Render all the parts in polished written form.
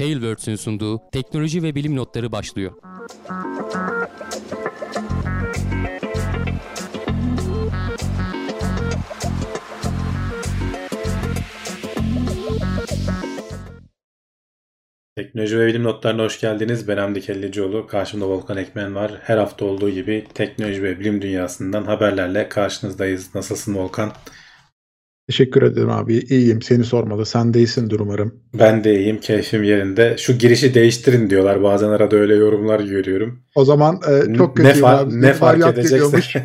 Tailwords'ün sunduğu teknoloji ve bilim notları başlıyor. Teknoloji ve bilim notlarına hoş geldiniz. Ben Hamdi Kellecioğlu. Karşımda Volkan Ekmen var. Her hafta olduğu gibi teknoloji ve bilim dünyasından haberlerle karşınızdayız. Nasılsın Volkan? Teşekkür ederim abi. İyiyim. Seni sormalı. Sen de iyisindir umarım. Ben de iyiyim. Keyfim yerinde. Şu girişi değiştirin diyorlar. Bazen arada öyle yorumlar görüyorum. O zaman çok kötüyüm abi. Ne fark edecekse.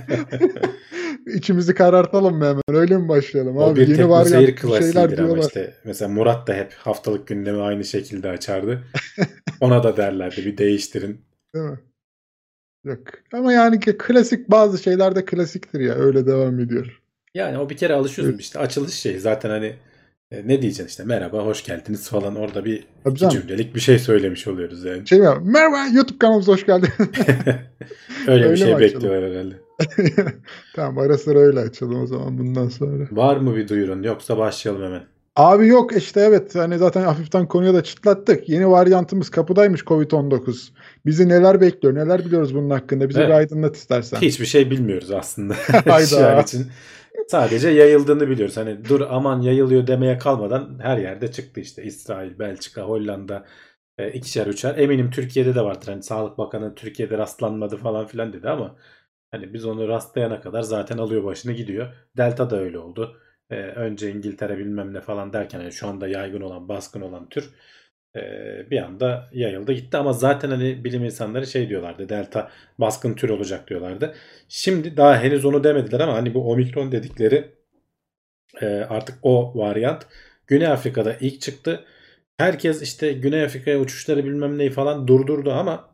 İçimizi karartalım mı hemen? Öyle mi başlayalım O abi? bir Yeni teknoseyir varyant bir şeyler klasiğidir ama diyorlar. işte. Mesela Murat da hep haftalık gündemi aynı şekilde açardı. Ona da derlerdi bir değiştirin. Değil mi? Yok. Ama yani klasik bazı şeyler de klasiktir ya. Öyle devam ediyor. Yani o bir kere alışıyorsun Evet. işte. Açılış şey zaten hani ne diyeceksin işte merhaba hoş geldiniz falan orada bir Tabii iki canım. cümlelik bir şey söylemiş oluyoruz yani. Şey mi? Merhaba YouTube kanalımıza hoş geldin. Öyle bir Öyle mi şey açalım? bekliyorlar herhalde. Tamam, ara sıra öyle açalım o zaman bundan sonra. Var mı bir duyurun yoksa başlayalım hemen. Abi yok işte, evet, hani zaten hafiften konuya da çıtlattık. Yeni varyantımız kapıdaymış, Covid-19. Bizi neler bekliyor, neler biliyoruz bunun hakkında? Bizi bir Evet. aydınlat istersen. Hiçbir şey bilmiyoruz aslında şu an Hayda. için. Sadece yayıldığını biliyoruz. Hani dur aman yayılıyor demeye kalmadan her yerde çıktı işte. İsrail, Belçika, Hollanda, ikişer üçer. Eminim Türkiye'de de vardır. Hani Sağlık Bakanı Türkiye'de rastlanmadı falan filan dedi ama hani biz onu rastlayana kadar zaten alıyor başını gidiyor. Delta da öyle oldu. Önce İngiltere bilmem ne falan derken yani şu anda yaygın olan, baskın olan tür bir anda yayıldı gitti. Ama zaten hani bilim insanları şey diyorlardı. Delta baskın tür olacak diyorlardı. Şimdi daha henüz onu demediler ama hani bu Omikron dedikleri artık o varyant Güney Afrika'da ilk çıktı. Herkes işte Güney Afrika'ya uçuşları bilmem neyi falan durdurdu ama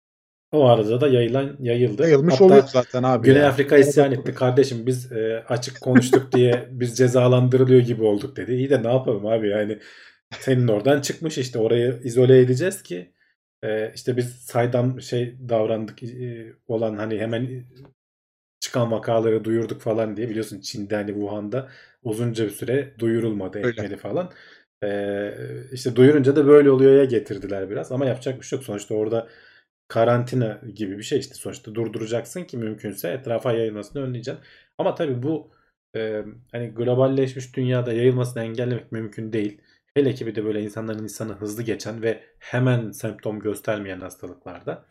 o arada da yayıldı. Yayılmış oluyor Hatta zaten abi Güney ya. Afrika isyan etti. Kardeşim biz açık konuştuk diye biz cezalandırılıyor gibi olduk dedi. İyi de ne yapalım abi yani senin oradan çıkmış işte orayı izole edeceğiz ki işte biz saydam şey davrandık olan hani hemen çıkan vakaları duyurduk falan diye biliyorsun Çin'de hani Wuhan'da uzunca bir süre duyurulmadı Öyle. etmedi falan. İşte duyurunca da böyle oluyor ya getirdiler biraz ama yapacak bir şey yok. Sonuçta orada karantina gibi bir şey işte sonuçta durduracaksın ki mümkünse etrafa yayılmasını önleyeceksin. Ama tabii bu hani globalleşmiş dünyada yayılmasını engellemek mümkün değil. Hele ki bir de böyle insanların insanı hızlı geçen ve hemen semptom göstermeyen hastalıklarda.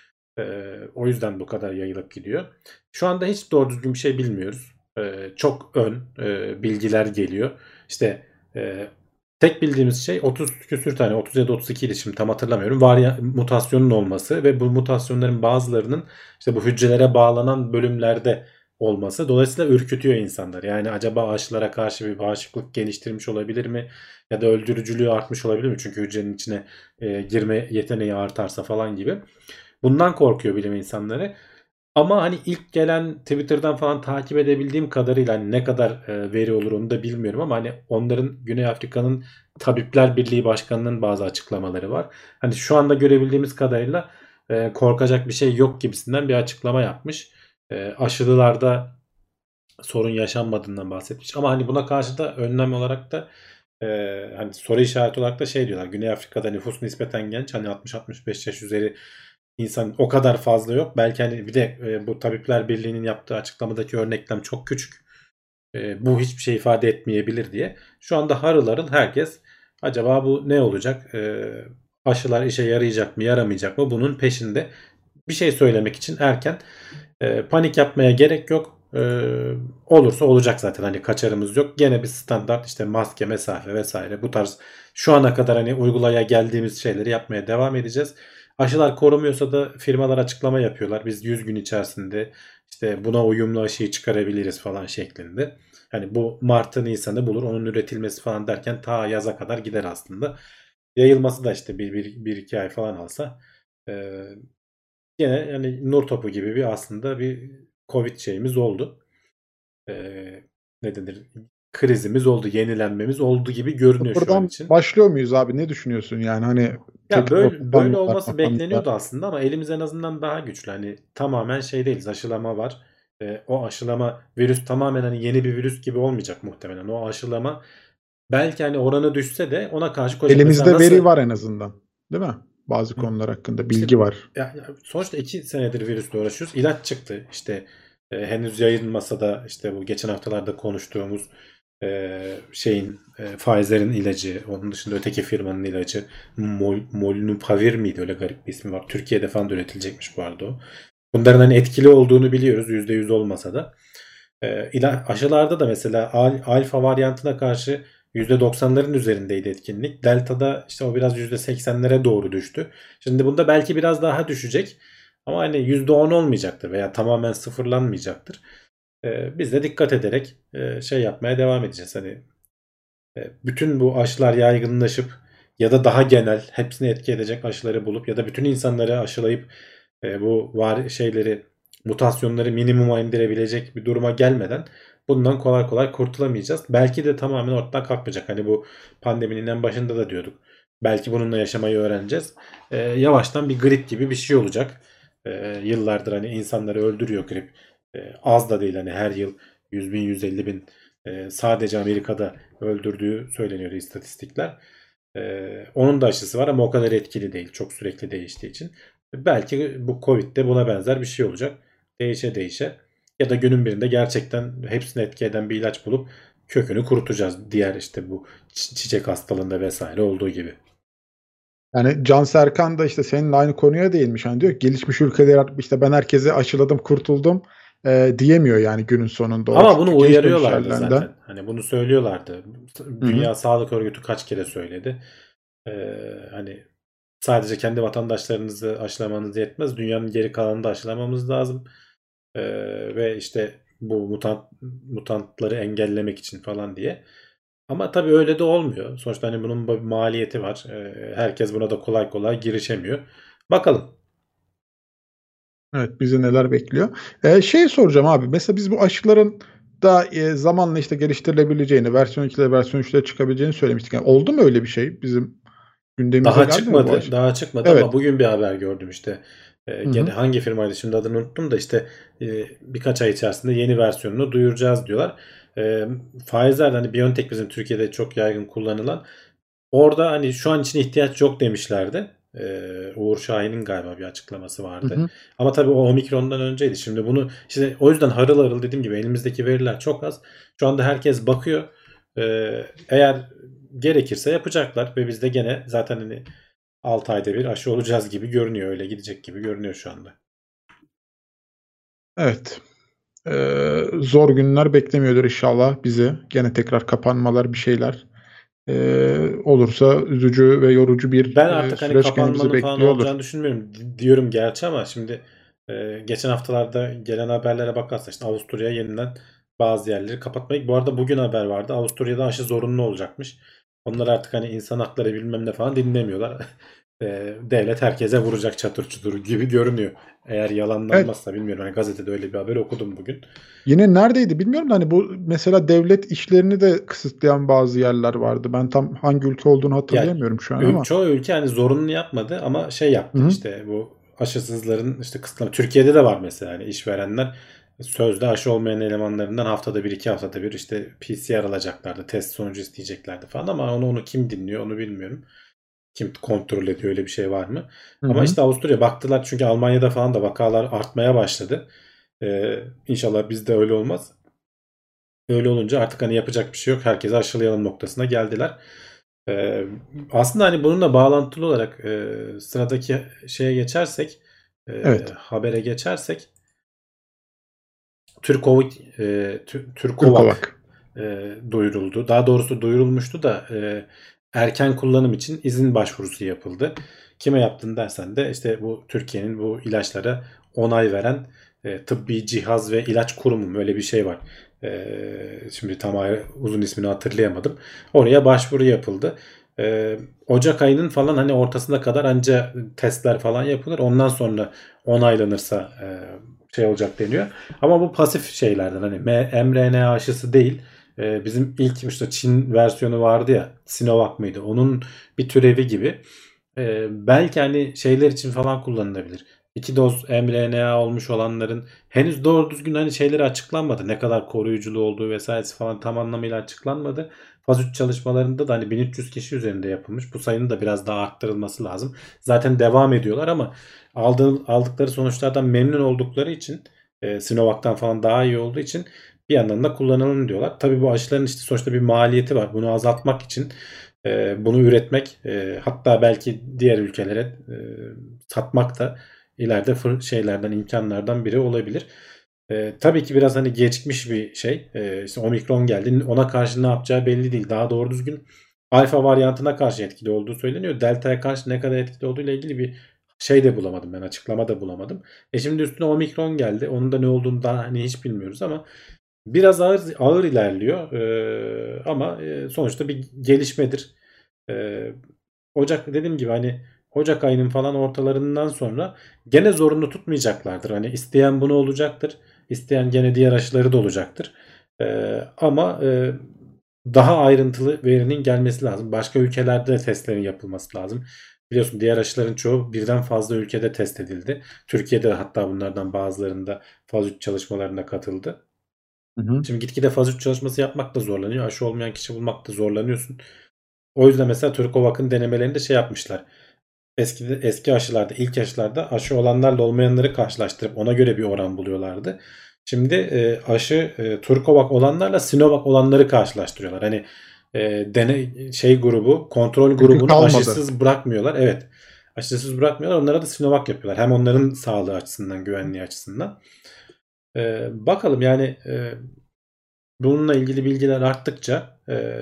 O yüzden bu kadar yayılıp gidiyor. Şu anda hiç doğru düzgün bir şey bilmiyoruz. Çok bilgiler geliyor. İşte tek bildiğimiz şey 30 küsür tane 30 ya da 32 idi şimdi tam hatırlamıyorum. Mutasyonun olması ve bu mutasyonların bazılarının işte bu hücrelere bağlanan bölümlerde olması. Dolayısıyla ürkütüyor insanlar. Yani acaba aşılara karşı bir bağışıklık geliştirmiş olabilir mi? Ya da öldürücülüğü artmış olabilir mi? Çünkü hücrenin içine girme yeteneği artarsa falan gibi. Bundan korkuyor bilim insanları. Ama hani ilk gelen Twitter'dan falan takip edebildiğim kadarıyla hani ne kadar veri olur onu da bilmiyorum ama hani onların Güney Afrika'nın Tabipler Birliği Başkanı'nın bazı açıklamaları var. Hani şu anda görebildiğimiz kadarıyla korkacak bir şey yok gibisinden bir açıklama yapmış. Aşılarda sorun yaşanmadığından bahsetmiş. Ama hani buna karşı da önlem olarak da hani soru işareti olarak da şey diyorlar. Güney Afrika'da nüfus nispeten genç. Hani 60-65 yaş üzeri insan o kadar fazla yok. Belki hani bir de bu Tabipler Birliği'nin yaptığı açıklamadaki örneklem çok küçük. Bu hiçbir şey ifade etmeyebilir diye. Şu anda harıl harıl herkes acaba bu ne olacak? Aşılar işe yarayacak mı, yaramayacak mı? Bunun peşinde. Bir şey söylemek için erken. Panik yapmaya gerek yok. Olursa olacak zaten hani kaçarımız yok. Gene bir standart işte maske, mesafe vesaire bu tarz şu ana kadar hani uygulaya geldiğimiz şeyleri yapmaya devam edeceğiz. Aşılar korumuyorsa da firmalar açıklama yapıyorlar. Biz 100 gün içerisinde işte buna uyumlu aşıyı çıkarabiliriz falan şeklinde. Hani bu Mart'ı Nisan'ı bulur. Onun üretilmesi falan derken ta yaza kadar gider aslında. Yayılması da işte bir iki ay falan alsa yine yani nur topu gibi bir aslında bir Covid şeyimiz oldu. Ne denir? Krizimiz oldu, yenilenmemiz oldu gibi görünüyor şu an Sıfırdan için. başlıyor muyuz abi? Ne düşünüyorsun? Yani hani Ya tekrar böyle kapanmalar, olması kapanmalar. bekleniyordu aslında ama elimiz en azından daha güçlü. Hani tamamen şey değiliz. Aşılama var. O aşılama virüs tamamen hani yeni bir virüs gibi olmayacak muhtemelen. O aşılama belki hani oranı düşse de ona karşı koyacak. Mesela Elimizde nasıl veri var en azından. Değil mi? Bazı konular hakkında İşte bilgi var. sonuçta 2 senedir virüsle uğraşıyoruz. İlaç çıktı. İşte henüz yayılmasa da işte bu geçen haftalarda konuştuğumuz Pfizer'in ilacı, onun dışında öteki firmanın ilacı Molnupiravir miydi? Öyle garip bir ismi var. Türkiye'de falan da üretilecekmiş bu arada o. Bunların hani etkili olduğunu biliyoruz. %100 olmasa da. Aşılarda da mesela alfa varyantına karşı %90'ların üzerindeydi etkinlik. Delta'da işte o biraz %80'lere doğru düştü. Şimdi bunda belki biraz daha düşecek. Ama hani %10 olmayacaktır veya tamamen sıfırlanmayacaktır. Biz de dikkat ederek yapmaya devam edeceğiz. Hani bütün bu aşılar yaygınlaşıp ya da daha genel hepsini etki edecek aşıları bulup ya da bütün insanları aşılayıp bu mutasyonları minimuma indirebilecek bir duruma gelmeden bundan kolay kolay kurtulamayacağız. Belki de tamamen ortadan kalkmayacak. Hani bu pandeminin en başında da diyorduk. Belki bununla yaşamayı öğreneceğiz. Yavaştan bir grip gibi bir şey olacak. Yıllardır hani insanları öldürüyor grip. Az da değil, hani her yıl 100 bin 150 bin sadece Amerika'da öldürdüğü söyleniyor istatistikler. Onun da aşısı var ama o kadar etkili değil. Çok sürekli değiştiği için. Belki bu Covid'de buna benzer bir şey olacak. Değişe değişe. Ya da günün birinde gerçekten hepsini etki eden bir ilaç bulup kökünü kurutacağız. Diğer işte bu çiçek hastalığında vesaire olduğu gibi. Yani Can Serkan da işte seninle aynı konuya değinmiş. Hani diyor ki, gelişmiş ülkeler işte ben herkese aşıladım, kurtuldum diyemiyor yani günün sonunda. Ama O bunu çünkü geçmemiş uyarıyorlardı yerlerinden. zaten. Hani bunu söylüyorlardı. Dünya Sağlık Örgütü kaç kere söyledi. Hani sadece kendi vatandaşlarınızı aşılamanız yetmez. Dünyanın geri kalanını da aşılamamız lazım. Ve işte bu mutantları engellemek için falan diye. Ama tabii öyle de olmuyor. Sonuçta hani bunun bir maliyeti var. Herkes buna da kolay kolay girişemiyor. Bakalım. Evet, bizi neler bekliyor. Şey soracağım abi. Mesela biz bu aşıların da zamanla işte geliştirilebileceğini, versiyon 2'de versiyon 3'de çıkabileceğini söylemiştik. Yani oldu mu öyle bir şey? Bizim gündemimize Daha geldi mi bu çıkmadı. aşı? Daha çıkmadı ama Evet. bugün bir haber gördüm işte. Hı Gene hı. hangi firmaydı şimdi adını unuttum da işte birkaç ay içerisinde yeni versiyonunu duyuracağız diyorlar. Pfizer, hani BioNTech bizim Türkiye'de çok yaygın kullanılan. Orada hani şu an için ihtiyaç yok demişlerdi. Uğur Şahin'in galiba bir açıklaması Hı vardı. hı. Ama tabii o Omikron'dan önceydi. Şimdi bunu işte o yüzden harıl harıl dediğim gibi elimizdeki veriler çok az. Şu anda herkes bakıyor. Eğer gerekirse yapacaklar ve biz de gene zaten hani 6 ayda bir aşı olacağız gibi görünüyor. Öyle gidecek gibi görünüyor şu anda. Evet. Zor günler beklemiyordur inşallah bizi. Gene tekrar kapanmalar, bir şeyler olursa üzücü ve yorucu bir Ben artık hani süreç gene bizi kapanmanın falan bekliyordur. olacağını düşünmüyorum. Diyorum gerçi ama şimdi geçen haftalarda gelen haberlere bakarsak işte Avusturya yeniden bazı yerleri kapatmayı. Bu arada bugün haber vardı. Avusturya'da aşı zorunlu olacakmış. Onlar artık hani insan hakları bilmem ne falan dinlemiyorlar. Devlet herkese vuracak çatır çutur gibi görünüyor. Eğer Evet. yalanlanmazsa bilmiyorum. Hani gazetede öyle bir haber okudum bugün. Yine neredeydi bilmiyorum da hani bu mesela devlet işlerini de kısıtlayan bazı yerler vardı. Ben tam hangi ülke olduğunu Ya hatırlayamıyorum şu an ama. çoğu ülke hani zorunlu yapmadı ama şey Hı yaptı hı. işte bu aşısızların işte kısıtlama. Türkiye'de de var mesela hani işverenler sözde aşı olmayan elemanlarından haftada bir iki haftada bir işte PCR alacaklardı. Test sonucu isteyeceklerdi falan ama onu kim dinliyor onu bilmiyorum. Kim kontrol ediyor, öyle bir şey var mı? Hı Ama hı. işte Avusturya baktılar çünkü Almanya'da falan da vakalar artmaya başladı. İnşallah bizde öyle olmaz. Öyle olunca artık hani yapacak bir şey yok. Herkese aşılayalım noktasına geldiler. Ee, Aslında hani bununla bağlantılı olarak sıradaki şeye geçersek, Evet. habere geçersek, Türkovak, Türkovak Türkovak. duyuruldu. Daha doğrusu duyurulmuştu da erken kullanım için izin başvurusu yapıldı. Kime yaptın dersen de işte bu Türkiye'nin bu ilaçlara onay veren tıbbi cihaz ve ilaç kurumu, öyle bir şey var. Şimdi tam uzun ismini hatırlayamadım. Oraya başvuru yapıldı. Ocak ayının falan hani ortasına kadar anca testler falan yapılır. Ondan sonra onaylanırsa şey olacak deniyor. Ama bu pasif şeylerden hani mRNA aşısı değil. Bizim ilk işte Çin versiyonu vardı ya, Sinovac mıydı? Onun bir türevi gibi. Belki hani şeyler için falan kullanılabilir. 2 doz mRNA olmuş olanların henüz doğru düzgün hani şeyleri açıklanmadı. Ne kadar koruyuculuğu olduğu vesairesi falan tam anlamıyla açıklanmadı. Faz 3 çalışmalarında da hani 1300 kişi üzerinde yapılmış. Bu sayının da biraz daha arttırılması lazım. Zaten devam ediyorlar ama aldıkları sonuçlardan memnun oldukları için Sinovac'tan falan daha iyi olduğu için bir yandan da kullanalım diyorlar. Tabii bu aşıların işte sonuçta bir maliyeti var. Bunu azaltmak için bunu üretmek hatta belki diğer ülkelere satmak da ileride şeylerden imkanlardan biri olabilir. Tabii ki biraz hani geçmiş bir şey. İşte Omikron geldi. Ona karşı ne yapacağı belli değil. Daha doğru düzgün alfa varyantına karşı etkili olduğu söyleniyor. Delta'ya karşı ne kadar etkili olduğu ile ilgili bir şey de bulamadım ben. Açıklama da bulamadım. Şimdi üstüne Omikron geldi. Onun da ne olduğunu daha hani hiç bilmiyoruz ama biraz ağır ilerliyor. Ama sonuçta bir gelişmedir. Ee, Ocak dediğim gibi hani Ocak ayının falan ortalarından sonra gene zorunlu tutmayacaklardır. Hani isteyen bunu olacaktır. İsteyen gene diğer aşıları da olacaktır. Ama daha ayrıntılı verinin gelmesi lazım. Başka ülkelerde de testlerin yapılması lazım. Biliyorsun diğer aşıların çoğu birden fazla ülkede test edildi. Türkiye'de hatta bunlardan bazılarında faz 3 çalışmalarına katıldı. Hı hı. Şimdi gitgide faz 3 çalışması yapmak da zorlanıyor. Aşı olmayan kişi bulmakta zorlanıyorsun. O yüzden mesela Turkovac'ın denemelerinde şey yapmışlar. Eski aşılarda, ilk aşılarda aşı olanlarla olmayanları karşılaştırıp ona göre bir oran buluyorlardı. Şimdi aşı Turkovac olanlarla Sinovac olanları karşılaştırıyorlar. Hani kontrol Çünkü grubunu kalmadı. aşısız bırakmıyorlar. Evet. Aşısız bırakmıyorlar. Onlara da Sinovac yapıyorlar. Hem onların sağlığı açısından, güvenliği açısından. Bakalım yani bununla ilgili bilgiler arttıkça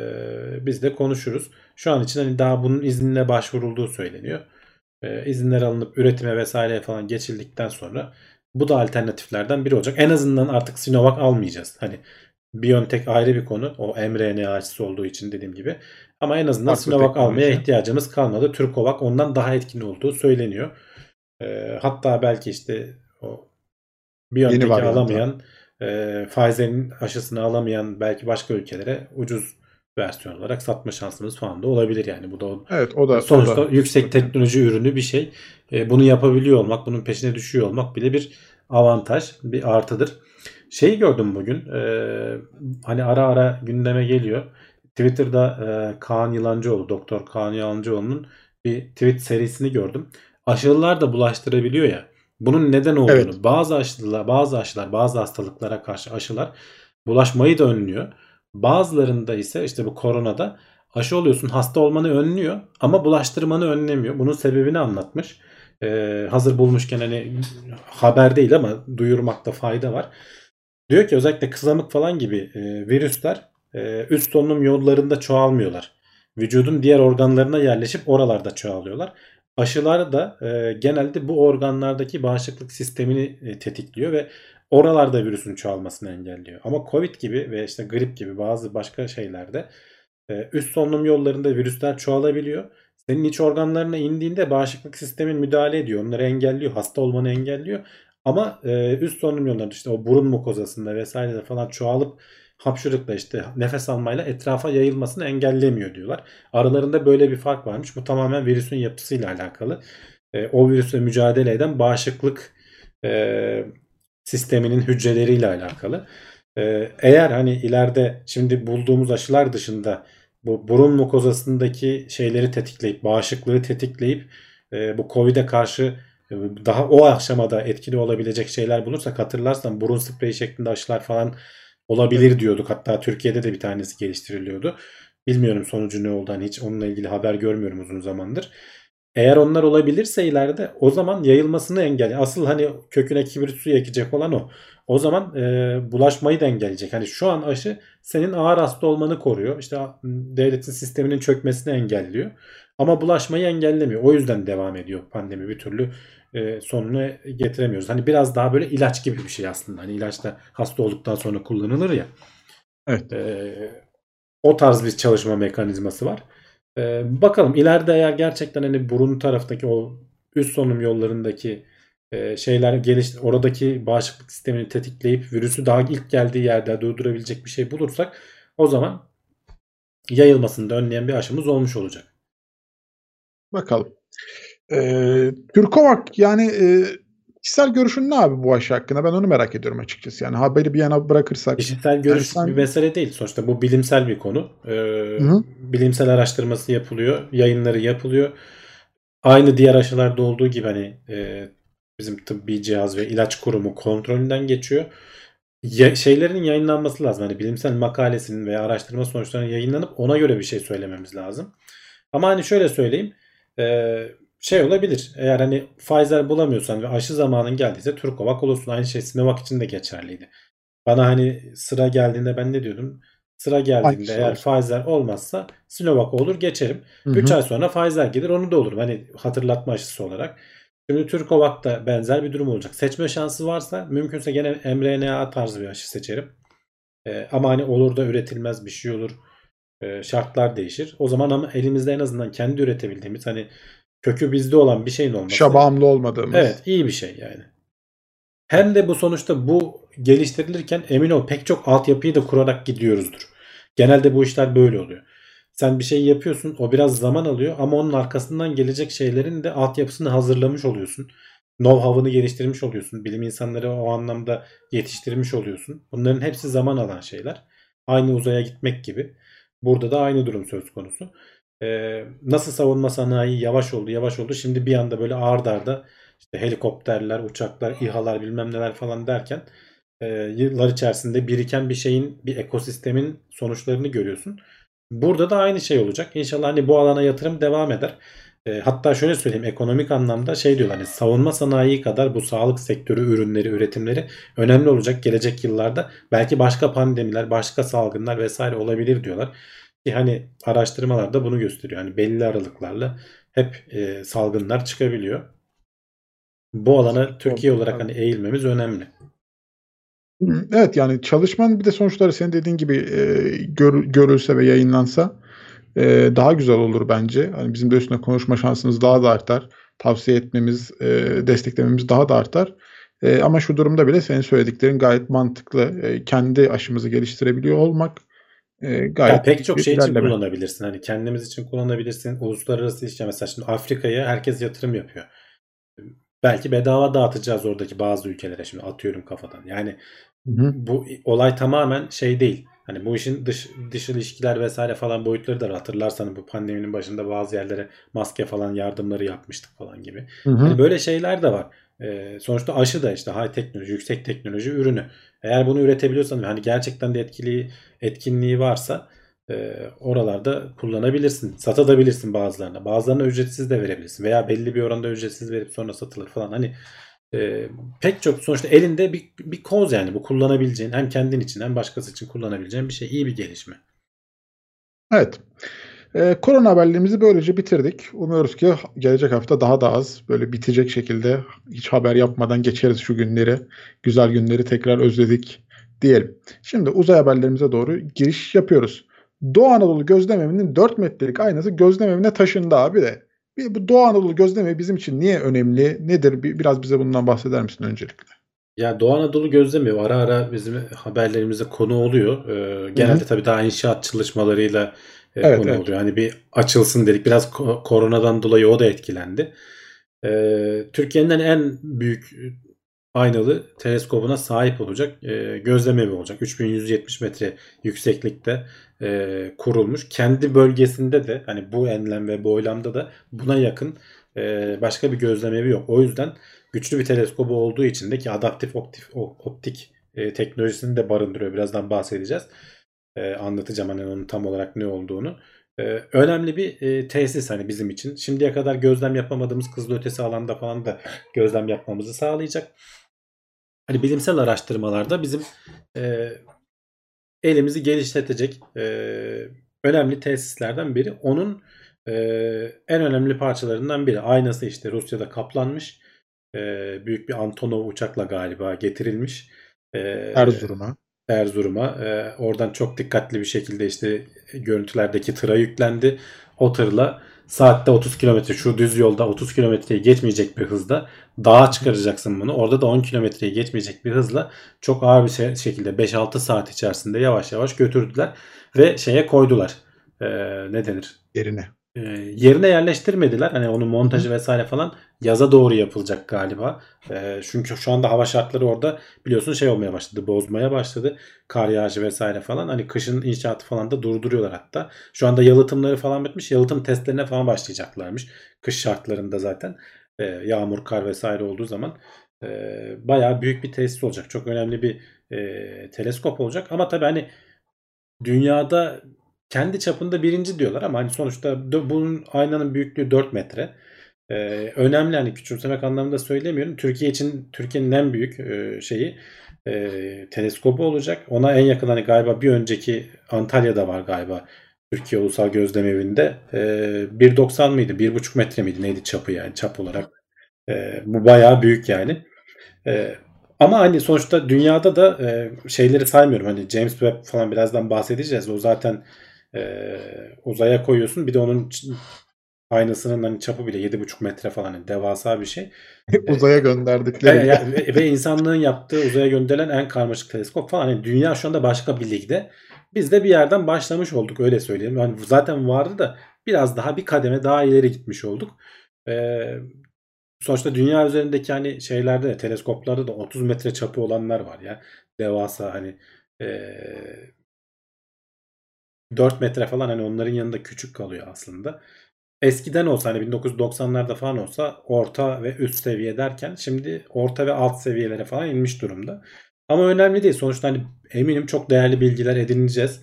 biz de konuşuruz. Şu an için hani daha bunun iznine başvurulduğu söyleniyor. İzinler alınıp üretime vesaire falan geçildikten sonra bu da alternatiflerden biri olacak. En azından artık Sinovac almayacağız. Hani BioNTech ayrı bir konu. O mRNA aşısı olduğu için dediğim gibi. Ama en azından Farklı Sinovac almaya teknoloji. ihtiyacımız kalmadı. Turkovac ondan daha etkin olduğu söyleniyor. Hatta belki işte o Yeni BioNTech'i varyanta. alamayan, Pfizer'in aşısını alamayan belki başka ülkelere ucuz versiyon olarak satma şansımız falan da olabilir yani. Bu da Evet, o da sonuçta yüksek teknoloji ürünü bir şey. Bunu yapabiliyor olmak, bunun peşine düşüyor olmak bile bir avantaj, bir artıdır. Şeyi gördüm bugün. Hani ara ara gündeme geliyor. Twitter'da Kaan Yılancıoğlu, Doktor Kaan Yılancıoğlu'nun bir tweet serisini gördüm. Aşılar da bulaştırabiliyor ya. Bunun neden Evet. olduğunu, bazı aşılar, bazı hastalıklara karşı aşılar bulaşmayı da önlüyor. Bazılarında ise işte bu koronada aşı oluyorsun, hasta olmanı önlüyor ama bulaştırmanı önlemiyor. Bunun sebebini anlatmış. Hazır bulmuşken hani haber değil ama duyurmakta fayda var. Diyor ki özellikle kızamık falan gibi virüsler üst solunum yollarında çoğalmıyorlar. Vücudun diğer organlarına yerleşip oralarda çoğalıyorlar. Aşılar da genelde bu organlardaki bağışıklık sistemini tetikliyor ve oralarda virüsün çoğalmasını engelliyor. Ama Covid gibi ve işte grip gibi bazı başka şeylerde üst solunum yollarında virüsler çoğalabiliyor. Senin iç organlarına indiğinde bağışıklık sistemin müdahale ediyor. Onları engelliyor. Hasta olmanı engelliyor. Ama üst solunum yollarında işte o burun mukozasında vesairede falan çoğalıp hapşırıkla işte nefes almayla etrafa yayılmasını engellemiyor diyorlar. Aralarında böyle bir fark varmış. Bu tamamen virüsün yapısıyla alakalı. O virüsle mücadele eden bağışıklık e, sisteminin hücreleriyle alakalı. Eğer hani ileride şimdi bulduğumuz aşılar dışında bu burun mukozasındaki şeyleri tetikleyip bağışıklığı tetikleyip bu Covid'e karşı daha o aşamada etkili olabilecek şeyler bulursak hatırlarsan burun spreyi şeklinde aşılar falan olabilir diyorduk. Hatta Türkiye'de de bir tanesi geliştiriliyordu. Bilmiyorum sonucu ne oldu. Hani hiç onunla ilgili haber görmüyorum uzun zamandır. Eğer onlar olabilirse ileride o zaman yayılmasını engel. Asıl hani köküne kibrit suyu ekecek olan o. O zaman bulaşmayı da engelleyecek. Hani şu an aşı senin ağır hasta olmanı koruyor. İşte devletin sisteminin çökmesini engelliyor. Ama bulaşmayı engellemiyor. O yüzden devam ediyor pandemi bir türlü sonunu getiremiyoruz. Hani biraz daha böyle ilaç gibi bir şey aslında. Hani ilaç da hasta olduktan sonra kullanılır ya. Evet. O tarz bir çalışma mekanizması var. Bakalım ileride eğer gerçekten hani burun taraftaki o üst solunum yollarındaki şeyler oradaki bağışıklık sistemini tetikleyip virüsü daha ilk geldiği yerde durdurabilecek bir şey bulursak o zaman yayılmasını da önleyen bir aşımız olmuş olacak. Bakalım. Türkovac yani Kişisel görüşün ne abi bu aşı hakkında? Ben onu merak ediyorum açıkçası. Yani haberi bir yana bırakırsak. Kişisel Yani görüş bir sen mesele değil. Sonuçta bu bilimsel bir konu. Hı hı. Bilimsel araştırması yapılıyor. Yayınları yapılıyor. Aynı diğer aşılarda olduğu gibi hani bizim tıbbi cihaz ve ilaç kurumu kontrolünden geçiyor. Şeylerin yayınlanması lazım. Hani bilimsel makalesinin veya araştırma sonuçlarının yayınlanıp ona göre bir şey söylememiz lazım. Ama hani şöyle söyleyeyim. Şey olabilir. Eğer hani Pfizer bulamıyorsan ve aşı zamanın geldiyse Turkovac olursun. Aynı şey Sinovac için de geçerliydi. Bana hani sıra geldiğinde ben ne diyordum? Sıra geldiğinde Hangisi eğer olsun? Pfizer olmazsa Sinovac olur geçerim. Hı 3 hı. ay sonra Pfizer gelir onu da olurum. Hani hatırlatma aşısı olarak. Şimdi Turkovac'ta benzer bir durum olacak. Seçme şansı varsa mümkünse gene mRNA tarzı bir aşı seçerim. Ama hani olur da üretilmez bir şey olur. Şartlar değişir. O zaman ama elimizde en azından kendi üretebildiğimiz hani kökü bizde olan bir şeyin Dışa olması bağımlı olmadığımız. evet iyi bir şey yani. Hem de bu sonuçta bu geliştirilirken emin ol pek çok altyapıyı da kurarak gidiyoruzdur. Genelde bu işler böyle oluyor. Sen bir şey yapıyorsun o biraz zaman alıyor ama onun arkasından gelecek şeylerin de altyapısını hazırlamış oluyorsun. Know-how'ını geliştirmiş oluyorsun. Bilim insanları o anlamda yetiştirmiş oluyorsun. Bunların hepsi zaman alan şeyler. Aynı uzaya gitmek gibi. Burada da aynı durum söz konusu. Nasıl savunma sanayi yavaş oldu yavaş oldu. Şimdi bir anda böyle ard arda işte helikopterler, uçaklar, İHA'lar bilmem neler falan derken yıllar içerisinde biriken bir şeyin, bir ekosistemin sonuçlarını görüyorsun. Burada da aynı şey olacak. İnşallah hani bu alana yatırım devam eder. Hatta şöyle söyleyeyim ekonomik anlamda şey diyorlar hani savunma sanayi kadar bu sağlık sektörü ürünleri, üretimleri önemli olacak gelecek yıllarda. Belki başka pandemiler, başka salgınlar vesaire olabilir diyorlar. Ki hani araştırmalar da bunu gösteriyor. Hani belli aralıklarla hep salgınlar çıkabiliyor. Bu alana Türkiye olarak hani eğilmemiz önemli. Evet, yani çalışmanın bir de sonuçları senin dediğin gibi görülse ve yayınlansa daha güzel olur bence. Hani bizim de üstüne konuşma şansımız daha da artar. Tavsiye etmemiz, desteklememiz daha da artar. Ama şu durumda bile senin söylediklerin gayet mantıklı. Kendi aşımızı geliştirebiliyor olmak Ya gayet pek büyük çok bir şey için ilerleme. kullanabilirsin. Hani kendimiz için kullanabilirsin. Uluslararası işte mesela şimdi Afrika'ya herkes yatırım yapıyor. Belki bedava dağıtacağız oradaki bazı ülkelere şimdi atıyorum kafadan. Yani Hı hı. bu olay tamamen şey değil. Hani bu işin dış ilişkiler vesaire falan boyutları da var. Hatırlarsan bu pandeminin başında bazı yerlere maske falan yardımları yapmıştık falan gibi. Hı Hani hı. böyle şeyler de var. Sonuçta aşı da işte high teknoloji, yüksek teknoloji ürünü. Eğer bunu üretebiliyorsan ve hani gerçekten de etkinliği varsa oralarda kullanabilirsin. Satabilirsin bazılarına. Bazılarına ücretsiz de verebilirsin. Veya belli bir oranda ücretsiz verip sonra satılır falan. Hani e, pek çok sonuçta elinde bir koz yani bu kullanabileceğin hem kendin için hem başkası için kullanabileceğin bir şey. İyi bir gelişme. Evet. Korona haberlerimizi böylece bitirdik. Umuyoruz ki gelecek hafta daha da az böyle bitecek şekilde hiç haber yapmadan geçeriz şu günleri. Güzel günleri tekrar özledik diyelim. Şimdi uzay haberlerimize doğru giriş yapıyoruz. Doğu Anadolu Gözlemevi'nin 4 metrelik aynası gözlemevine taşındı abi de. Bu Doğu Anadolu Gözlemevi bizim için niye önemli? Nedir? Biraz bize bundan bahseder misin öncelikle? Ya Doğu Anadolu gözlemiyor. Ara ara bizim haberlerimizde konu oluyor. Hı hı. Genelde tabii daha inşaat çalışmalarıyla Evet, konu evet. oluyor. Hani bir açılsın dedik. Biraz koronadan dolayı o da etkilendi. Türkiye'nin en büyük aynalı teleskobuna sahip olacak gözlemevi olacak. 3170 metre yükseklikte kurulmuş. Kendi bölgesinde de hani bu enlem ve boylamda da buna yakın başka bir gözlemevi yok. O yüzden güçlü bir teleskobu olduğu için de ki adaptif optik teknolojisini de barındırıyor. Birazdan bahsedeceğiz. Anlatacağım hani onun tam olarak ne olduğunu. Önemli bir tesis hani bizim için. Şimdiye kadar gözlem yapamadığımız kızılötesi alanda falan da gözlem yapmamızı sağlayacak. Hani bilimsel araştırmalarda bizim e, elimizi geliştirecek önemli tesislerden biri. Onun e, en önemli parçalarından biri. Aynası işte Rusya'da kaplanmış. Büyük bir Antonov uçakla galiba getirilmiş. E, Erzurum'a. Erzurum'a. Oradan çok dikkatli bir şekilde işte görüntülerdeki tıra yüklendi. O tırla saatte 30 kilometre şu düz yolda 30 kilometreyi geçmeyecek bir hızda dağa çıkaracaksın bunu. Orada da 10 kilometreyi geçmeyecek bir hızla çok ağır bir şekilde 5-6 saat içerisinde yavaş yavaş götürdüler ve şeye koydular. Ne denir? Yerine. Yerine yerleştirmediler. Hani onun montajı vesaire falan yaza doğru yapılacak galiba. Çünkü şu anda hava şartları orada biliyorsun şey olmaya başladı. Bozmaya başladı. Kar yağışı vesaire falan. Hani kışın inşaatı falan da durduruyorlar hatta. Şu anda yalıtımları falan bitmiş. Yalıtım testlerine falan başlayacaklarmış. Kış şartlarında zaten. Yağmur, kar vesaire olduğu zaman. Bayağı büyük bir tesis olacak. Çok önemli bir teleskop olacak. Ama tabii hani dünyada kendi çapında birinci diyorlar ama hani sonuçta bunun aynanın büyüklüğü 4 metre. Önemli, hani küçümsemek anlamında söylemiyorum. Türkiye için Türkiye'nin en büyük şeyi teleskobu olacak. Ona en yakın hani galiba bir önceki Antalya'da var galiba. Türkiye Ulusal Gözlem Evi'nde 1,90 mıydı? 1,5 metre miydi? Neydi çapı yani çap olarak? Bu bayağı büyük yani. Ee, Ama hani sonuçta dünyada da şeyleri saymıyorum. Hani James Webb falan birazdan bahsedeceğiz. O zaten uzaya koyuyorsun. Bir de onun aynasının hani çapı bile 7,5 metre falan. Yani devasa bir şey. Uzaya gönderdikleri bile. Ve insanlığın yaptığı uzaya gönderilen en karmaşık teleskop falan. Yani dünya şu anda başka bir ligde. Biz de bir yerden başlamış olduk, öyle söyleyeyim. Yani zaten vardı da biraz daha bir kademe daha ileri gitmiş olduk. Ee, Sonuçta dünya üzerindeki hani şeylerde de teleskoplarda da 30 metre çapı olanlar var ya. Devasa hani 4 metre falan, hani onların yanında küçük kalıyor aslında. Eskiden olsa hani 1990'larda falan olsa orta ve üst seviye derken şimdi orta ve alt seviyelere falan inmiş durumda. Ama önemli değil. Sonuçta hani eminim çok değerli bilgiler edineceğiz.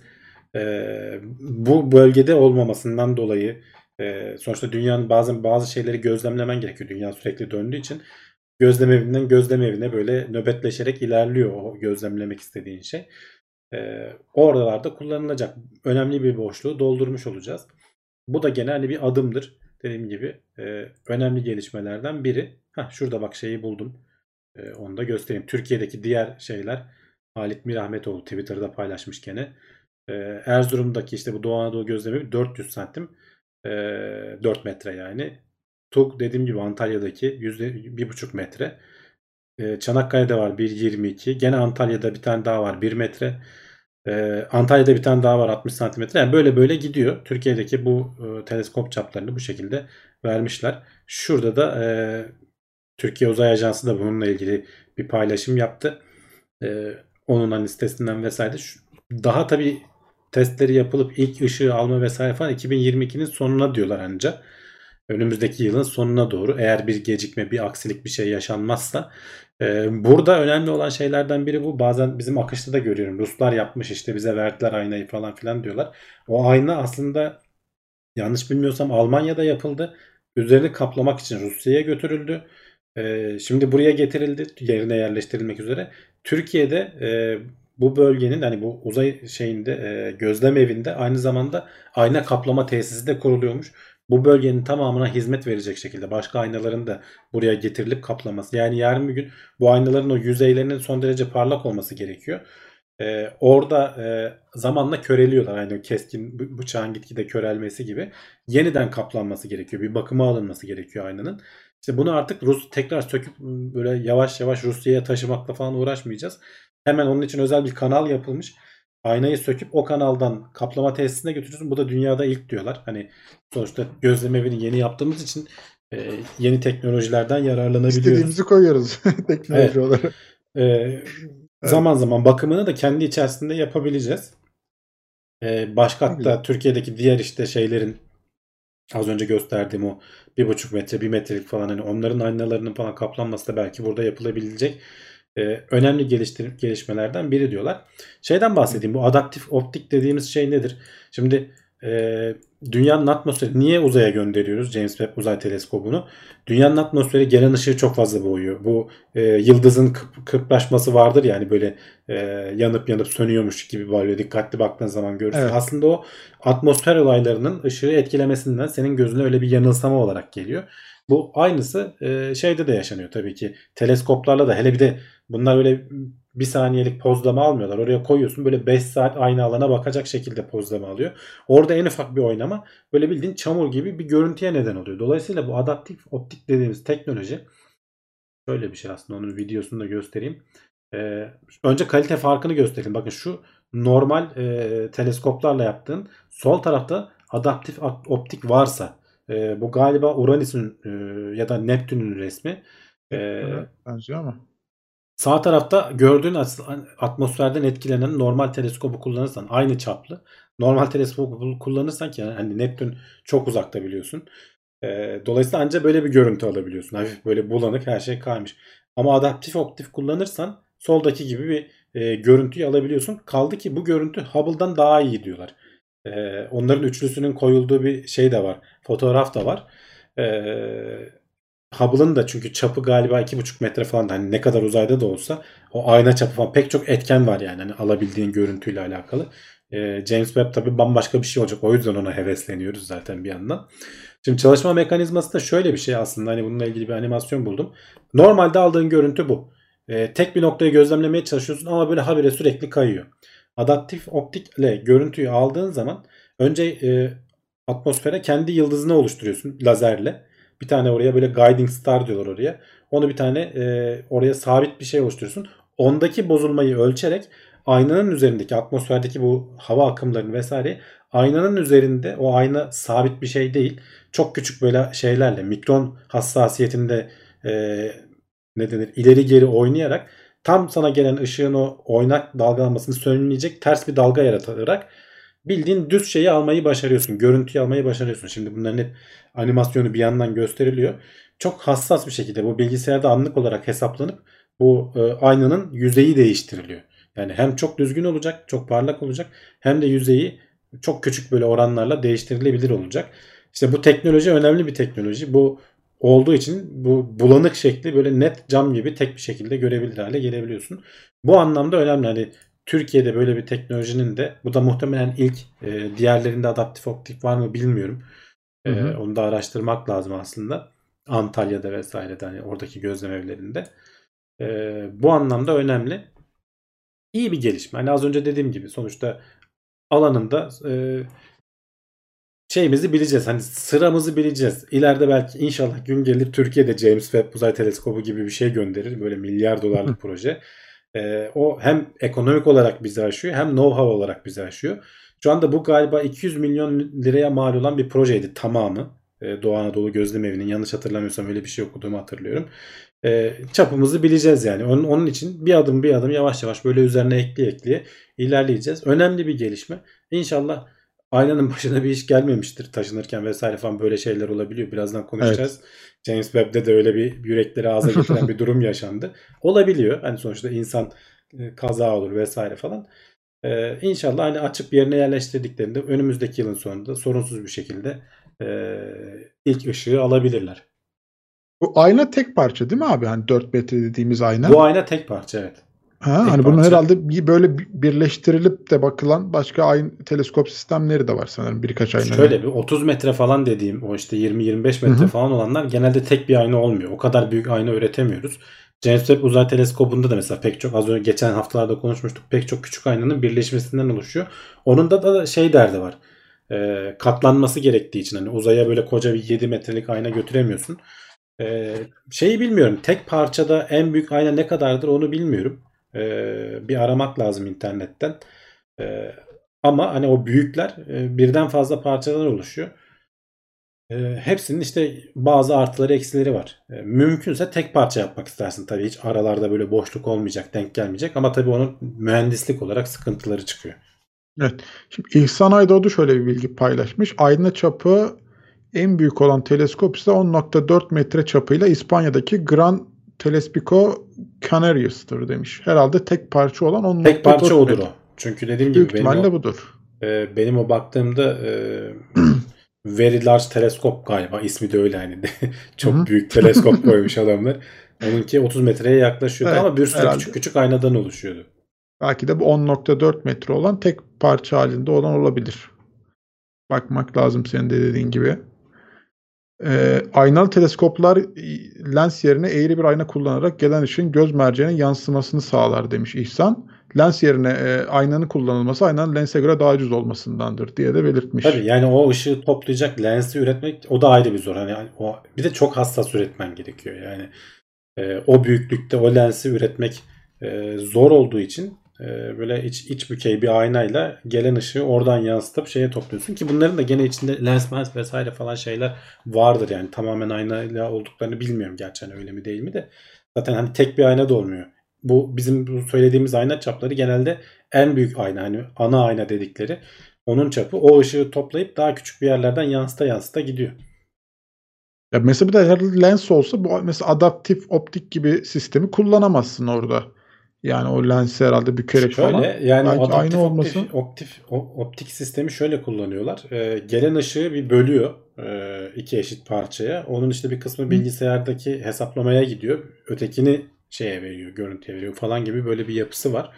Bu bölgede olmamasından dolayı sonuçta dünyanın bazı şeyleri gözlemlemen gerekiyor. Dünya sürekli döndüğü için gözlem evinden gözlem evine böyle nöbetleşerek ilerliyor o gözlemlemek istediğin şey. Oralarda kullanılacak. Önemli bir boşluğu doldurmuş olacağız. Bu da gene hani bir adımdır. Dediğim gibi önemli gelişmelerden biri. Şurada bak şeyi buldum. Onu da göstereyim. Türkiye'deki diğer şeyler, Halit Mirahmetoğlu Twitter'da paylaşmış gene. Erzurum'daki işte bu Doğu Anadolu gözlemi 400 santim. 4 metre yani. TUG dediğim gibi Antalya'daki %1,5 metre. Çanakkale'de var 1,22. Gene Antalya'da bir tane daha var 1 metre. Antalya'da bir tane daha var 60 santimetre. Yani böyle böyle gidiyor. Türkiye'deki bu teleskop çaplarını bu şekilde vermişler. Şurada da Türkiye Uzay Ajansı da bununla ilgili bir paylaşım yaptı. Onun hani sitesinden vesaire. Daha tabii testleri yapılıp ilk ışığı alma vesaire falan 2022'nin sonuna diyorlar ancak. Önümüzdeki yılın sonuna doğru, eğer bir gecikme, bir aksilik, bir şey yaşanmazsa. Burada önemli olan şeylerden biri bu. Bazen bizim akışta da görüyorum. Ruslar yapmış işte, bize verdiler aynayı falan filan diyorlar. O ayna aslında yanlış bilmiyorsam Almanya'da yapıldı. Üzerini kaplamak için Rusya'ya götürüldü. Şimdi buraya getirildi, yerine yerleştirilmek üzere. Türkiye'de bu bölgenin hani bu uzay şeyinde gözlem evinde aynı zamanda ayna kaplama tesisi de kuruluyormuş. Bu bölgenin tamamına hizmet verecek şekilde başka aynaların da buraya getirilip kaplaması. Yani yarın bir gün bu aynaların o yüzeylerinin son derece parlak olması gerekiyor. Orada zamanla köreliyorlar. Yani keskin bıçağın gitgide körelmesi gibi. Yeniden kaplanması gerekiyor. Bir bakıma alınması gerekiyor aynanın. İşte bunu artık tekrar söküp böyle yavaş yavaş Rusya'ya taşımakla falan uğraşmayacağız. Hemen onun için özel bir kanal yapılmış. Aynayı söküp o kanaldan kaplama tesisine götürüyorsun. Bu da dünyada ilk diyorlar. Hani sonuçta gözlem evini yeni yaptığımız için yeni teknolojilerden yararlanabiliyoruz. İstediğimizi koyuyoruz teknoloji Evet. olarak. Zaman zaman bakımını da kendi içerisinde yapabileceğiz. Başka hatta Türkiye'deki diğer işte şeylerin, az önce gösterdiğim o 1,5 metre 1 metrelik falan, hani onların aynalarının falan kaplanması da belki burada yapılabilecek önemli gelişmelerden biri diyorlar. Şeyden bahsedeyim, bu adaptif optik dediğimiz şey nedir? Şimdi dünyanın atmosferi, niye uzaya gönderiyoruz James Webb Uzay Teleskobu'nu? Dünyanın atmosferi gelen ışığı çok fazla boğuyor. Bu yıldızın kırplaşması vardır yani, böyle yanıp yanıp sönüyormuş gibi, böyle dikkatli baktığın zaman görürsün. Evet. Aslında o atmosfer olaylarının ışığı etkilemesinden senin gözüne öyle bir yanılsama olarak geliyor. Bu aynısı şeyde de yaşanıyor tabii ki. Teleskoplarla da, hele bir de bunlar öyle bir saniyelik pozlama almıyorlar. Oraya koyuyorsun, böyle 5 saat aynı alana bakacak şekilde pozlama alıyor. Orada en ufak bir oynama böyle bildiğin çamur gibi bir görüntüye neden oluyor. Dolayısıyla bu adaptif optik dediğimiz teknoloji şöyle bir şey aslında, onun videosunu da göstereyim. Önce kalite farkını göstereyim. Bakın şu normal teleskoplarla yaptığın, sol tarafta adaptif optik varsa bu galiba Uranüs'ün ya da Neptün'ün resmi. Benziyor ama. Sağ tarafta gördüğün atmosferden etkilenen normal teleskobu kullanırsan aynı çaplı. Normal teleskobu kullanırsan ki yani Neptün çok uzakta biliyorsun. Dolayısıyla ancak böyle bir görüntü alabiliyorsun. Hafif böyle bulanık her şey kaymış. Ama adaptif optik kullanırsan soldaki gibi bir görüntüyü alabiliyorsun. Kaldı ki bu görüntü Hubble'dan daha iyi diyorlar. Onların üçlüsünün koyulduğu bir şey de var. Fotoğraf da var. Hubble'ın da çünkü çapı galiba 2,5 metre falan. Hani ne kadar uzayda da olsa o ayna çapı falan pek çok etken var yani. Hani alabildiğin görüntüyle alakalı. James Webb tabii bambaşka bir şey olacak. O yüzden ona hevesleniyoruz zaten bir yandan. Şimdi çalışma mekanizması da şöyle bir şey aslında. Hani bununla ilgili bir animasyon buldum. Normalde aldığın görüntü bu. Tek bir noktayı gözlemlemeye çalışıyorsun ama böyle habire sürekli kayıyor. Adaptif optikle görüntüyü aldığın zaman önce atmosfere kendi yıldızını oluşturuyorsun lazerle. Bir tane oraya böyle guiding star diyorlar oraya. Onu bir tane oraya sabit bir şey oluşturuyorsun. Ondaki bozulmayı ölçerek aynanın üzerindeki atmosferdeki bu hava akımlarını vesaire aynanın üzerinde o ayna sabit bir şey değil. Çok küçük böyle şeylerle mikron hassasiyetinde ne denir ileri geri oynayarak tam sana gelen ışığın o oynak dalgalanmasını önleyecek ters bir dalga yaratarak bildiğin düz şeyi almayı başarıyorsun. Görüntüyü almayı başarıyorsun. Şimdi bunların hep animasyonu bir yandan gösteriliyor. Çok hassas bir şekilde bu bilgisayarda anlık olarak hesaplanıp bu aynanın yüzeyi değiştiriliyor. Yani hem çok düzgün olacak, çok parlak olacak hem de yüzeyi çok küçük böyle oranlarla değiştirilebilir olacak. İşte bu teknoloji önemli bir teknoloji. Bu olduğu için bu bulanık şekli böyle net cam gibi tek bir şekilde görebilir hale gelebiliyorsun. Bu anlamda önemli. Hani Türkiye'de böyle bir teknolojinin de bu da muhtemelen ilk diğerlerinde adaptif optik var mı bilmiyorum. Onu da araştırmak lazım aslında. Antalya'da vesairede hani oradaki gözlem evlerinde. Bu anlamda önemli. İyi bir gelişme. Hani az önce dediğim gibi sonuçta alanında şeyimizi bileceğiz. Hani sıramızı bileceğiz. İleride belki inşallah gün gelir Türkiye'de James Webb Uzay Teleskobu gibi bir şey gönderir. Böyle milyar dolarlık proje. O hem ekonomik olarak bizi aşıyor hem know-how olarak bizi aşıyor. Şu anda bu galiba 200 milyon liraya mal olan bir projeydi tamamı. Doğu Anadolu Gözlem Evi'nin yanlış hatırlamıyorsam öyle bir şey okuduğumu hatırlıyorum. Çapımızı bileceğiz yani. Onun için bir adım bir adım yavaş yavaş böyle üzerine ekleye ilerleyeceğiz. Önemli bir gelişme. İnşallah aynanın başına bir iş gelmemiştir. Taşınırken vesaire falan böyle şeyler olabiliyor. Birazdan konuşacağız. Evet. James Webb'de de öyle bir yürekleri ağza getiren bir durum yaşandı. Olabiliyor. Hani sonuçta insan kaza olur vesaire falan. İnşallah hani açıp yerine yerleştirdiklerinde önümüzdeki yılın sonunda sorunsuz bir şekilde ilk ışığı alabilirler. Bu ayna tek parça değil mi abi? Hani 4 metre dediğimiz ayna. Bu ayna tek parça evet. Hani bunun herhalde böyle birleştirilip de bakılan başka aynı teleskop sistemleri de var sanırım birkaç ayna. Şöyle bir 30 metre falan dediğim o işte 20-25 metre falan olanlar genelde tek bir ayna olmuyor. O kadar büyük ayna üretemiyoruz. James Webb Uzay Teleskobu'nda da mesela pek çok az önce geçen haftalarda konuşmuştuk. Pek çok küçük aynanın birleşmesinden oluşuyor. Onun da şey derdi var. Katlanması gerektiği için hani uzaya böyle koca bir 7 metrelik ayna götüremiyorsun. Şeyi bilmiyorum. Tek parçada en büyük ayna ne kadardır onu bilmiyorum. Bir aramak lazım internetten. Ama hani o büyükler birden fazla parçadan oluşuyor. Hepsinin işte bazı artıları eksileri var. Mümkünse tek parça yapmak istersin tabii. Hiç aralarda böyle boşluk olmayacak, denk gelmeyecek. Ama tabii onun mühendislik olarak sıkıntıları çıkıyor. Evet. Şimdi İhsan Aydoğdu şöyle bir bilgi paylaşmış. Ayna çapı en büyük olan teleskop ise 10.4 metre çapıyla İspanya'daki Gran Telescopico Canarias'tır demiş. Herhalde tek parça olan 10.4 Tek parça odur metre. o. Çünkü dediğim Büyük gibi ihtimalle budur. Benim o baktığımda Very Large Teleskop galiba ismi de öyle hani çok büyük teleskop koymuş adamlar. Onunki 30 metreye yaklaşıyordu ama bir sürü küçük küçük aynadan oluşuyordu. Belki de bu 10.4 metre olan tek parça halinde olan olabilir. Bakmak lazım senin de dediğin gibi. Aynalı teleskoplar lens yerine eğri bir ayna kullanarak gelen ışığın göz merceğine yansımasını sağlar demiş İhsan. Lens yerine aynanın kullanılması aynanın lense göre daha ucuz olmasındandır diye de belirtmiş. Tabii yani o ışığı toplayacak lensi üretmek o da ayrı bir zor. Hani bir de çok hassas üretmen gerekiyor. Yani o büyüklükte o lensi üretmek zor olduğu için böyle iç bükey bir aynayla gelen ışığı oradan yansıtıp şeye topluyorsun ki bunların da gene içinde lens vesaire falan şeyler vardır yani tamamen aynayla olduklarını bilmiyorum gerçi hani öyle mi değil mi de zaten hani tek bir ayna da olmuyor. Bu bizim bu söylediğimiz ayna çapları genelde en büyük ayna hani ana ayna dedikleri onun çapı o ışığı toplayıp daha küçük bir yerlerden yansıta gidiyor. Ya mesela bir de eğer lens olsa bu mesela adaptif optik gibi sistemi kullanamazsın orada. Yani o lensi herhalde bükerek falan. Şöyle yani Belki aynı adaptif olması. optik sistemi şöyle kullanıyorlar. Gelen ışığı bir bölüyor iki eşit parçaya. Onun işte bir kısmı Hı. bilgisayardaki hesaplamaya gidiyor. Ötekini şeye veriyor, görüntüye veriyor falan gibi böyle bir yapısı var.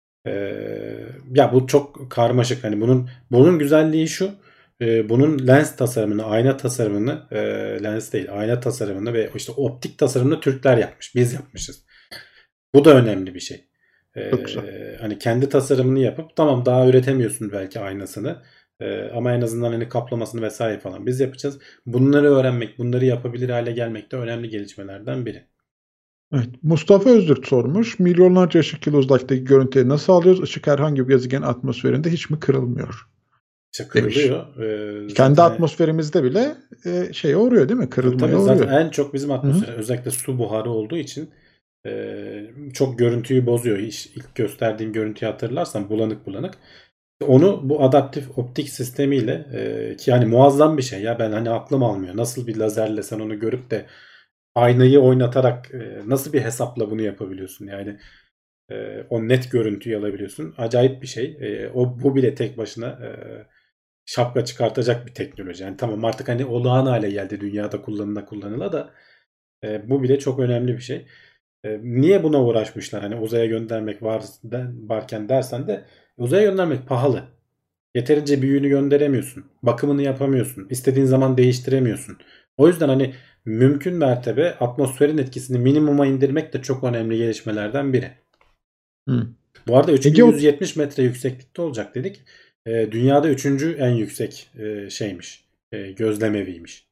Ya bu çok karmaşık. Hani bunun güzelliği şu. Bunun lens tasarımını, ayna tasarımını, lens değil, ayna tasarımını ve işte optik tasarımını Türkler yapmış. Biz yapmışız. Bu da önemli bir şey. Çok güzel. Hani kendi tasarımını yapıp tamam daha üretemiyorsun belki aynasını. Ama en azından hani kaplamasını vesaire falan biz yapacağız. Bunları öğrenmek, bunları yapabilir hale gelmek de önemli gelişmelerden biri. Evet. Mustafa Özdürt sormuş. Milyonlarca ışık yılı uzaklıktaki görüntüyü nasıl alıyoruz? Işık herhangi bir gezegen atmosferinde hiç mi kırılmıyor? İşte Demiş. kırılıyor. Kendi Zaten atmosferimizde bile şeye uğruyor değil mi? Kırılmaya tabii zaten uğruyor. en çok bizim Hı hı. atmosfer özellikle su buharı olduğu için çok görüntüyü bozuyor. İlk gösterdiğim görüntüyü hatırlarsan bulanık bulanık. Onu bu adaptif optik sistemiyle ki yani muazzam bir şey ya ben hani aklım almıyor. Nasıl bir lazerle sen onu görüp de aynayı oynatarak nasıl bir hesapla bunu yapabiliyorsun? Yani o net görüntüyü alabiliyorsun. Acayip bir şey. Bu bile tek başına şapka çıkartacak bir teknoloji. Yani tamam artık hani olağan hale geldi dünyada kullanıla da bu bile çok önemli bir şey. Niye buna uğraşmışlar? Hani uzaya göndermek varken dersen de uzaya göndermek pahalı. Yeterince büyüğünü gönderemiyorsun. Bakımını yapamıyorsun. İstediğin zaman değiştiremiyorsun. O yüzden hani mümkün mertebe atmosferin etkisini minimuma indirmek de çok önemli gelişmelerden biri. Hı. Bu arada Ege Ot- 3170 metre yükseklikte olacak dedik. Dünyada üçüncü en yüksek şeymiş. Gözlemeviymiş.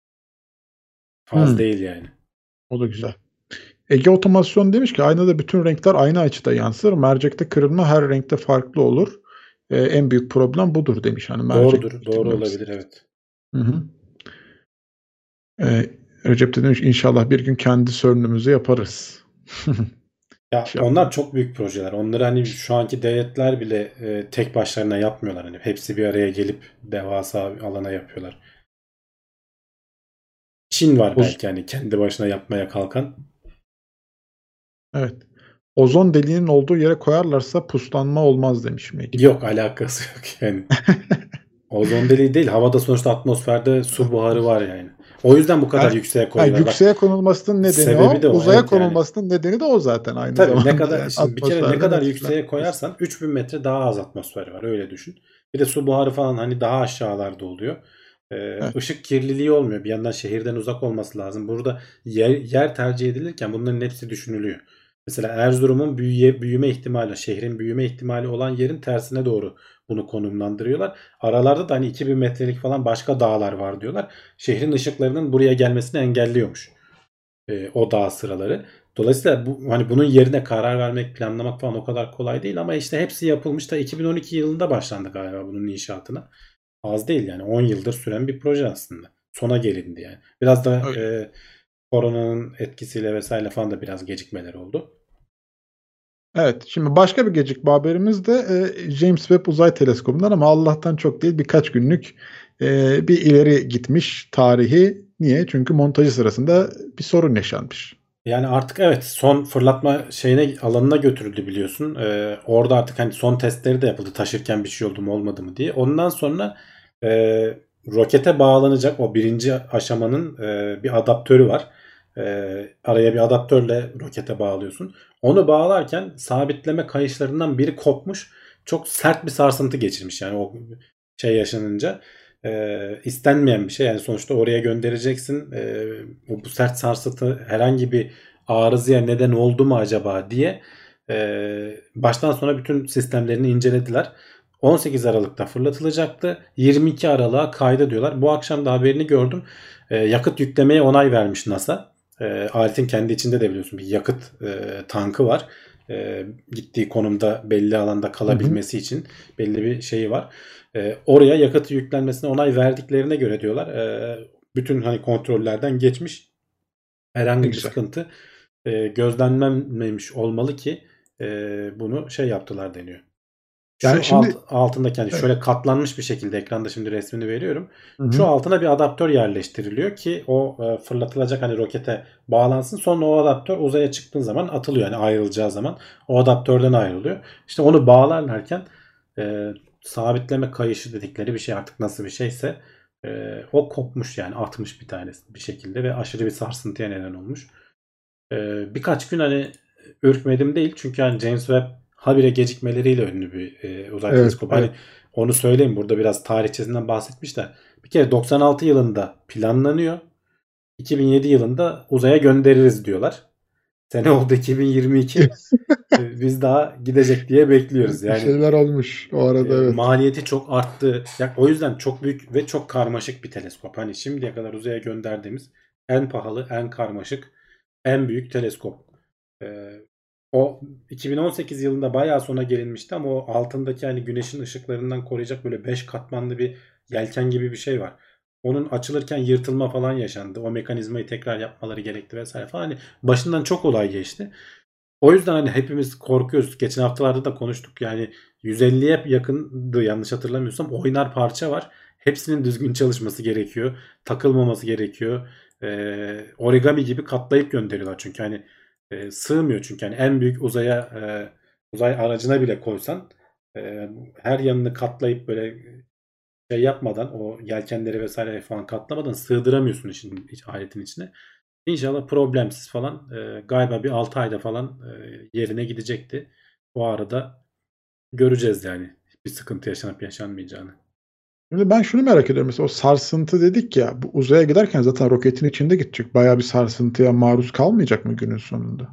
Az Hı. değil yani. O da güzel. Ege Otomasyon demiş ki aynada bütün renkler aynı açıda yansır. Mercekte kırılma her renkte farklı olur. En büyük problem budur demiş. Hani mercek Doğrudur. Doğru bitirmemiz. olabilir evet. Hı hı. Recep de demiş inşallah bir gün kendi CERN'ümüzü yaparız. Ya İnşallah. onlar çok büyük projeler. Onları hani şu anki devletler bile tek başlarına yapmıyorlar. Hani hepsi bir araya gelip devasa bir alana yapıyorlar. Çin var Oz- belki hani kendi başına yapmaya kalkan. evet. Ozon deliğinin olduğu yere koyarlarsa puslanma olmaz demiş Melih. Yok alakası yok yani. Ozon deliği değil. Havada sonuçta atmosferde su buharı var yani. O yüzden bu kadar Yani, yükseğe yani koyuyorlar. Bak yükseğe konulmasının nedeni sebebi o. de o. Uzaya Evet yani. konulmasının nedeni de o zaten aynı Tabii ne zamanda. kadar Yani şimdi bir kere ne atmosferden kadar yükseğe etkilenmesi. koyarsan 3000 metre daha az atmosfer var öyle düşün. Bir de su buharı falan hani daha aşağılarda oluyor. Evet. Işık kirliliği olmuyor. Bir yandan şehirden uzak olması lazım. Burada yer tercih edilirken bunların hepsi düşünülüyor. Mesela Erzurum'un büyüme ihtimali, şehrin büyüme ihtimali olan yerin tersine doğru bunu konumlandırıyorlar. Aralarda da hani 2000 metrelik falan başka dağlar var diyorlar. Şehrin ışıklarının buraya gelmesini engelliyormuş o dağ sıraları. Dolayısıyla hani bunun yerine karar vermek, planlamak falan o kadar kolay değil ama işte hepsi yapılmış da 2012 yılında başlandı galiba bunun inşaatına. Az değil yani 10 yıldır süren bir proje aslında. Sona gelindi yani. Biraz da Öyle. koronanın etkisiyle vesaire falan da biraz gecikmeler oldu. Evet. Şimdi başka bir gecikme haberimiz de James Webb Uzay Teleskobu'ndan ama Allah'tan çok değil birkaç günlük bir ileri gitmiş tarihi. Niye? Çünkü montajı sırasında bir sorun yaşanmış. Yani artık evet son fırlatma alanına götürüldü biliyorsun. Orada artık hani son testleri de yapıldı. Taşırken bir şey oldu mu olmadı mı diye. Ondan sonra e, rokete bağlanacak o birinci aşamanın bir adaptörü var. Araya bir adaptörle rokete bağlıyorsun. Onu bağlarken sabitleme kayışlarından biri kopmuş. Çok sert bir sarsıntı geçirmiş yani o yaşanınca. İstenmeyen bir şey. Yani sonuçta oraya göndereceksin. Bu sert sarsıntı herhangi bir arızaya neden oldu mu acaba diye baştan sona bütün sistemlerini incelediler. 18 Aralık'ta fırlatılacaktı. 22 Aralık'a kayda diyorlar. Bu akşam da haberini gördüm. Yakıt yüklemeye onay vermiş NASA. Aletin kendi içinde de biliyorsun bir yakıt tankı var. gittiği konumda belli alanda Hı hı. kalabilmesi için belli bir şeyi var. Oraya yakıt yüklenmesine onay verdiklerine göre diyorlar. Bütün hani kontrollerden geçmiş. Ne Herhangi bir güzel. sıkıntı gözlenmemiş olmalı ki bunu şey yaptılar deniyor. Yani Şu şimdi altındaki yani evet. şöyle katlanmış bir şekilde ekranda şimdi resmini veriyorum. Hı Şu hı. altına bir adaptör yerleştiriliyor ki o fırlatılacak hani rokete bağlansın. Sonra o adaptör uzaya çıktığın zaman atılıyor. Yani ayrılacağı zaman o adaptörden ayrılıyor. İşte onu bağlarlarken sabitleme kayışı dedikleri bir şey, artık nasıl bir şeyse o kopmuş, yani atmış bir tanesi bir şekilde ve aşırı bir sarsıntıya neden olmuş. Birkaç gün hani ürkmedim değil. Çünkü hani James Webb habire gecikmeleriyle ünlü bir uzay Evet, teleskobu. Hani evet. onu söyleyeyim, burada biraz tarihçesinden bahsetmişler. Bir kere 96 yılında planlanıyor. 2007 yılında uzaya göndeririz diyorlar. Sene oldu 2022. Biz daha gidecek diye bekliyoruz. Bir Yani şeyler olmuş o arada, evet. maliyeti çok arttı. Yani o yüzden çok büyük ve çok karmaşık bir teleskop. Hani şimdiye kadar uzaya gönderdiğimiz en pahalı, en karmaşık, en büyük teleskop. Ee, O 2018 yılında bayağı sona gelinmişti ama o altındaki hani güneşin ışıklarından koruyacak böyle 5 katmanlı bir yelken gibi bir şey var. Onun açılırken yırtılma falan yaşandı. O mekanizmayı tekrar yapmaları gerekti vesaire falan. Hani başından çok olay geçti. O yüzden hani hepimiz korkuyoruz. Geçen haftalarda da konuştuk. Yani 150'ye yakındı yanlış hatırlamıyorsam oynar parça var. Hepsinin düzgün çalışması gerekiyor. Takılmaması gerekiyor. Origami gibi katlayıp gönderiyorlar çünkü hani sığmıyor, çünkü hani en büyük uzay aracına bile koysan her yanını katlayıp böyle şey yapmadan, o yelkenleri vesaire falan katlamadan sığdıramıyorsun aletin içine. İnşallah problemsiz falan, galiba bir 6 ayda falan yerine gidecekti. O arada göreceğiz yani bir sıkıntı yaşanıp yaşanmayacağını. Şimdi ben şunu merak ediyorum. Mesela o sarsıntı dedik ya, bu uzaya giderken zaten roketin içinde gidecek. Bayağı bir sarsıntıya maruz kalmayacak mı günün sonunda?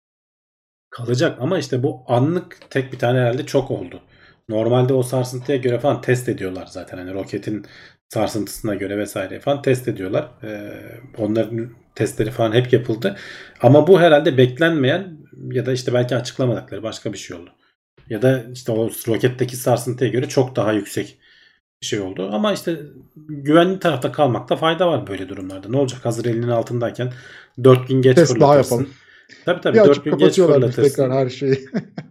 Kalacak ama işte bu anlık tek bir tane herhalde çok oldu. Normalde o sarsıntıya göre falan test ediyorlar zaten. Hani roketin sarsıntısına göre vesaire falan test ediyorlar. Onların testleri falan hep yapıldı. Ama bu herhalde beklenmeyen ya da işte belki açıklamadıkları başka bir şey oldu. Ya da işte o roketteki sarsıntıya göre çok daha yüksek bir şey oldu. Ama işte güvenli tarafta kalmakta fayda var böyle durumlarda. Ne olacak? Hazır elinin altındayken 4 gün geç Test daha yapalım. fırlatırsın. Tabii Bir tabii 4 açıp gün geç kapatıyorlarmış tekrar fırlatırsın. her şeyi.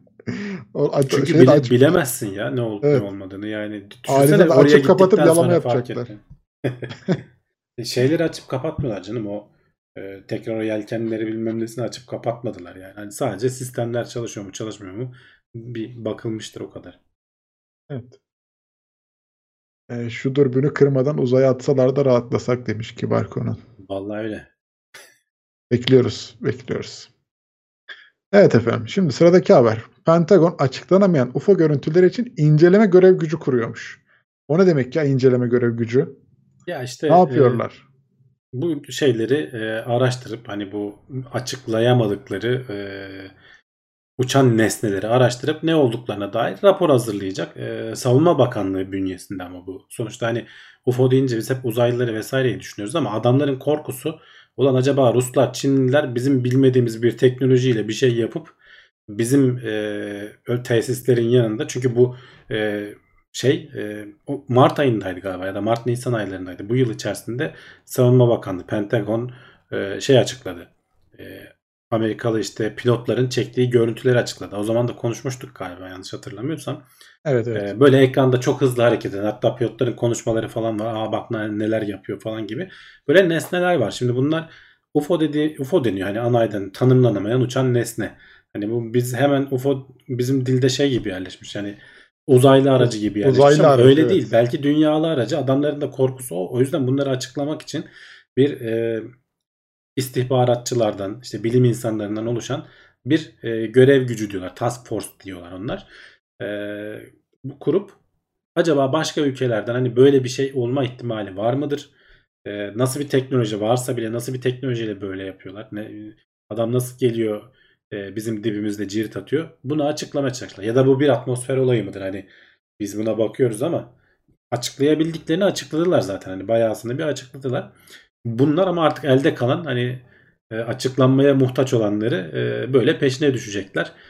Çünkü Şeyi de açıp, bilemezsin ya ne olup ne evet. olmadığını. Yani düşünsene Aniden oraya açıp kapatıp gittikten yalama sonra fark yapacaklar. etti. Şeyleri açıp kapatmıyorlar canım, o tekrar o yelkenleri bilmem nesini açıp kapatmadılar yani. Hani sadece sistemler çalışıyor mu çalışmıyor mu bir bakılmıştır, o kadar. Evet. Şu dürbünü kırmadan uzaya atsalar da rahatlasak demiş Kibar Konan. Vallahi öyle. Bekliyoruz, bekliyoruz. Evet efendim. Şimdi sıradaki haber. Pentagon açıklanamayan UFO görüntüleri için inceleme görev gücü kuruyormuş. O ne demek ya, inceleme görev gücü? Ya işte Ne yapıyorlar? bu şeyleri araştırıp hani bu açıklayamadıkları uçan nesneleri araştırıp ne olduklarına dair rapor hazırlayacak. Savunma Bakanlığı bünyesinde ama bu. Sonuçta hani UFO deyince biz hep uzaylıları vesaireyi düşünüyoruz ama adamların korkusu, ulan acaba Ruslar, Çinliler bizim bilmediğimiz bir teknolojiyle bir şey yapıp bizim tesislerin yanında, çünkü bu e, o Mart ayındaydı galiba ya da Mart Nisan aylarındaydı. Bu yıl içerisinde Savunma Bakanlığı, Pentagon açıkladı. E, Amerikalı işte pilotların çektiği görüntüleri açıkladı. O zaman da konuşmuştuk galiba, yanlış hatırlamıyorsam. Evet, evet. Böyle ekranda çok hızlı hareket eden, hatta pilotların konuşmaları falan var. Aa bak neler yapıyor falan gibi. Böyle nesneler var. Şimdi bunlar UFO deniyor. Hani anaydan tanımlanamayan uçan nesne. Hani bu biz hemen UFO bizim dilde şey gibi yerleşmiş. Yani uzaylı aracı gibi yerleşmiş Uzaylı ama aracı, öyle değil. evet. Belki dünyalı aracı. Adamların da korkusu o. O yüzden bunları açıklamak için bir istihbaratçılardan, işte bilim insanlarından oluşan bir görev gücü diyorlar. Task Force diyorlar onlar. E, Bu kurup acaba başka ülkelerden hani böyle bir şey olma ihtimali var mıdır? Nasıl bir teknoloji varsa bile nasıl bir teknolojiyle böyle yapıyorlar? Adam nasıl geliyor bizim dibimizde cirit atıyor? Bunu açıklamaya çalışıyorlar. Ya da bu bir atmosfer olayı mıdır? Hani biz buna bakıyoruz ama açıklayabildiklerini açıkladılar zaten. Hani bayağısını bir açıkladılar. Bunlar ama artık elde kalan, hani açıklanmaya muhtaç olanları böyle peşine düşecekler.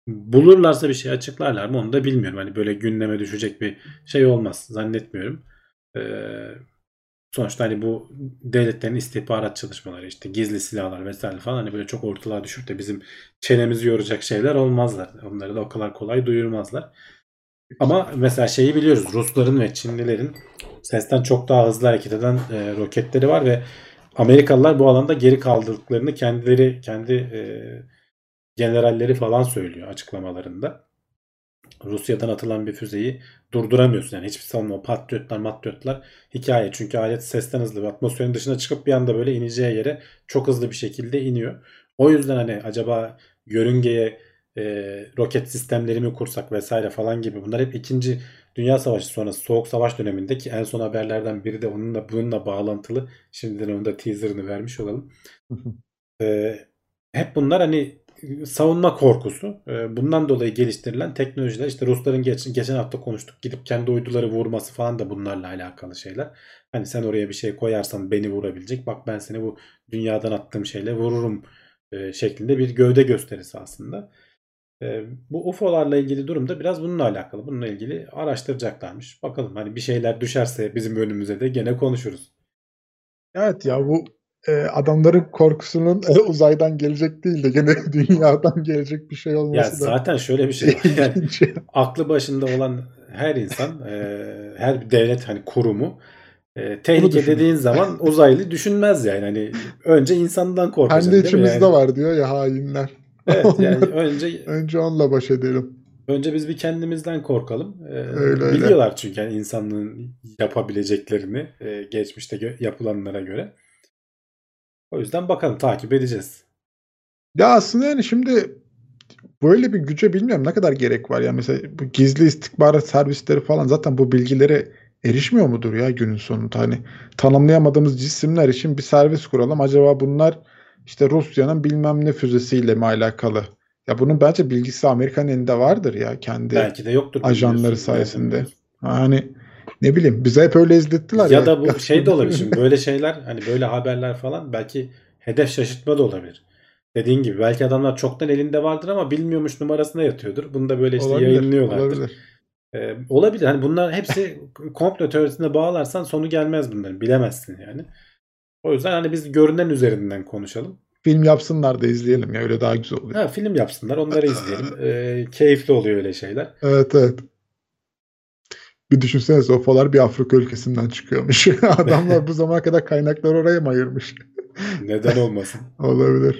Bulurlarsa bir şey açıklarlar mı onu da bilmiyorum. Hani böyle gündeme düşecek bir şey olmaz zannetmiyorum. Sonuçta hani bu devletlerin istihbarat çalışmaları işte gizli silahlar vesaire falan hani böyle çok ortalığa düşüp de bizim çenemizi yoracak şeyler olmazlar. Onları da o kadar kolay duyurmazlar. Ama mesela şeyi biliyoruz. Rusların ve Çinlilerin sesten çok daha hızlı hareket eden roketleri var ve Amerikalılar bu alanda geri kaldıklarını kendileri kendi generalleri falan söylüyor açıklamalarında. Rusya'dan atılan bir füzeyi durduramıyorsun. Yani hiçbir savunma patriotlar hikaye. Çünkü alet sesten hızlı ve atmosferin dışına çıkıp bir anda böyle ineceği yere çok hızlı bir şekilde iniyor. O yüzden hani acaba yörüngeye roket sistemleri mi kursak vesaire falan gibi bunlar hep 2. Dünya Savaşı sonrası Soğuk Savaş dönemindeki en son haberlerden biri de bununla bağlantılı. Şimdiden onun da teaserını vermiş olalım. Hep bunlar hani savunma korkusu. Bundan dolayı geliştirilen teknolojiler işte Rusların geçen hafta konuştuk gidip kendi uyduları vurması falan da bunlarla alakalı şeyler. Hani sen oraya bir şey koyarsan beni vurabilecek. Bak ben seni bu dünyadan attığım şeyle vururum şeklinde bir gövde gösterisi aslında. Bu UFO'larla ilgili durum da biraz bununla alakalı. Bununla ilgili araştıracaklarmış. Bakalım hani bir şeyler düşerse bizim önümüze de gene konuşuruz. Evet ya bu adamların korkusunun uzaydan gelecek değil de gene dünyadan gelecek bir şey Ya olması da zaten şöyle bir şey var. Yani ilginç. aklı başında olan her insan, her bir devlet hani kurumu Bunu tehlike düşünür. dediğin zaman uzaylı düşünmez yani. Hani önce insandan Kendi korkacaksın değil mi? içimizde Yani var diyor ya hainler. evet yani Onlar önce önce onunla baş edelim. biz bir kendimizden korkalım. Öyle öyle. Biliyorlar çünkü yani insanlığın yapabileceklerini geçmişte yapılanlara göre. O yüzden bakalım takip edeceğiz. Ya aslında yani şimdi böyle bir güce bilmiyorum ne kadar gerek var ya. Mesela bu gizli istihbarat servisleri falan zaten bu bilgilere erişmiyor mudur ya günün sonunda? Hani tanımlayamadığımız cisimler için bir servis kuralım. Acaba bunlar işte Rusya'nın bilmem ne füzesiyle mi alakalı? Ya bunun bence bilgisi Amerika'nın elinde vardır ya kendi Belki de yoktur ajanları bilmiyorsun. Nereden sayesinde. biliyorsun? Hani ne bileyim bize hep öyle izlettiler Ya ya da bu şey de olabilir. aslında. Şimdi böyle şeyler hani böyle haberler falan belki hedef şaşırtma da olabilir. Dediğin gibi belki adamlar çoktan elinde vardır ama bilmiyormuş numarasına yatıyordur. Bunu da böyle işte Olabilir, yayınlıyorlardır. olabilir. Olabilir. Hani bunlar hepsi komplo teorisine bağlarsan sonu gelmez bunların. Bilemezsin yani. O yüzden hani biz görünen üzerinden konuşalım. Film yapsınlar da izleyelim ya öyle daha güzel oluyor. Ha, film yapsınlar onları izleyelim. Keyifli oluyor öyle şeyler. Evet evet. Bir düşünsenize UFO'lar bir Afrika ülkesinden çıkıyormuş. Adamlar bu zamana kadar kaynakları oraya mı ayırmış? Neden olmasın? Olabilir.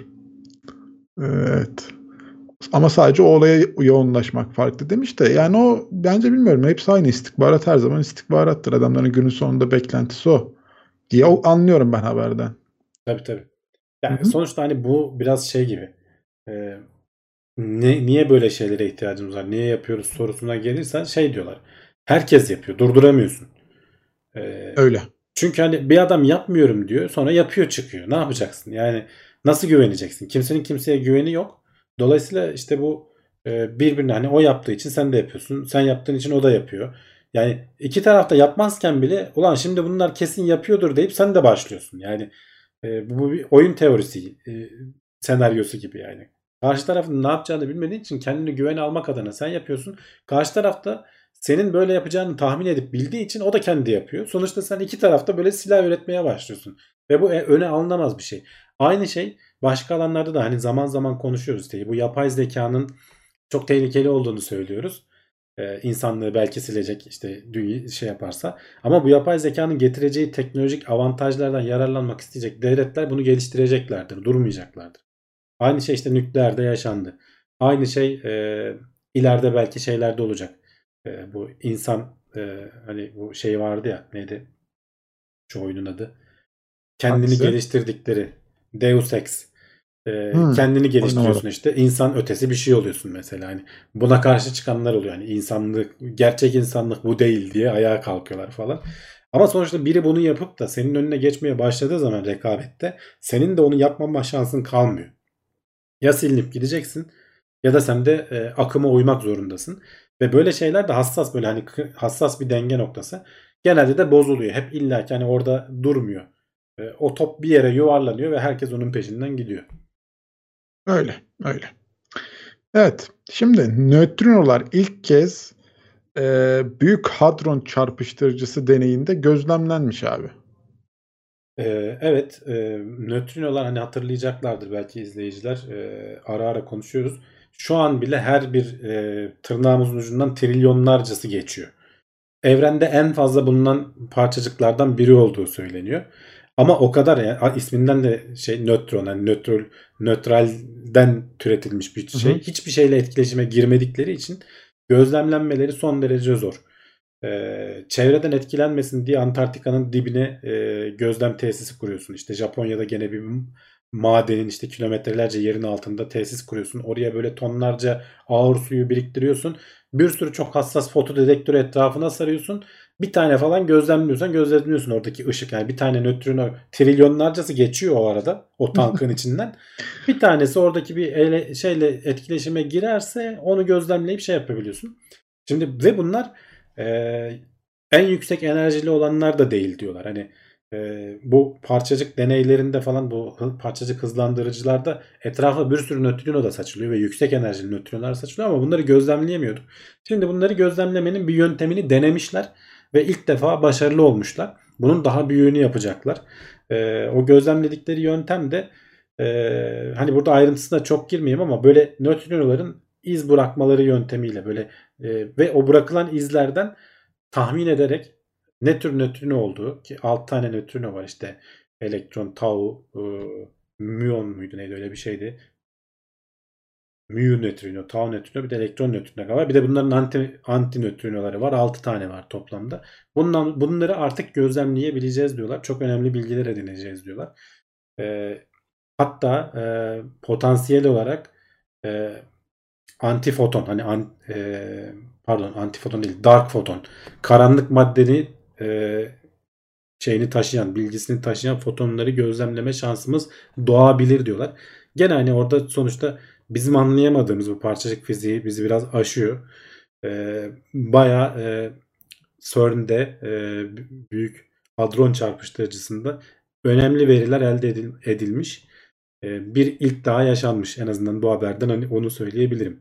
Evet. Ama sadece o olaya yoğunlaşmak farklı demiş de yani o bence bilmiyorum hepsi aynı istihbarat her zaman istihbarattır. Adamların günün sonunda beklentisi o diye anlıyorum ben haberden. Tabii tabii. Hı Yani hı. sonuçta hani bu biraz şey gibi. Ee, niye böyle şeylere ihtiyacımız var? Niye yapıyoruz sorusuna gelirsen şey diyorlar. Herkes yapıyor. Durduramıyorsun. Ee, Öyle. çünkü hani bir adam yapmıyorum diyor. Sonra yapıyor çıkıyor. Ne yapacaksın? Yani nasıl güveneceksin? Kimsenin kimseye güveni yok. Dolayısıyla işte bu birbirine hani o yaptığı için sen de yapıyorsun. Sen yaptığın için o da yapıyor. Yani iki tarafta yapmazken bile ulan şimdi bunlar kesin yapıyordur deyip sen de başlıyorsun. Yani bu bir oyun teorisi senaryosu gibi yani. Karşı tarafın ne yapacağını bilmediğin için kendini güvene almak adına sen yapıyorsun. Karşı tarafta senin böyle yapacağını tahmin edip bildiği için o da kendi yapıyor. Sonuçta sen iki tarafta böyle silah üretmeye başlıyorsun. Ve bu öne alınamaz bir şey. Aynı şey başka alanlarda da hani zaman zaman konuşuyoruz işte. Bu yapay zekanın çok tehlikeli olduğunu söylüyoruz. İnsanlığı belki silecek işte dünya şey yaparsa. Ama bu yapay zekanın getireceği teknolojik avantajlardan yararlanmak isteyecek devletler bunu geliştireceklerdir. Durmayacaklardır. Aynı şey işte nükleerde yaşandı. Aynı şey ileride belki şeylerde olacak. Bu insan hani bu şey vardı ya neydi şu oyunun adı? Kendini Hangisi? geliştirdikleri Deus Ex. Kendini geliştiriyorsun Oynamadım. işte insan ötesi bir şey oluyorsun mesela hani buna karşı çıkanlar oluyor hani insanlık gerçek insanlık bu değil diye ayağa kalkıyorlar falan. Ama sonuçta biri bunu yapıp da senin önüne geçmeye başladığı zaman rekabette senin de onu yapmama şansın kalmıyor. Ya silinip gideceksin ya da sen de akıma uymak zorundasın. Ve böyle şeyler de hassas böyle hani hassas bir denge noktası. Genelde de bozuluyor. Hep illaki hani orada durmuyor. O top bir yere yuvarlanıyor ve herkes onun peşinden gidiyor. Öyle, öyle. Evet. Şimdi nötrinolar ilk kez Büyük Hadron Çarpıştırıcısı deneyinde gözlemlenmiş abi. Evet, nötrinolar hani hatırlayacaklardır belki izleyiciler. Ara ara konuşuyoruz. Şu an bile her bir tırnağımızın ucundan trilyonlarcası geçiyor. Evrende en fazla bulunan parçacıklardan biri olduğu söyleniyor. Ama o kadar yani isminden de nötron yani nötralden türetilmiş bir Hı şey. hı. Hiçbir şeyle etkileşime girmedikleri için gözlemlenmeleri son derece zor. Çevreden etkilenmesin diye Antarktika'nın dibine gözlem tesisi kuruyorsun. İşte Japonya'da gene bir madenin işte kilometrelerce yerin altında tesis kuruyorsun. Oraya böyle tonlarca ağır suyu biriktiriyorsun. Bir sürü çok hassas fotodedektörü etrafına sarıyorsun. Bir tane falan gözlemliyorsun oradaki ışık. Yani bir tane nötrino trilyonlarcası geçiyor o arada o tankın içinden. Bir tanesi oradaki bir şeyle etkileşime girerse onu gözlemleyip şey yapabiliyorsun. Şimdi ve bunlar en yüksek enerjili olanlar da değil diyorlar. Hani bu parçacık deneylerinde falan bu parçacık hızlandırıcılarda etrafa bir sürü nötrino da saçılıyor ve yüksek enerjili nötrinolar saçılıyor ama bunları gözlemleyemiyorduk. Şimdi bunları gözlemlemenin bir yöntemini denemişler ve ilk defa başarılı olmuşlar. Bunun daha büyüğünü yapacaklar. O gözlemledikleri yöntem de hani burada ayrıntısına çok girmeyeyim ama böyle nötrinoların iz bırakmaları yöntemiyle böyle ve o bırakılan izlerden tahmin ederek ne tür nötrino olduğu ki 6 tane nötrino var işte elektron, tau, müyon muydu neydi öyle bir şeydi. Mu nötrino, tau nötrino bir de elektron nötrino var. Bir de bunların anti nötrinoları var. 6 tane var toplamda. Bunları artık gözlemleyebileceğiz diyorlar. Çok önemli bilgiler edineceğiz diyorlar. Hatta potansiyel olarak e, antifoton hani pardon antifoton değil dark foton karanlık maddenin bilgisini taşıyan fotonları gözlemleme şansımız doğabilir diyorlar. Gene hani orada sonuçta bizim anlayamadığımız bu parçacık fiziği bizi biraz aşıyor. Bayağı CERN'de büyük hadron çarpıştırıcısında önemli veriler elde edilmiş. Bir ilk daha yaşanmış en azından bu haberden hani onu söyleyebilirim.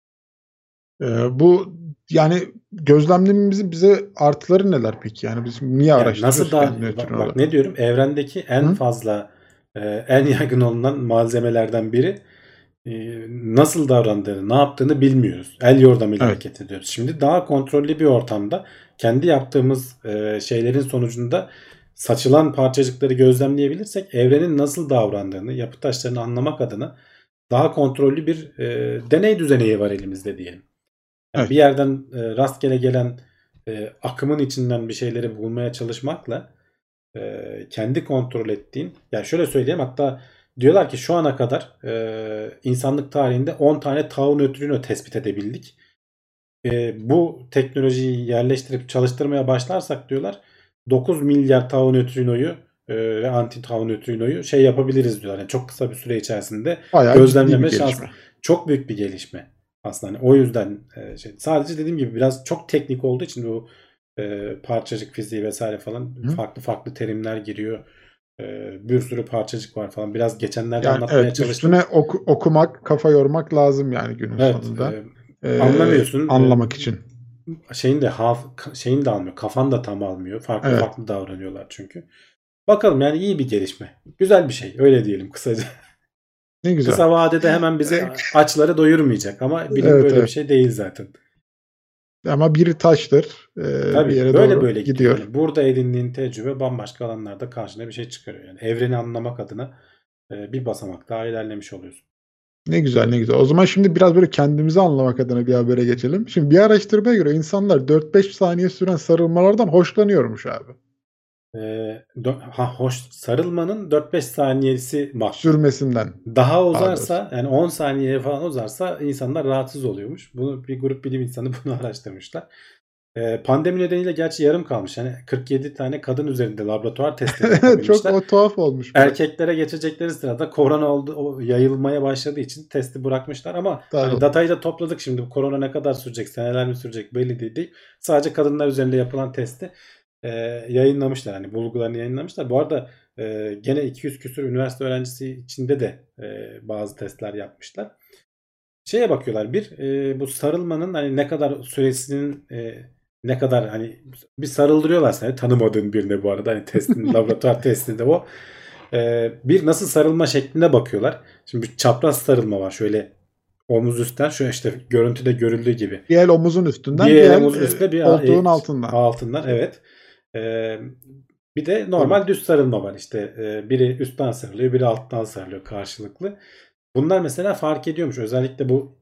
Bu yani gözlemlememizin bize artıları neler peki? Yani biz niye Yani nasıl araştırıyoruz da kendi bak nötrinoları? ne diyorum evrendeki en Hı? fazla en yaygın olunan malzemelerden biri nasıl davrandığını ne yaptığını bilmiyoruz. El yordamıyla Evet. hareket ediyoruz. Şimdi daha kontrollü bir ortamda kendi yaptığımız şeylerin sonucunda saçılan parçacıkları gözlemleyebilirsek evrenin nasıl davrandığını yapı taşlarını anlamak adına daha kontrollü bir deney düzeneği var elimizde diyelim. Yani bir Evet. yerden rastgele gelen akımın içinden bir şeyleri bulmaya çalışmakla kendi kontrol ettiğin yani şöyle söyleyeyim hatta diyorlar ki şu ana kadar insanlık tarihinde 10 tane tau nötrino tespit edebildik. Bu teknolojiyi yerleştirip çalıştırmaya başlarsak diyorlar 9 milyar tau nötrinoyu ve anti tau nötrinoyu şey yapabiliriz diyorlar. Yani çok kısa bir süre içerisinde Bayağı ciddi bir gözlemleme şans gelişme. çok büyük bir gelişme. Aslında hani o yüzden sadece dediğim gibi biraz çok teknik olduğu için bu parçacık fiziği vesaire falan Hı? farklı farklı terimler giriyor. Bir sürü parçacık var falan. Biraz geçenlerde Yani anlatmaya evet çalıştım. üstüne okumak, kafa yormak lazım yani günün Evet, sonunda. anlamıyorsun. Anlamak için. Şeyin de almıyor. Kafan da tam almıyor. Farklı Evet. farklı davranıyorlar çünkü. Bakalım yani iyi bir gelişme. Güzel bir şey. Öyle diyelim kısaca. Ne güzel. Kısa vadede hemen bizi açları doyurmayacak ama bilim Evet, böyle bir evet. şey değil zaten. Ama bir taştır. Bir Tabii yere böyle doğru böyle gidiyor. gidiyor. Yani burada edindiğin tecrübe bambaşka alanlarda karşına bir şey çıkarıyor. Yani evreni anlamak adına bir basamak daha ilerlemiş oluyorsun. Ne güzel, ne güzel. O zaman şimdi biraz böyle kendimizi anlamak adına bir habere geçelim. Şimdi bir araştırmaya göre insanlar 4-5 saniye süren sarılmalardan hoşlanıyormuş abi. Hoş sarılmanın 4-5 saniyesi makbul. Sürmesinden Daha daha doğrusu. uzarsa yani 10 saniyeye falan uzarsa insanlar rahatsız oluyormuş. Bunu bir grup bilim insanı bunu araştırmışlar. Pandemi nedeniyle gerçi yarım kalmış. Yani 47 tane kadın üzerinde laboratuvar testleri Çok yapabilmişler. o tuhaf olmuş biraz. Erkeklere geçecekleri sırada korona oldu, o yayılmaya başladığı için testi bırakmışlar ama hani Tabii. datayı da topladık şimdi bu korona ne kadar sürecek, seneler mi sürecek belli değil. Sadece kadınlar üzerinde yapılan testi yayınlamışlar. Hani bulgularını yayınlamışlar. Bu arada gene 200 küsur üniversite öğrencisi içinde de bazı testler yapmışlar. Şeye bakıyorlar. Bu sarılmanın hani ne kadar süresinin ne kadar hani bir sarıldırıyorlar seni tanımadığın birine bu arada hani laboratuvar testinde o. Bir nasıl sarılma şekline bakıyorlar. Şimdi bir çapraz sarılma var. Şöyle omuz üstten şu işte görüntüde görüldüğü gibi. Bir el omuzun üstünden, Bir bir el el omuzun üstünde bir koltuğun altından. altından evet. Bir de normal düz sarılma var işte. Biri üstten sarılıyor, biri alttan sarılıyor karşılıklı. Bunlar mesela fark ediyormuş. Özellikle bu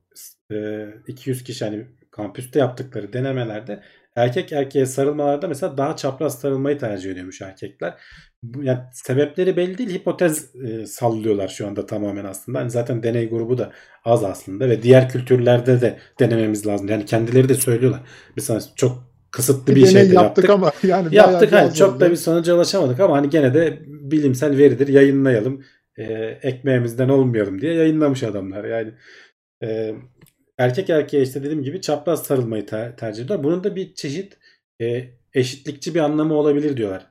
200 kişi hani kampüste yaptıkları denemelerde erkek erkeğe sarılmalarda mesela daha çapraz sarılmayı tercih ediyormuş erkekler. Yani sebepleri belli değil. Hipotez sallıyorlar şu anda tamamen aslında. Hani zaten deney grubu da az aslında ve diğer kültürlerde de denememiz lazım. Yani kendileri de söylüyorlar. Mesela çok kısıtlı bir deney şey de yaptık ama yani yaptık. bayağı Hani çok da oldu. bir sonuca ulaşamadık ama hani gene de bilimsel veridir yayınlayalım. Ekmeğimizden olmayalım diye yayınlamış adamlar. Yani e, erkek erkeğe işte dediğim gibi çapraz sarılmayı tercih ediyorlar. Bunun da bir çeşit eşitlikçi bir anlamı olabilir diyorlar.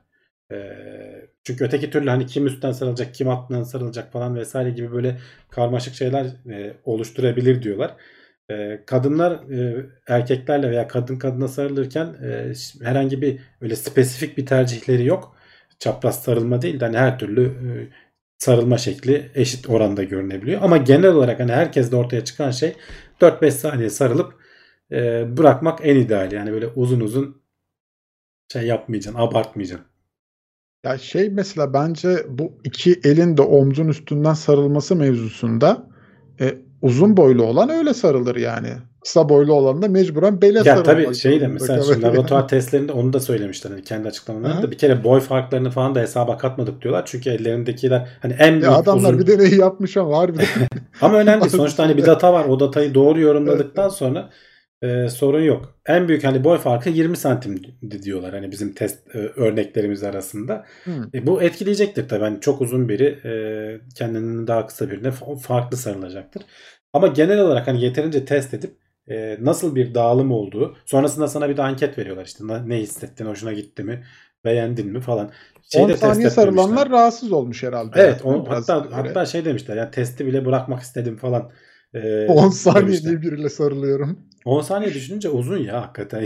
Çünkü öteki türlü hani kim üstten sarılacak, kim alttan sarılacak falan vesaire gibi böyle karmaşık şeyler oluşturabilir diyorlar. Kadınlar erkeklerle veya kadın kadına sarılırken herhangi bir öyle spesifik bir tercihleri yok. Çapraz sarılma değil de hani her türlü sarılma şekli eşit oranda görünebiliyor. Ama genel olarak hani herkeste ortaya çıkan şey 4-5 saniye sarılıp bırakmak en ideal. Yani böyle uzun uzun şey yapmayacaksın, abartmayacaksın. Ya mesela bence bu iki elin de omzun üstünden sarılması mevzusunda uzun boylu olan öyle sarılır yani. Kısa boylu olan da mecburen bele Ya tabii sarılmak şey de durumunda mesela kalır şimdi yani. laboratuvar testlerinde onu da söylemişler hani kendi açıklamalarında Aha. da bir kere boy farklarını falan da hesaba katmadık diyorlar. Çünkü ellerindekiler hani en Ya büyük adamlar bir uzun deney yapmış ama harbiden ama önemli değil. bazı Sonuçta hani bir şeyler. data var. O datayı doğru Evet, yorumladıktan evet. sonra sorun yok. En büyük hani boy farkı 20 santim diyorlar hani bizim test örneklerimiz arasında. Hmm. Bu etkileyecektir tabii. Hani çok uzun biri kendinin daha kısa birine farklı sarılacaktır. Ama genel olarak hani yeterince test edip nasıl bir dağılım olduğu sonrasında sana bir de anket veriyorlar işte ne hissettin, hoşuna gitti mi, beğendin mi falan. 10 De test saniye etmemişler. sarılanlar rahatsız olmuş herhalde. Evet, Değil mi? Biraz hatta öyle. şey demişler yani testi bile bırakmak istedim falan 10 saniye demişler. diye biriyle sarılıyorum. 10 saniye düşününce uzun ya hakikaten.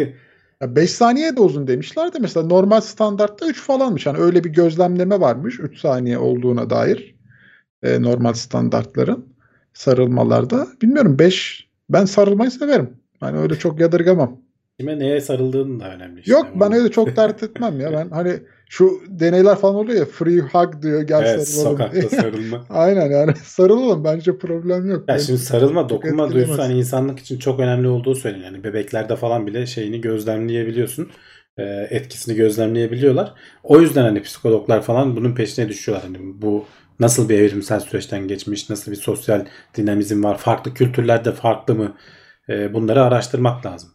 Ya 5 saniye de uzun demişler de mesela normal standartta 3 falanmış. Hani öyle bir gözlemleme varmış 3 saniye olduğuna dair normal standartların sarılmalarda. Bilmiyorum 5 ben sarılmayı severim. Hani öyle çok yadırgamam. Kime neye sarıldığın da önemli işte Yok ben orada. öyle çok dert etmem ya. Ben hani şu deneyler falan oluyor ya free hug diyor gel Evet, sarılalım diye. sokakta sarılma. Aynen yani sarılalım bence problem yok. Ya Beni şimdi sarılma, çok dokunma duyusu hani etkilemez. insanlık için çok önemli olduğu söyleniyor. Yani bebeklerde falan bile şeyini gözlemleyebiliyorsun. Etkisini gözlemleyebiliyorlar. O yüzden hani psikologlar falan bunun peşine düşüyorlar. Hani bu nasıl bir evrimsel süreçten geçmiş, nasıl bir sosyal dinamizm var, farklı kültürlerde farklı mı? Bunları araştırmak lazım.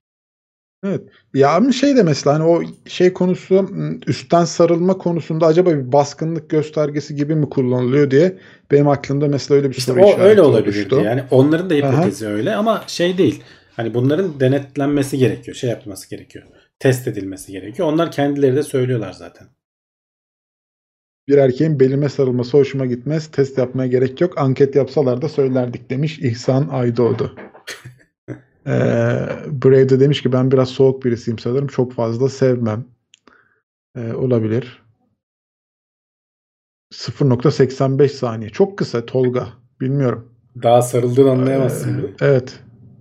Evet. Ya ama şey de mesela hani o şey konusu üstten sarılma konusunda acaba bir baskınlık göstergesi gibi mi kullanılıyor diye benim aklımda mesela öyle bir İşte soru o öyle işareti olabilirdi. oluştu. Yani onların da Aha. hipotezi öyle ama şey değil. Hani bunların denetlenmesi gerekiyor. Şey yapılması gerekiyor. Test edilmesi gerekiyor. Onlar kendileri de söylüyorlar zaten. Bir erkeğin belime sarılması hoşuma gitmez. Test yapmaya gerek yok. Anket yapsalar da söylerdik demiş İhsan Aydoğdu. Brave de demiş ki ben biraz soğuk birisiyim sanırım. Çok fazla sevmem. Olabilir. 0,85 saniye. Çok kısa Tolga. Bilmiyorum. Daha sarıldığını anlayamazsın bile. Evet.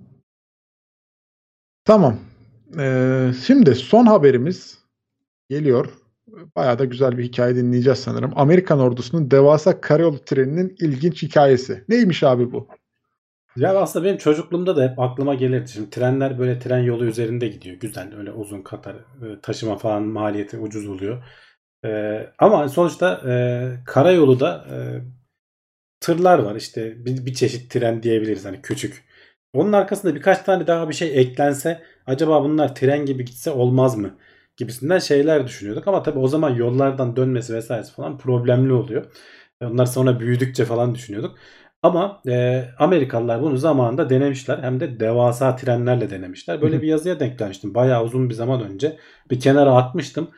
Tamam. Şimdi son haberimiz geliyor. Bayağı da güzel bir hikaye dinleyeceğiz sanırım. Amerikan ordusunun devasa karayolu treninin ilginç hikayesi. Neymiş abi bu? Ya aslında benim çocukluğumda da hep aklıma gelirdi. Şimdi trenler böyle tren yolu üzerinde gidiyor. Güzel öyle uzun Katar taşıma falan maliyeti ucuz oluyor. Ama sonuçta karayolu da tırlar var işte bir çeşit tren diyebiliriz hani küçük. Onun arkasında birkaç tane daha bir şey eklense acaba bunlar tren gibi gitse olmaz mı gibisinden şeyler düşünüyorduk ama tabii o zaman yollardan dönmesi vesairesi falan problemli oluyor. Onlar sonra büyüdükçe falan düşünüyorduk. Ama Amerikalılar bunu zamanında denemişler. Hem de devasa trenlerle denemişler. Böyle bir yazıya denk gelmiştim. Bayağı uzun bir zaman önce. Bir kenara atmıştım.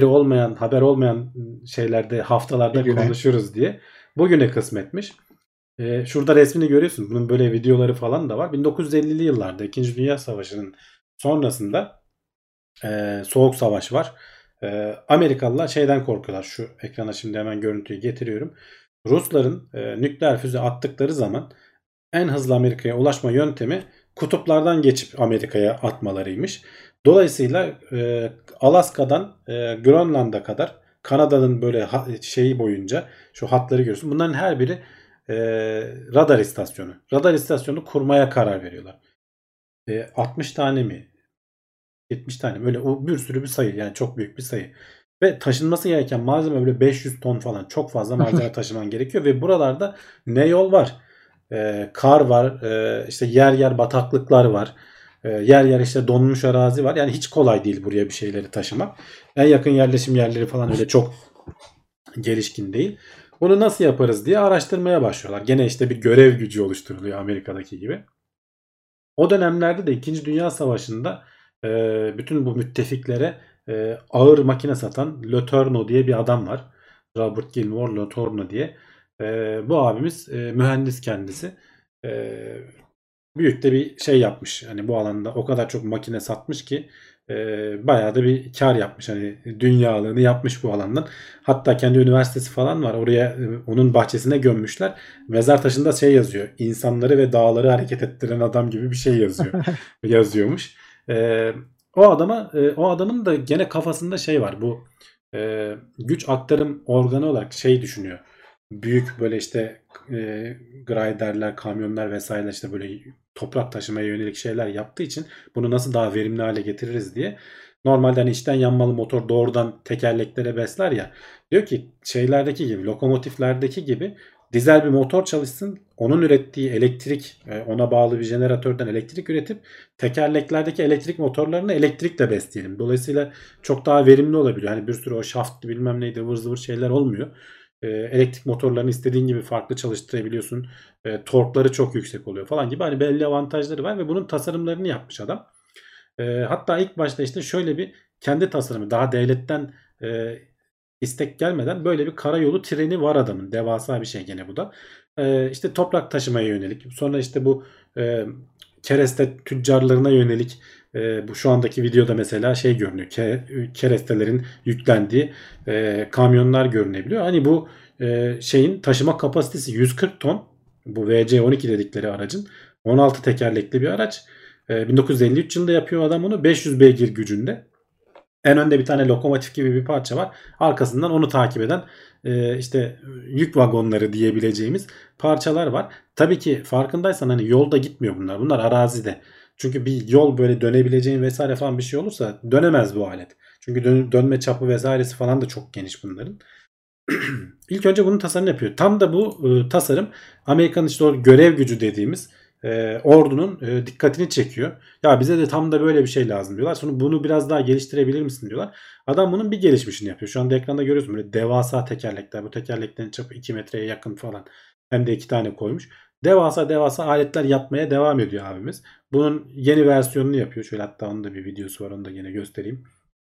Haber olmayan şeylerde Bir haftalarda güne. konuşuruz diye. Bugüne kısmetmiş. Şurada resmini görüyorsun. Bunun böyle videoları falan da var. 1950'li yıllarda 2. Dünya Savaşı'nın sonrasında Soğuk Savaş var. Amerikalılar şeyden korkuyorlar. Şu ekrana şimdi hemen görüntüyü getiriyorum. Rusların nükleer füze attıkları zaman en hızlı Amerika'ya ulaşma yöntemi kutuplardan geçip Amerika'ya atmalarıymış. Dolayısıyla Alaska'dan Grönland'a kadar Kanada'nın böyle şeyi boyunca şu hatları görüyorsun. Bunların her biri radar istasyonu. Radar istasyonu kurmaya karar veriyorlar. 60 tane mi? 70 tane mi? Öyle o bir sürü bir sayı. Yani çok büyük bir sayı. Ve taşınması gereken malzeme böyle 500 ton falan. Çok fazla malzeme taşıman gerekiyor. Ve buralarda ne yol var? Kar var. İşte yer yer bataklıklar var. Yer yer işte donmuş arazi var. Yani hiç kolay değil buraya bir şeyleri taşımak. En yakın yerleşim yerleri falan öyle çok gelişkin değil. Bunu nasıl yaparız diye araştırmaya başlıyorlar. Gene işte bir görev gücü oluşturuluyor Amerika'daki gibi. O dönemlerde de 2. Dünya Savaşı'nda bütün bu müttefiklere ağır makine satan Letourneau diye bir adam var. Robert Gilmore Letourneau diye. Bu abimiz mühendis kendisi. Büyük de bir şey yapmış. Hani bu alanda o kadar çok makine satmış ki bayağı da bir kar yapmış. Hani dünyalığını yapmış bu alandan. Hatta kendi üniversitesi falan var. Oraya onun bahçesine gömmüşler. Mezar taşında şey yazıyor. İnsanları ve dağları hareket ettiren adam gibi bir şey yazıyor. Yazıyormuş. O adamın da gene kafasında şey var. Bu güç aktarım organı olarak şey düşünüyor. Büyük böyle işte graderler, kamyonlar vesaire işte böyle toprak taşımaya yönelik şeyler yaptığı için bunu nasıl daha verimli hale getiririz diye. Normalde hani içten yanmalı motor doğrudan tekerleklere besler ya. Diyor ki şeylerdeki gibi, lokomotiflerdeki gibi dizel bir motor çalışsın. Onun ürettiği elektrik, ona bağlı bir jeneratörden elektrik üretip tekerleklerdeki elektrik motorlarını elektrikle besleyelim. Dolayısıyla çok daha verimli olabiliyor. Hani bir sürü o şaft bilmem neydi ıvır zıvır şeyler olmuyor. Elektrik motorlarını istediğin gibi farklı çalıştırabiliyorsun. Torkları çok yüksek oluyor falan gibi hani belli avantajları var ve bunun tasarımlarını yapmış adam. Hatta ilk başta işte şöyle bir kendi tasarımı daha devletten istek gelmeden böyle bir karayolu treni var adamın. Devasa bir şey gene bu da. İşte toprak taşımaya yönelik. Sonra işte bu kereste tüccarlarına yönelik bu şu andaki videoda mesela şey görünüyor. Kerestelerin yüklendiği kamyonlar görünebiliyor. Hani bu şeyin taşıma kapasitesi 140 ton. Bu VC12 dedikleri aracın 16 tekerlekli bir araç. 1953 yılında yapıyor adam bunu. 500 beygir gücünde. En önde bir tane lokomotif gibi bir parça var. Arkasından onu takip eden işte yük vagonları diyebileceğimiz parçalar var. Tabii ki farkındaysan hani yolda gitmiyor bunlar. Bunlar arazide. Çünkü bir yol böyle dönebileceğin vesaire falan bir şey olursa dönemez bu alet. Çünkü dönme çapı vesairesi falan da çok geniş bunların. İlk önce bunun tasarımını yapıyor. Tam da bu tasarım Amerika'nın işte o görev gücü dediğimiz ordunun dikkatini çekiyor. Ya bize de tam da böyle bir şey lazım diyorlar. Sonra bunu biraz daha geliştirebilir misin diyorlar. Adam bunun bir gelişmişini yapıyor. Şu anda ekranda görüyorsun böyle devasa tekerlekler. Bu tekerleklerin çapı 2 metreye yakın falan. Hem de 2 tane koymuş. Devasa devasa aletler yapmaya devam ediyor abimiz. Bunun yeni versiyonunu yapıyor. Şöyle hatta onun da bir videosu var. Onu da yine göstereyim.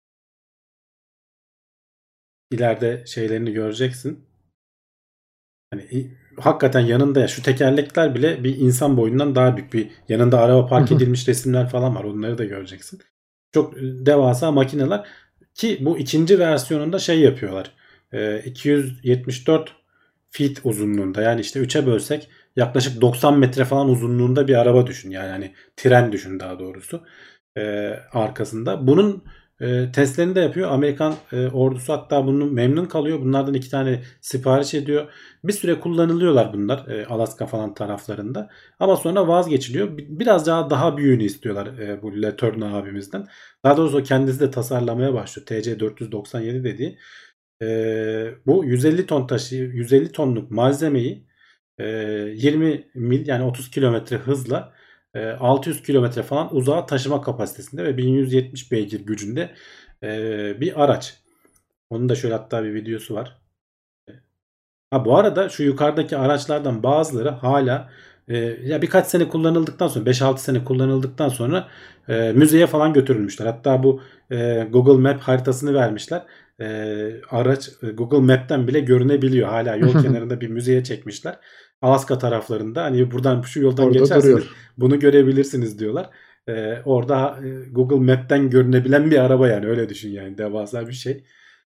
İleride şeylerini göreceksin. Hani hakikaten yanında ya şu tekerlekler bile bir insan boyundan daha büyük, bir yanında araba park edilmiş resimler falan var. Onları da göreceksin. Çok devasa makineler ki bu ikinci versiyonunda şey yapıyorlar. 274 feet uzunluğunda, yani işte 3'e bölsek yaklaşık 90 metre falan uzunluğunda bir araba düşün. Yani hani tren düşün daha doğrusu. Arkasında. Bunun testlerini de yapıyor. Amerikan ordusu hatta bunu memnun kalıyor. Bunlardan 2 tane sipariş ediyor. Bir süre kullanılıyorlar bunlar Alaska falan taraflarında. Ama sonra vazgeçiliyor. Biraz daha büyüğünü istiyorlar bu Letourneau abimizden. Daha doğrusu o kendisi de tasarlamaya başlıyor. TC497 dediği. Bu 150 ton 150 tonluk malzemeyi 20 mil yani 30 kilometre hızla 600 kilometre falan uzağa taşıma kapasitesinde ve 1170 beygir gücünde bir araç. Onun da şöyle hatta bir videosu var. Ha, bu arada şu yukarıdaki araçlardan bazıları hala ya birkaç sene kullanıldıktan sonra 5-6 sene kullanıldıktan sonra müzeye falan götürülmüşler. Hatta bu Google Map haritasını vermişler. Araç Google Map'ten bile görünebiliyor. Hala yol kenarında bir müzeye çekmişler. Alaska taraflarında hani buradan şu yoldan Orada geçerseniz duruyor. bunu görebilirsiniz diyorlar. Orada Google Map'ten görünebilen bir araba yani öyle düşün yani devasa bir şey.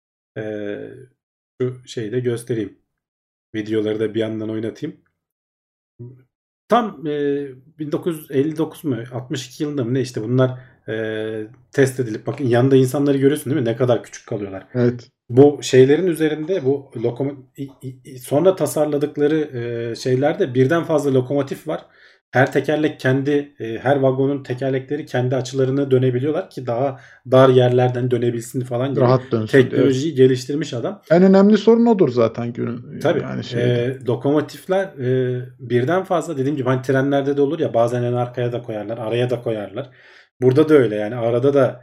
Şu şeyi de göstereyim. Videoları da bir yandan oynatayım. Tam 1959 mu 62 yılında mı ne işte bunlar test edilip bakın yanında insanları görüyorsun değil mi? Ne kadar küçük kalıyorlar. Evet. Bu şeylerin üzerinde bu sonra tasarladıkları şeylerde birden fazla lokomotif var. Her tekerlek kendi her vagonun tekerlekleri kendi açılarını dönebiliyorlar ki daha dar yerlerden dönebilsin falan gibi Rahat dönsün. teknolojiyi geliştirmiş adam. En önemli sorun odur zaten Tabii. yani şeyde. Lokomotifler birden fazla dediğim gibi hani trenlerde de olur ya bazen en arkaya da koyarlar, araya da koyarlar. Burada da öyle yani arada da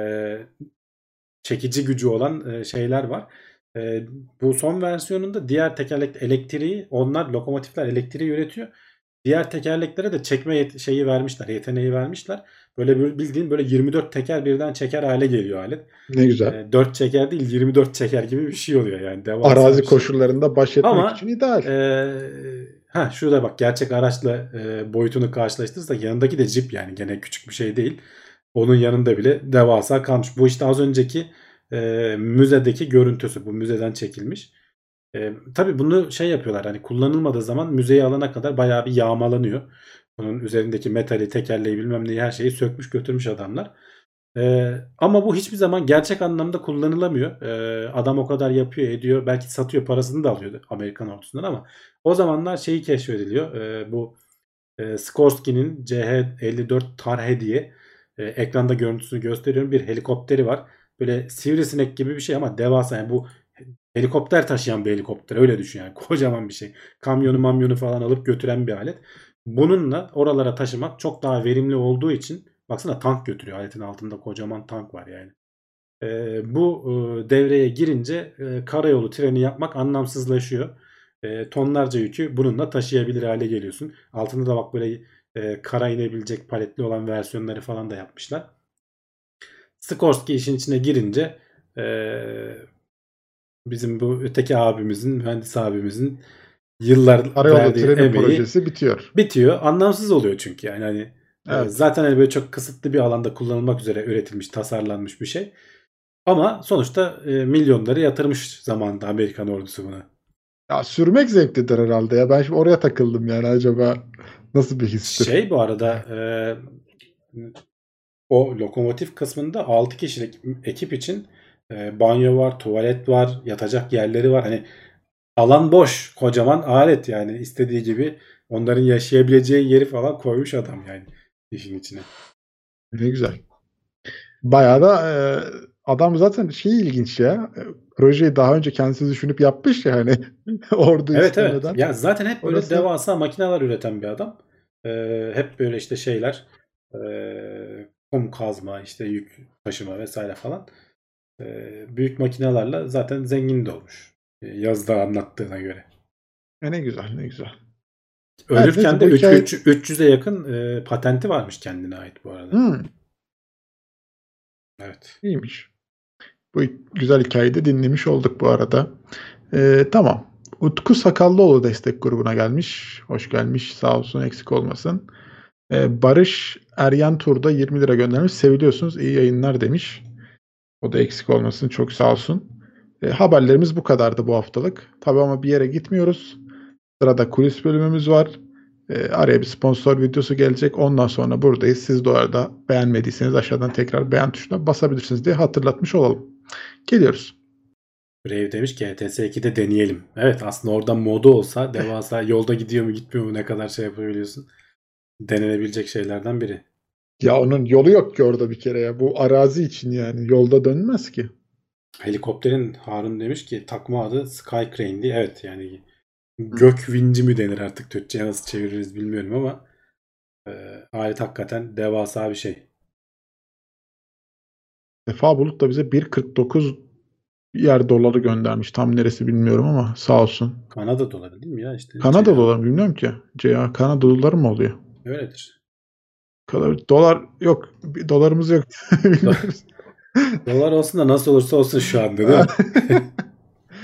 çekici gücü olan şeyler var. Bu son versiyonunda diğer tekerlek elektriği onlar lokomotifler elektriği üretiyor. Diğer tekerleklere de çekme şeyi vermişler, yeteneği vermişler. Böyle bildiğin böyle 24 teker birden çeker hale geliyor alet. Ne güzel. 4 çeker değil 24 çeker gibi bir şey oluyor yani. Devasa Arazi bir şey. koşullarında baş etmek Ama için ideal. şurada bak gerçek araçla boyutunu karşılaştırırsak yanındaki de Jeep yani gene küçük bir şey değil. Onun yanında bile devasa kalmış. Bu işte az önceki müzedeki görüntüsü. Bu müzeden çekilmiş. Tabii bunu şey yapıyorlar hani kullanılmadığı zaman müzeyi alana kadar bayağı bir yağmalanıyor. Bunun üzerindeki metali, tekerleği bilmem neyi her şeyi sökmüş götürmüş adamlar. Ama bu hiçbir zaman gerçek anlamda kullanılamıyor. Adam o kadar yapıyor ediyor. Belki satıyor parasını da alıyordu Amerikan ordusundan ama o zamanlar şeyi keşfediliyor. Bu Sikorsky'nin CH-54 Tarhe diye ekranda görüntüsünü gösteriyorum. Bir helikopteri var. Böyle sivrisinek gibi bir şey ama devasa yani bu helikopter taşıyan bir helikopter öyle düşün yani kocaman bir şey. Kamyonu falan alıp götüren bir alet. Bununla oralara taşımak çok daha verimli olduğu için baksana tank götürüyor aletin altında kocaman tank var yani. Bu devreye girince karayolu treni yapmak anlamsızlaşıyor. Tonlarca yükü bununla taşıyabilir hale geliyorsun. Altında da bak böyle kara inebilecek paletli olan versiyonları falan da yapmışlar. Skorsky işin içine girince bizim bu öteki abimizin, mühendis abimizin yıllar Karayolu verdiği treni emeği projesi bitiyor. bitiyor. Anlamsız oluyor çünkü yani hani Evet. zaten hani böyle çok kısıtlı bir alanda kullanılmak üzere üretilmiş, tasarlanmış bir şey. Ama sonuçta milyonları yatırmış zamanında Amerikan ordusu buna. Ya sürmek zevklidir herhalde ya. Ben şimdi oraya takıldım yani acaba nasıl bir histir? Şey bu arada o lokomotif kısmında 6 kişilik ekip için banyo var, tuvalet var, yatacak yerleri var. Hani alan boş, kocaman alet yani istediği gibi onların yaşayabileceği yeri falan koymuş adam yani işin içine. Ne güzel. Bayağı da adam zaten şey ilginç ya. Projeyi daha önce kendisi düşünüp yapmış ya hani ordu Evet istemeden. ya zaten hep böyle Orası devasa makineler üreten bir adam. Hep böyle işte şeyler kum kazma, işte yük taşıma vesaire falan. Büyük makinelerle zaten zengin de olmuş. Yazıda anlattığına göre. ne güzel ne güzel. Evet, Ölürken neyse de bu hikaye 300'e yakın patenti varmış kendine ait bu arada. Evet. iyiymiş. Bu güzel hikayeyi de dinlemiş olduk bu arada. Tamam. Utku Sakallıoğlu destek grubuna gelmiş. Hoş gelmiş. Sağ olsun eksik olmasın. Barış Eryen Tur'da 20 lira göndermiş. Seviliyorsunuz. İyi yayınlar demiş. O da eksik olmasın. Çok sağ olsun. Haberlerimiz bu kadardı bu haftalık. Tabii ama bir yere gitmiyoruz. Sırada kulis bölümümüz var. Araya bir sponsor videosu gelecek. Ondan sonra buradayız. Siz de orada beğenmediyseniz aşağıdan tekrar beğen tuşuna basabilirsiniz diye hatırlatmış olalım. Geliyoruz. Brave demiş ki ETS 2'de deneyelim. Evet aslında oradan modu olsa devasa yolda gidiyor mu gitmiyor mu ne kadar şey yapabiliyorsun. Denenebilecek şeylerden biri. Ya onun yolu yok ki orada bir kere ya. Bu arazi için yani. Yolda dönmez ki. Helikopterin Harun demiş ki takma adı Sky Crane diye. Evet yani gök vinci mi denir artık Türkçe'ye nasıl çeviririz bilmiyorum ama alet hakikaten devasa bir şey. Vefa Bulut da bize 1.49 yer doları göndermiş. Tam neresi bilmiyorum ama sağ olsun. Kanada doları değil mi ya işte? Kanada doları mı bilmiyorum ki. Kanada doları mı oluyor? Öyledir. Dolar yok. Dolarımız yok. Bilmiyoruz. Dolar olsun da nasıl olursa olsun şu anda değil mi?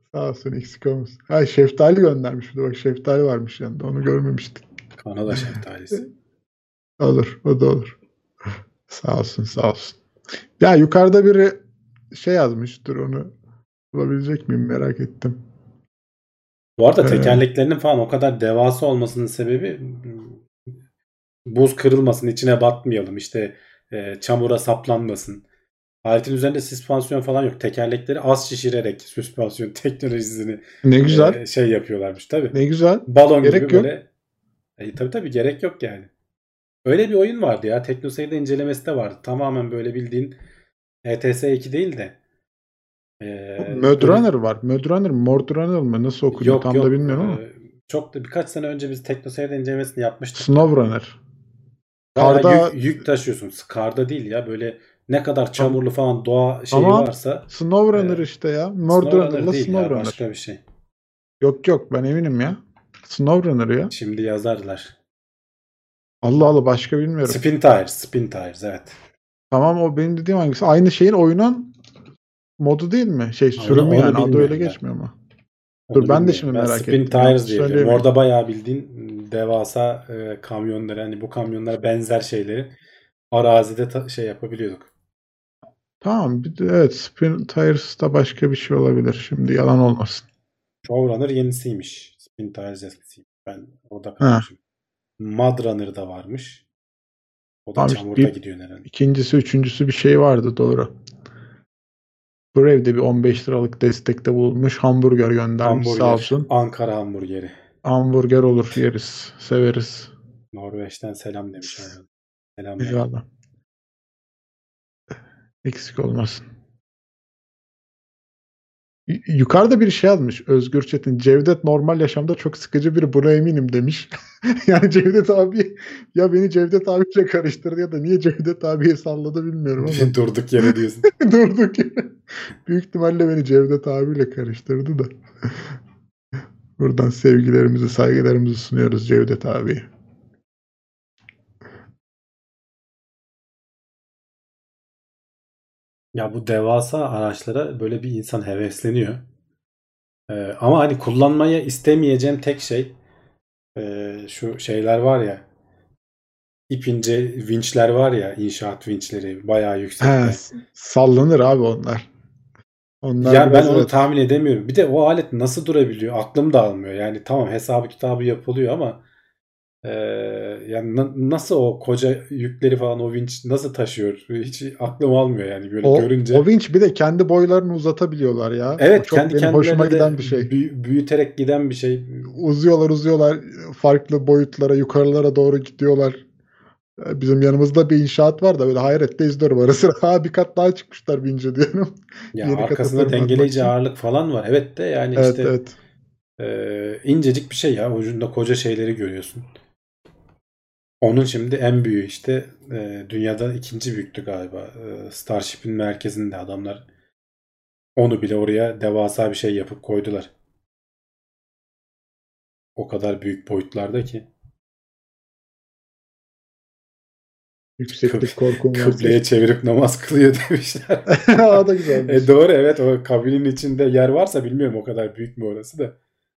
Sağ olsun eksik olmasın. Ha şeftali göndermiş. Bir de bak şeftali varmış yanında. Onu görmemiştik. Kanada şeftalisi. Olur. O da olur. Sağ olsun sağ olsun. Ya yukarıda biri şey yazmış. Dur onu bulabilecek miyim merak ettim. Bu arada tekerleklerinin falan o kadar devasa olmasının sebebi buz kırılmasın, içine batmayalım. İşte çamura saplanmasın. Aletin üzerinde süspansiyon falan yok. Tekerlekleri az şişirerek süspansiyon teknolojisini Ne güzel. şey yapıyorlarmış tabii. Ne güzel. Balon Gerek gibi yok. böyle. Tabii gerek yok yani. Öyle bir oyun vardı ya. TeknoSeyir'de incelemesi de vardı. Tamamen böyle bildiğin ETS2 değil de Mudrunner var. Mudrunner, Mordrunner mı? Nasıl okunuyor? yok Tam da bilmiyorum ama. çok da birkaç sene önce biz TeknoSeyir'de incelemesini yapmıştık. Snowrunner. Bayağı Karda yük taşıyorsun. Karda değil ya. Böyle ne kadar çamurlu falan doğa şeyi ama varsa. Snowrunner işte ya. Snowrunner Mordrunner'la değil ya. Snowrunner. Başka bir şey. Yok ben eminim ya. Snowrunner ya. Şimdi yazarlar. Allah Allah başka bilmiyorum. Spin Tires evet. Tamam o benim dediğim hangisi? Aynı şeyin oyunun modu değil mi? Sürümü onu yani. Adı öyle bilmiyorum ben. geçmiyor mu? Onu Dur ben de bilmiyorum. şimdi Ben merak Spin ettim. Tires Yanlış diye biliyorum. söyleyeyim. Orada bayağı bildiğin devasa kamyonları hani bu kamyonlara benzer şeyleri arazide şey yapabiliyorduk. Tamam. Evet Spin Tires da başka bir şey olabilir. Şimdi yalan olmasın. Showrunner yenisiymiş. Spin Tires eskisiymiş. Ben orada Ha. kalmışım. Mudrunner da varmış. O da Tamam, çamurda gidiyor herhalde. İkincisi, üçüncüsü bir şey vardı doğru. Brave'de bir 15 liralık destekte bulunmuş. Hamburger göndermiş sağ olsun. Ankara hamburgeri. Hamburger olur yeriz. Severiz. Norveç'ten selam demiş herhalde. Selam Eyvallah. Eksik olmasın. Yukarıda bir şey yazmış Özgür Çetin. Cevdet normal yaşamda çok sıkıcı biri buna eminim demiş. Yani Cevdet abi ya beni Cevdet abiyle karıştırdı ya da niye Cevdet abiye salladı bilmiyorum ama. Durduk yere diyorsun. Durduk yere. Büyük ihtimalle beni Cevdet abiyle karıştırdı da. Buradan sevgilerimizi, saygılarımızı sunuyoruz Cevdet abiye. Ya bu devasa araçlara böyle bir insan hevesleniyor. Ama hani kullanmayı istemeyeceğim tek şey şu şeyler var ya, ipince vinçler var ya, inşaat vinçleri bayağı yüksekte. Sallanır abi onlar. Onlar Ya ben biraz onu tahmin edemiyorum. Bir de o alet nasıl durabiliyor? Aklım da almıyor. Yani tamam hesabı kitabı yapılıyor ama yani nasıl o koca yükleri falan o vinç nasıl taşıyor? Hiç aklım almıyor yani böyle görünce. O vinç bir de kendi boylarını uzatabiliyorlar ya. Evet, o çok kendi benim hoşuma kendilerine giden de bir şey. büyüterek giden bir şey. Uzuyorlar farklı boyutlara yukarılara doğru gidiyorlar. Bizim yanımızda bir inşaat var da böyle hayretle izliyorum ara sıra. Ha bir kat daha çıkmışlar vinçe diyorum. Ya Yeni kata arkasında tırmanmak dengeleyici için. ağırlık falan var. Evet de yani Evet, işte evet. incecik bir şey ya. Ucunda koca şeyleri görüyorsun. Onun şimdi en büyüğü işte dünyada ikinci büyüktü galiba. Starship'in merkezinde adamlar onu bile oraya devasa bir şey yapıp koydular. O kadar büyük boyutlarda ki. Yükseklik korkum varsa. Kıbleye çevirip namaz kılıyor demişler. O da güzelmiş. Doğru evet, o kabinin içinde yer varsa bilmiyorum o kadar büyük mü orası da.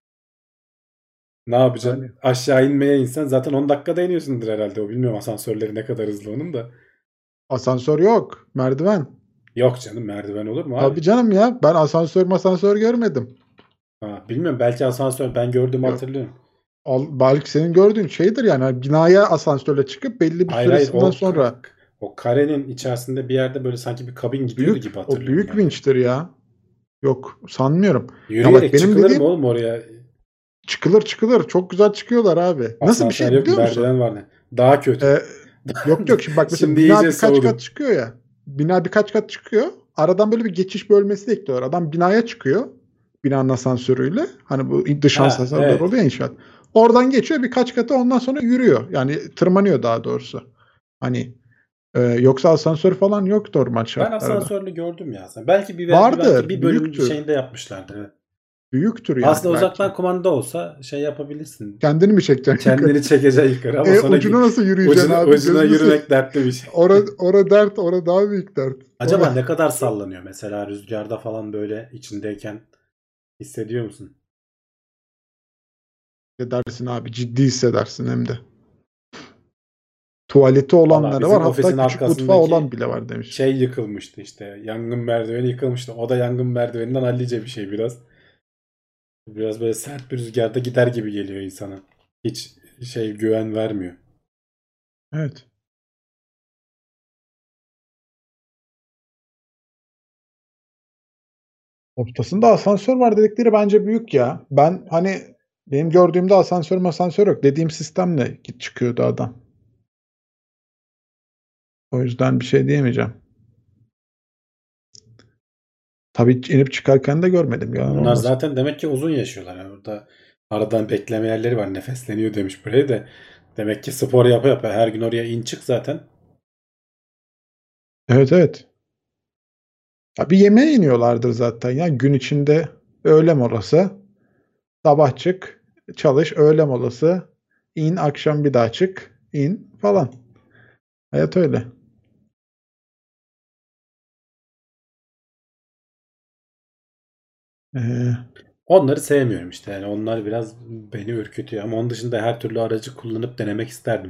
Ne yapacaksın? Yani. Aşağı inmeye insan zaten 10 dakikada iniyorsundur herhalde. O bilmiyorum asansörleri ne kadar hızlı onun da. Asansör yok. Merdiven. Yok canım, merdiven olur mu abi? Tabii canım ya. Ben asansör görmedim. Ha, bilmiyorum, belki asansör ben gördüğümü hatırlıyorum. Belki senin gördüğün şeydir yani. Binaya asansörle çıkıp belli bir süresinden sonra. O karenin içerisinde bir yerde böyle sanki bir kabin gidiyordu gibi O hatırlıyorum. büyük vinçtir ya. Yok sanmıyorum. Yürüyerek benim çıkılır dediğim- mı oğlum oraya? Çıkılır. Çok güzel çıkıyorlar abi. Nasıl bir şey Asansör yok, biliyor musun? merdiven var ne? Daha kötü. Yok şimdi bak mesela Şimdi bina iyice birkaç soğudum. kat çıkıyor ya. Bina birkaç kat çıkıyor. Aradan böyle bir geçiş bölmesi de ekliyorlar. Adam binaya çıkıyor. Binanın asansörüyle. Hani bu dış asansörler evet. oluyor ya inşaat. Oradan geçiyor birkaç katı ondan sonra yürüyor. Yani tırmanıyor daha doğrusu. Hani yoksa asansör falan yok normal Ben şartlarda. asansörlü gördüm ya. Belki Vardır, bir bölüm büyüktür. şeyinde yapmışlardır. Evet. Büyüktür yani. Aslında belki. uzaktan kumanda olsa şey yapabilirsin. Kendini mi çekeceksin? Kendini çekeceksin yukarı ama sonra ucuna nasıl yürüyeceksin abi? Ucuna yürümek dertli bir şey. Ora dert, ora daha büyük dert. Acaba ne kadar sallanıyor mesela rüzgarda falan böyle içindeyken? Hissediyor musun? Hissedersin abi. Ciddi hissedersin hem de. Tuvaleti Valla olanları bizim var. Hatta ofisin küçük mutfağı olan arkasındaki bile var demiş. şey yıkılmıştı işte. Yangın merdiveni yıkılmıştı. O da yangın merdiveninden hallice bir şey biraz. Biraz böyle sert bir rüzgarda gider gibi geliyor insana. Hiç şey güven vermiyor. Evet. Ortasında asansör var dedikleri bence büyük ya. Ben hani benim gördüğümde asansör yok. Dediğim sistemle git çıkıyordu adam. O yüzden bir şey diyemeyeceğim. Tabii inip çıkarken de görmedim. Yalan Bunlar olmasın. zaten demek ki uzun yaşıyorlar. Yani orada aradan bekleme yerleri var. Nefesleniyor demiş buraya da. Demek ki spor yapa yapa her gün oraya in çık zaten. Evet evet. Ya bir yemeğe iniyorlardır zaten ya. Gün içinde öğle molası. Sabah çık, çalış, öğle molası. İn, akşam bir daha çık, in falan. Hayat öyle. Ee, Onları sevmiyorum işte. Yani onlar biraz beni ürkütüyor. Ama onun dışında her türlü aracı kullanıp denemek isterdim.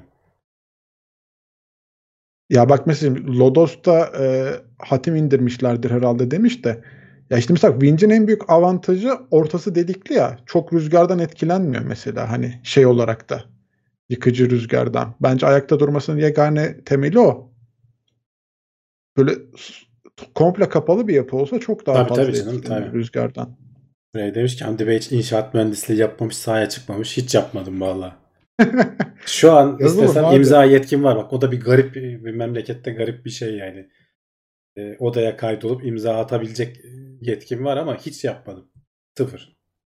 Ya bak mesela Lodos'ta hatim indirmişlerdir herhalde demiş de. Ya işte mesela Winch'in en büyük avantajı ortası delikli ya. Çok rüzgardan etkilenmiyor mesela hani şey olarak da. Yıkıcı rüzgardan. Bence ayakta durmasının yegane temeli o. Böyle komple kapalı bir yapı olsa çok daha Tabii tabii fazla canım etkileniyor tabii. rüzgardan. Buraya demiş ki Hamdi Bey hiç inşaat mühendisliği yapmamış, sahaya çıkmamış. Hiç yapmadım valla. Şu an Yazılım istesem abi. imza yetkim var. Bak o da bir garip bir memlekette garip bir şey yani. Odaya kaydolup imza atabilecek yetkim var ama hiç yapmadım. Sıfır.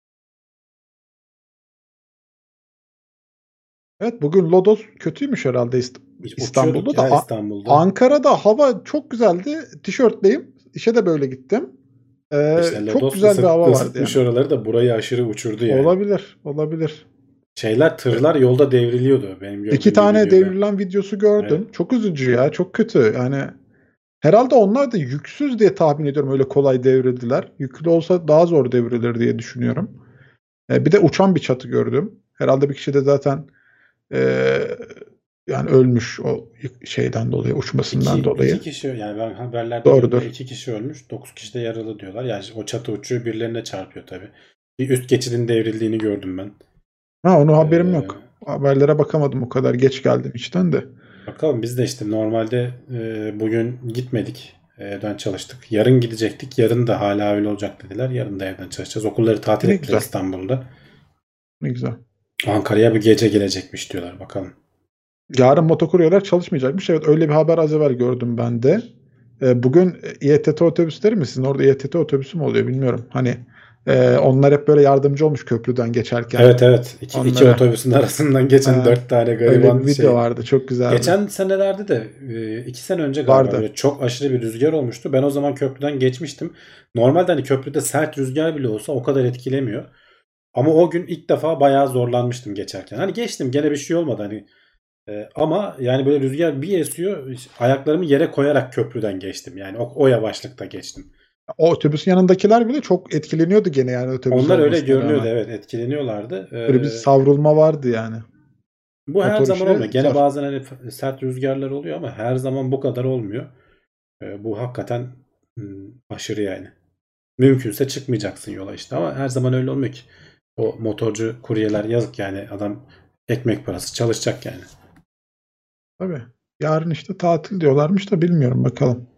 Evet bugün Lodos kötüymüş herhalde Hiç uçuyorduk İstanbul'da da. ya İstanbul'da. Ankara'da hava çok güzeldi. Tişörtleyim. İşe de böyle gittim. İşte Çok Lodos güzel bir hava vardı ısıtmış yani. oraları da burayı aşırı uçurdu yani. Olabilir, olabilir. Şeyler tırlar yolda devriliyordu benim İki gördüğüm bir tane videoda. devrilen videosu Evet. gördüm. Çok üzücü ya, çok kötü. Yani herhalde onlar da yüksüz diye tahmin ediyorum. Öyle kolay devrildiler. Yüklü olsa daha zor devrilir diye düşünüyorum. Bir de uçan bir çatı gördüm. Herhalde bir kişi de zaten Eee, yani ölmüş o şeyden dolayı, uçmasından İki dolayı. kişi yani ben haberlerde gördüm de Doğrudur. 2 kişi ölmüş 9 kişi de yaralı diyorlar. Yani o çatı uçuyor birilerine çarpıyor tabii. Bir üst geçidin devrildiğini gördüm ben. Ha onu haberim Ee, yok. Haberlere bakamadım o kadar geç geldim işten de. Bakalım biz de işte normalde bugün gitmedik. Evden çalıştık. Yarın gidecektik. Yarın da hala öyle olacak dediler. Yarın da evden çalışacağız. Okulları tatil Ne ettiler güzel. İstanbul'da. Ne güzel. Ankara'ya bir gece gelecekmiş diyorlar. Bakalım. Yarın motokuryeler çalışmayacakmış. Evet öyle bir haber az evvel gördüm ben de. Bugün İETT otobüsleri mi? Sizin orada İETT otobüsü mü oluyor bilmiyorum. Hani onlar hep böyle yardımcı olmuş köprüden geçerken Evet evet. İki onlara. otobüsün arasından geçen Ee, 4 tane Öyle bir gariban video şey. vardı. Çok güzeldi. Geçen senelerde de 2 sene önce galiba Vardı. böyle çok aşırı bir rüzgar olmuştu. Ben o zaman köprüden geçmiştim. Normalde hani köprüde sert rüzgar bile olsa o kadar etkilemiyor. Ama o gün ilk defa bayağı zorlanmıştım geçerken. Hani geçtim gene bir şey olmadı hani. Ama yani böyle rüzgar bir esiyor ayaklarımı yere koyarak köprüden geçtim. Yani o yavaşlıkta geçtim. O otobüsün yanındakiler bile çok etkileniyordu gene yani otobüs Onlar öyle olmasına görünüyordu rağmen. evet etkileniyorlardı. Böyle bir savrulma vardı yani. Bu her Motor zaman olmuyor. işi Gene zor. bazen hani sert rüzgarlar oluyor ama her zaman bu kadar olmuyor. Bu hakikaten aşırı yani. Mümkünse çıkmayacaksın yola işte ama her zaman öyle olmuyor ki. O motorcu kuryeler yazık yani adam ekmek parası çalışacak yani. Tabii. Yarın işte tatil diyorlarmış da bilmiyorum bakalım.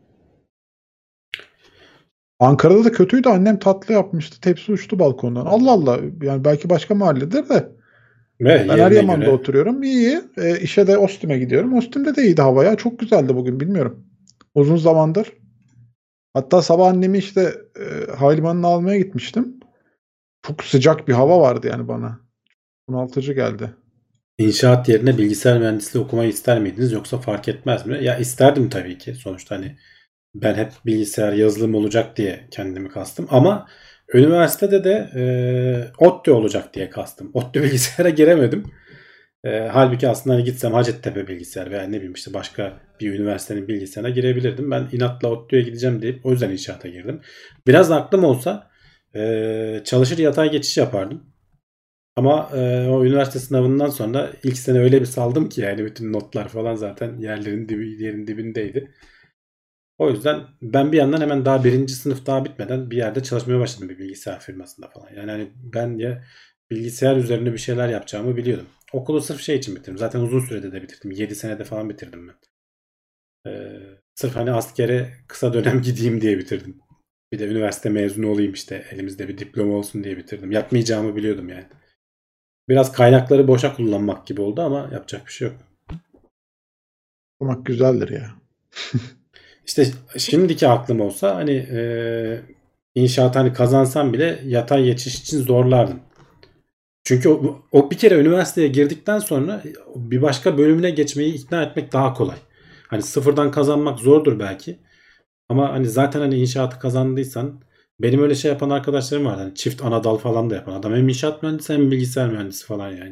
Ankara'da da kötüydü. Annem tatlı yapmıştı. Tepsi uçtu balkondan. Allah Allah. Yani belki başka mahalledir de. Ve Ben yerine Eryaman'da göre oturuyorum. İyi. İşe de Ostim'e gidiyorum. Ostim'de de iyiydi hava ya. Çok güzeldi bugün. Bilmiyorum. Uzun zamandır. Hatta sabah annemi işte havalimanına almaya gitmiştim. Çok sıcak bir hava vardı yani bana. Bunaltıcı geldi. inşaat yerine bilgisayar mühendisliği okumayı ister miydiniz yoksa fark etmez mi? Ya isterdim tabii ki. Sonuçta hani ben hep bilgisayar yazılım olacak diye kendimi kastım. Ama üniversitede de ODTÜ olacak diye kastım. ODTÜ bilgisayara giremedim. Halbuki aslında hani gitsem Hacettepe bilgisayar veya ne bileyim işte başka bir üniversitenin bilgisayarına girebilirdim. Ben inatla ODTÜ'ye gideceğim deyip o yüzden inşaata girdim. Biraz aklım olsa Çalışır yatay geçiş yapardım. Ama o üniversite sınavından sonra ilk sene öyle bir saldım ki yani bütün notlar falan zaten yerin dibindeydi. O yüzden ben bir yandan hemen daha birinci sınıf daha bitmeden bir yerde çalışmaya başladım bir bilgisayar firmasında falan. Yani hani ben ya bilgisayar üzerine bir şeyler yapacağımı biliyordum. Okulu sırf şey için bitirdim. Zaten uzun sürede de bitirdim. 7 senede falan bitirdim ben. Sırf hani askere kısa dönem gideyim diye bitirdim. Bir de üniversite mezunu olayım işte elimizde bir diploma olsun diye bitirdim. Yapmayacağımı biliyordum yani. Biraz kaynakları boşa kullanmak gibi oldu ama yapacak bir şey yok. Okumak güzeldir ya. İşte şimdiki aklım olsa hani inşaat hani kazansam bile yatay geçiş için zorlardım. Çünkü o bir kere üniversiteye girdikten sonra bir başka bölümüne geçmeyi ikna etmek daha kolay. Hani sıfırdan kazanmak zordur belki. Ama hani zaten hani inşaatı kazandıysan benim öyle şey yapan arkadaşlarım var. Hani çift ana dal falan da yapan. Adam hem inşaat mühendisi hem bilgisayar mühendisi falan yani.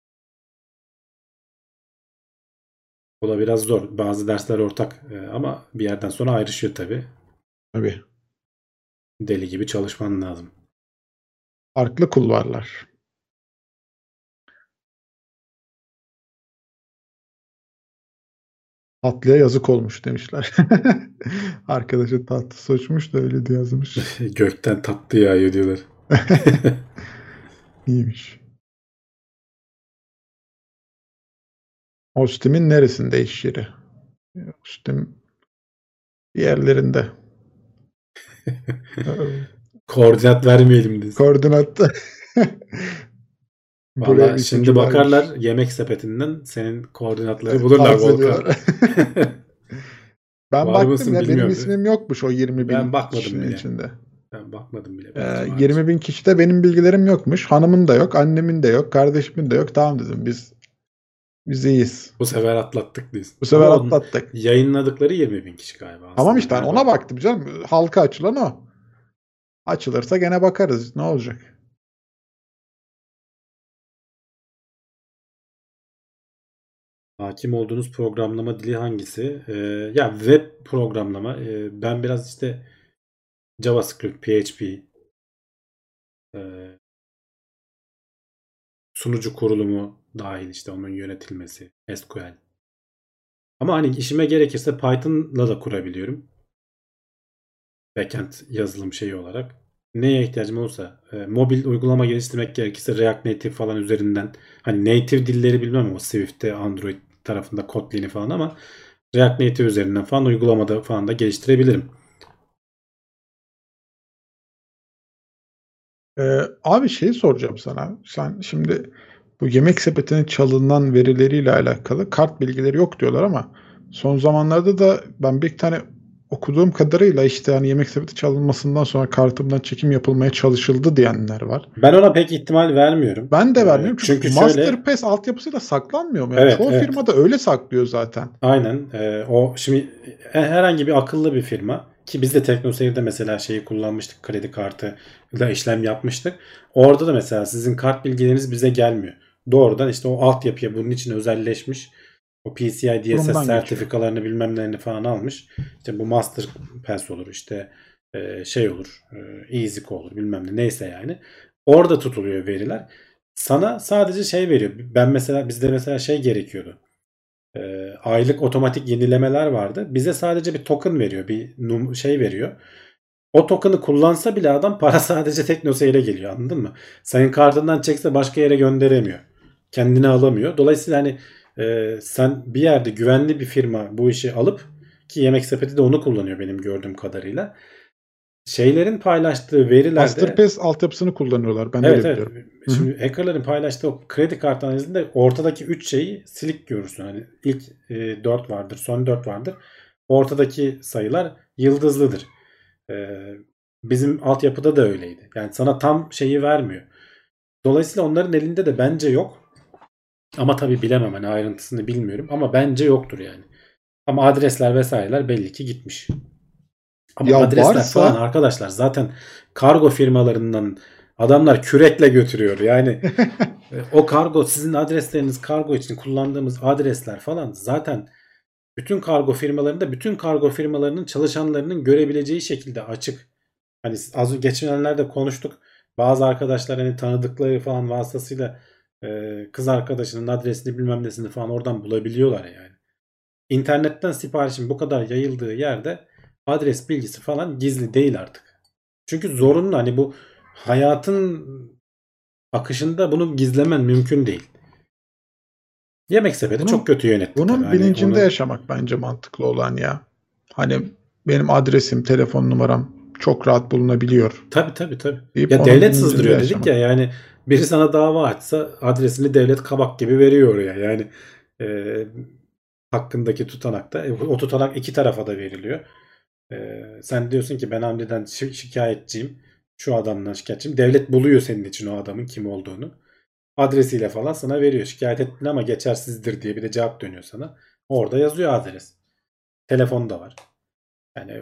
O da biraz zor. Bazı dersler ortak ama bir yerden sonra ayrışıyor tabii. Tabii. Deli gibi çalışman lazım. Farklı kulvarlar. Tatlıya yazık olmuş demişler. Arkadaşı tatlısı uçmuş da öyle diye yazmış. Gökten tatlı yağıyor diyorlar. İyiymiş. Ostim'in neresinde iş yeri? Ostim bir yerlerinde. Koordinat vermeyelim diyorsun. Koordinatta. Buraya Valla bir şimdi ipucu vermiş. bakarlar yemek sepetinden senin koordinatları bulurlar Takip Volkan. ediyorlar. Ben Var baktım mısın ya, benim bilmiyorum. ismim yokmuş o 20 Ben bin bakmadım kişinin bile. içinde. Ben bakmadım bile. Belki vardır. 20 bin kişide benim bilgilerim yokmuş. Hanımın da yok, annemin de yok, kardeşimin de yok. Tamam dedim, biz iyiyiz. Bu sefer atlattık diyorsun. Bu Ama sefer onun atlattık. yayınladıkları 20 bin kişi galiba Tamam aslında. işte ona baktım canım. Halka açılan o. Açılırsa gene bakarız. Ne olacak? Hakim olduğunuz programlama dili hangisi? Ya web programlama. Ben biraz işte JavaScript, PHP, e, sunucu kurulumu dahil işte onun yönetilmesi, SQL. Ama hani işime gerekirse Python'la da kurabiliyorum. Backend yazılım şeyi olarak. Neye ihtiyacım olursa mobil uygulama geliştirmek gerekirse React Native falan üzerinden hani native dilleri bilmem ama Swift'te Android tarafında Kotlin'i falan ama React Native üzerinden falan uygulamada falan da geliştirebilirim. Abi şey soracağım sana. Sen şimdi bu yemek sepetinin çalınan verileriyle alakalı kart bilgileri yok diyorlar ama son zamanlarda da ben bir tane okuduğum kadarıyla işte hani yemek sepeti çalınmasından sonra kartımdan çekim yapılmaya çalışıldı diyenler var. Ben ona pek ihtimal vermiyorum. Ben de vermiyorum çünkü Çünkü şöyle Masterpass altyapısıyla saklanmıyor mu? Yani evet çoğu evet firma da öyle saklıyor zaten. aynen o şimdi herhangi bir akıllı bir firma ki biz de TeknoSeyir'de mesela şeyi kullanmıştık kredi kartı da işlem yapmıştık. Orada da mesela sizin kart bilgileriniz bize gelmiyor. Doğrudan işte o altyapıya bunun için özelleşmiş o PCI DSS Kurumdan geçiyor. sertifikalarını bilmem nelerini falan almış. İşte bu Masterpass olur işte şey olur EasyCo olur bilmem ne neyse yani. Orada tutuluyor veriler. Sana sadece şey veriyor. Ben mesela bizde mesela şey gerekiyordu. Aylık otomatik yenilemeler vardı. Bize sadece bir token veriyor. Bir şey veriyor. O token'ı kullansa bile adam para sadece TeknoSeyir'e geliyor. Anladın mı? Senin kartından çekse başka yere gönderemiyor. Kendine alamıyor. Dolayısıyla hani sen bir yerde güvenli bir firma bu işi alıp ki Yemek Sepeti de onu kullanıyor benim gördüğüm kadarıyla. Şeylerin paylaştığı verilerde Masterpass altyapısını kullanıyorlar. Ben evet öyle evet. biliyorum. Şimdi hackerların paylaştığı o kredi kartı analizinde ortadaki 3 şeyi silik görürsün. Hani ilk 4 vardır, son 4 vardır. Ortadaki sayılar yıldızlıdır. E, Bizim altyapıda da öyleydi. Yani sana tam şeyi vermiyor. Dolayısıyla onların elinde de bence yok. Ama tabii bilemem hani ayrıntısını bilmiyorum. Ama bence yoktur yani. Ama adresler vesaireler belli ki gitmiş. Ama Ya adresler falan varsa arkadaşlar zaten kargo firmalarından adamlar kürekle götürüyor. Yani o kargo sizin adresleriniz kargo için kullandığımız adresler falan zaten bütün kargo firmalarında bütün kargo firmalarının çalışanlarının görebileceği şekilde açık. Hani az geçenlerde konuştuk. Bazı arkadaşlar hani tanıdıkları falan vasıtasıyla kız arkadaşının adresini bilmem nesini falan oradan bulabiliyorlar yani. İnternetten siparişin bu kadar yayıldığı yerde adres bilgisi falan gizli değil artık. Çünkü zorunlu, hani bu hayatın akışında bunu gizlemen mümkün değil. Yemek Sepeti çok kötü yönetti tabii. Bunun Hani bilincinde onu yaşamak bence mantıklı olan ya. Hani benim adresim, telefon numaram çok rahat bulunabiliyor tabii. deyip Ya onun devlet bilincinde sızdırıyor dedik yaşamak. ya, yani biri sana dava açsa adresini devlet kabak gibi veriyor oraya. Yani e, hakkındaki tutanakta o tutanak iki tarafa da veriliyor. Sen diyorsun ki ben Hamdi'den şikayetçiyim. Şu adamdan şikayetçiyim. Devlet buluyor senin için o adamın kim olduğunu. Adresiyle falan sana veriyor. Şikayet ettin ama geçersizdir diye bir de cevap dönüyor sana. Orada yazıyor adres. Telefon da var. Yani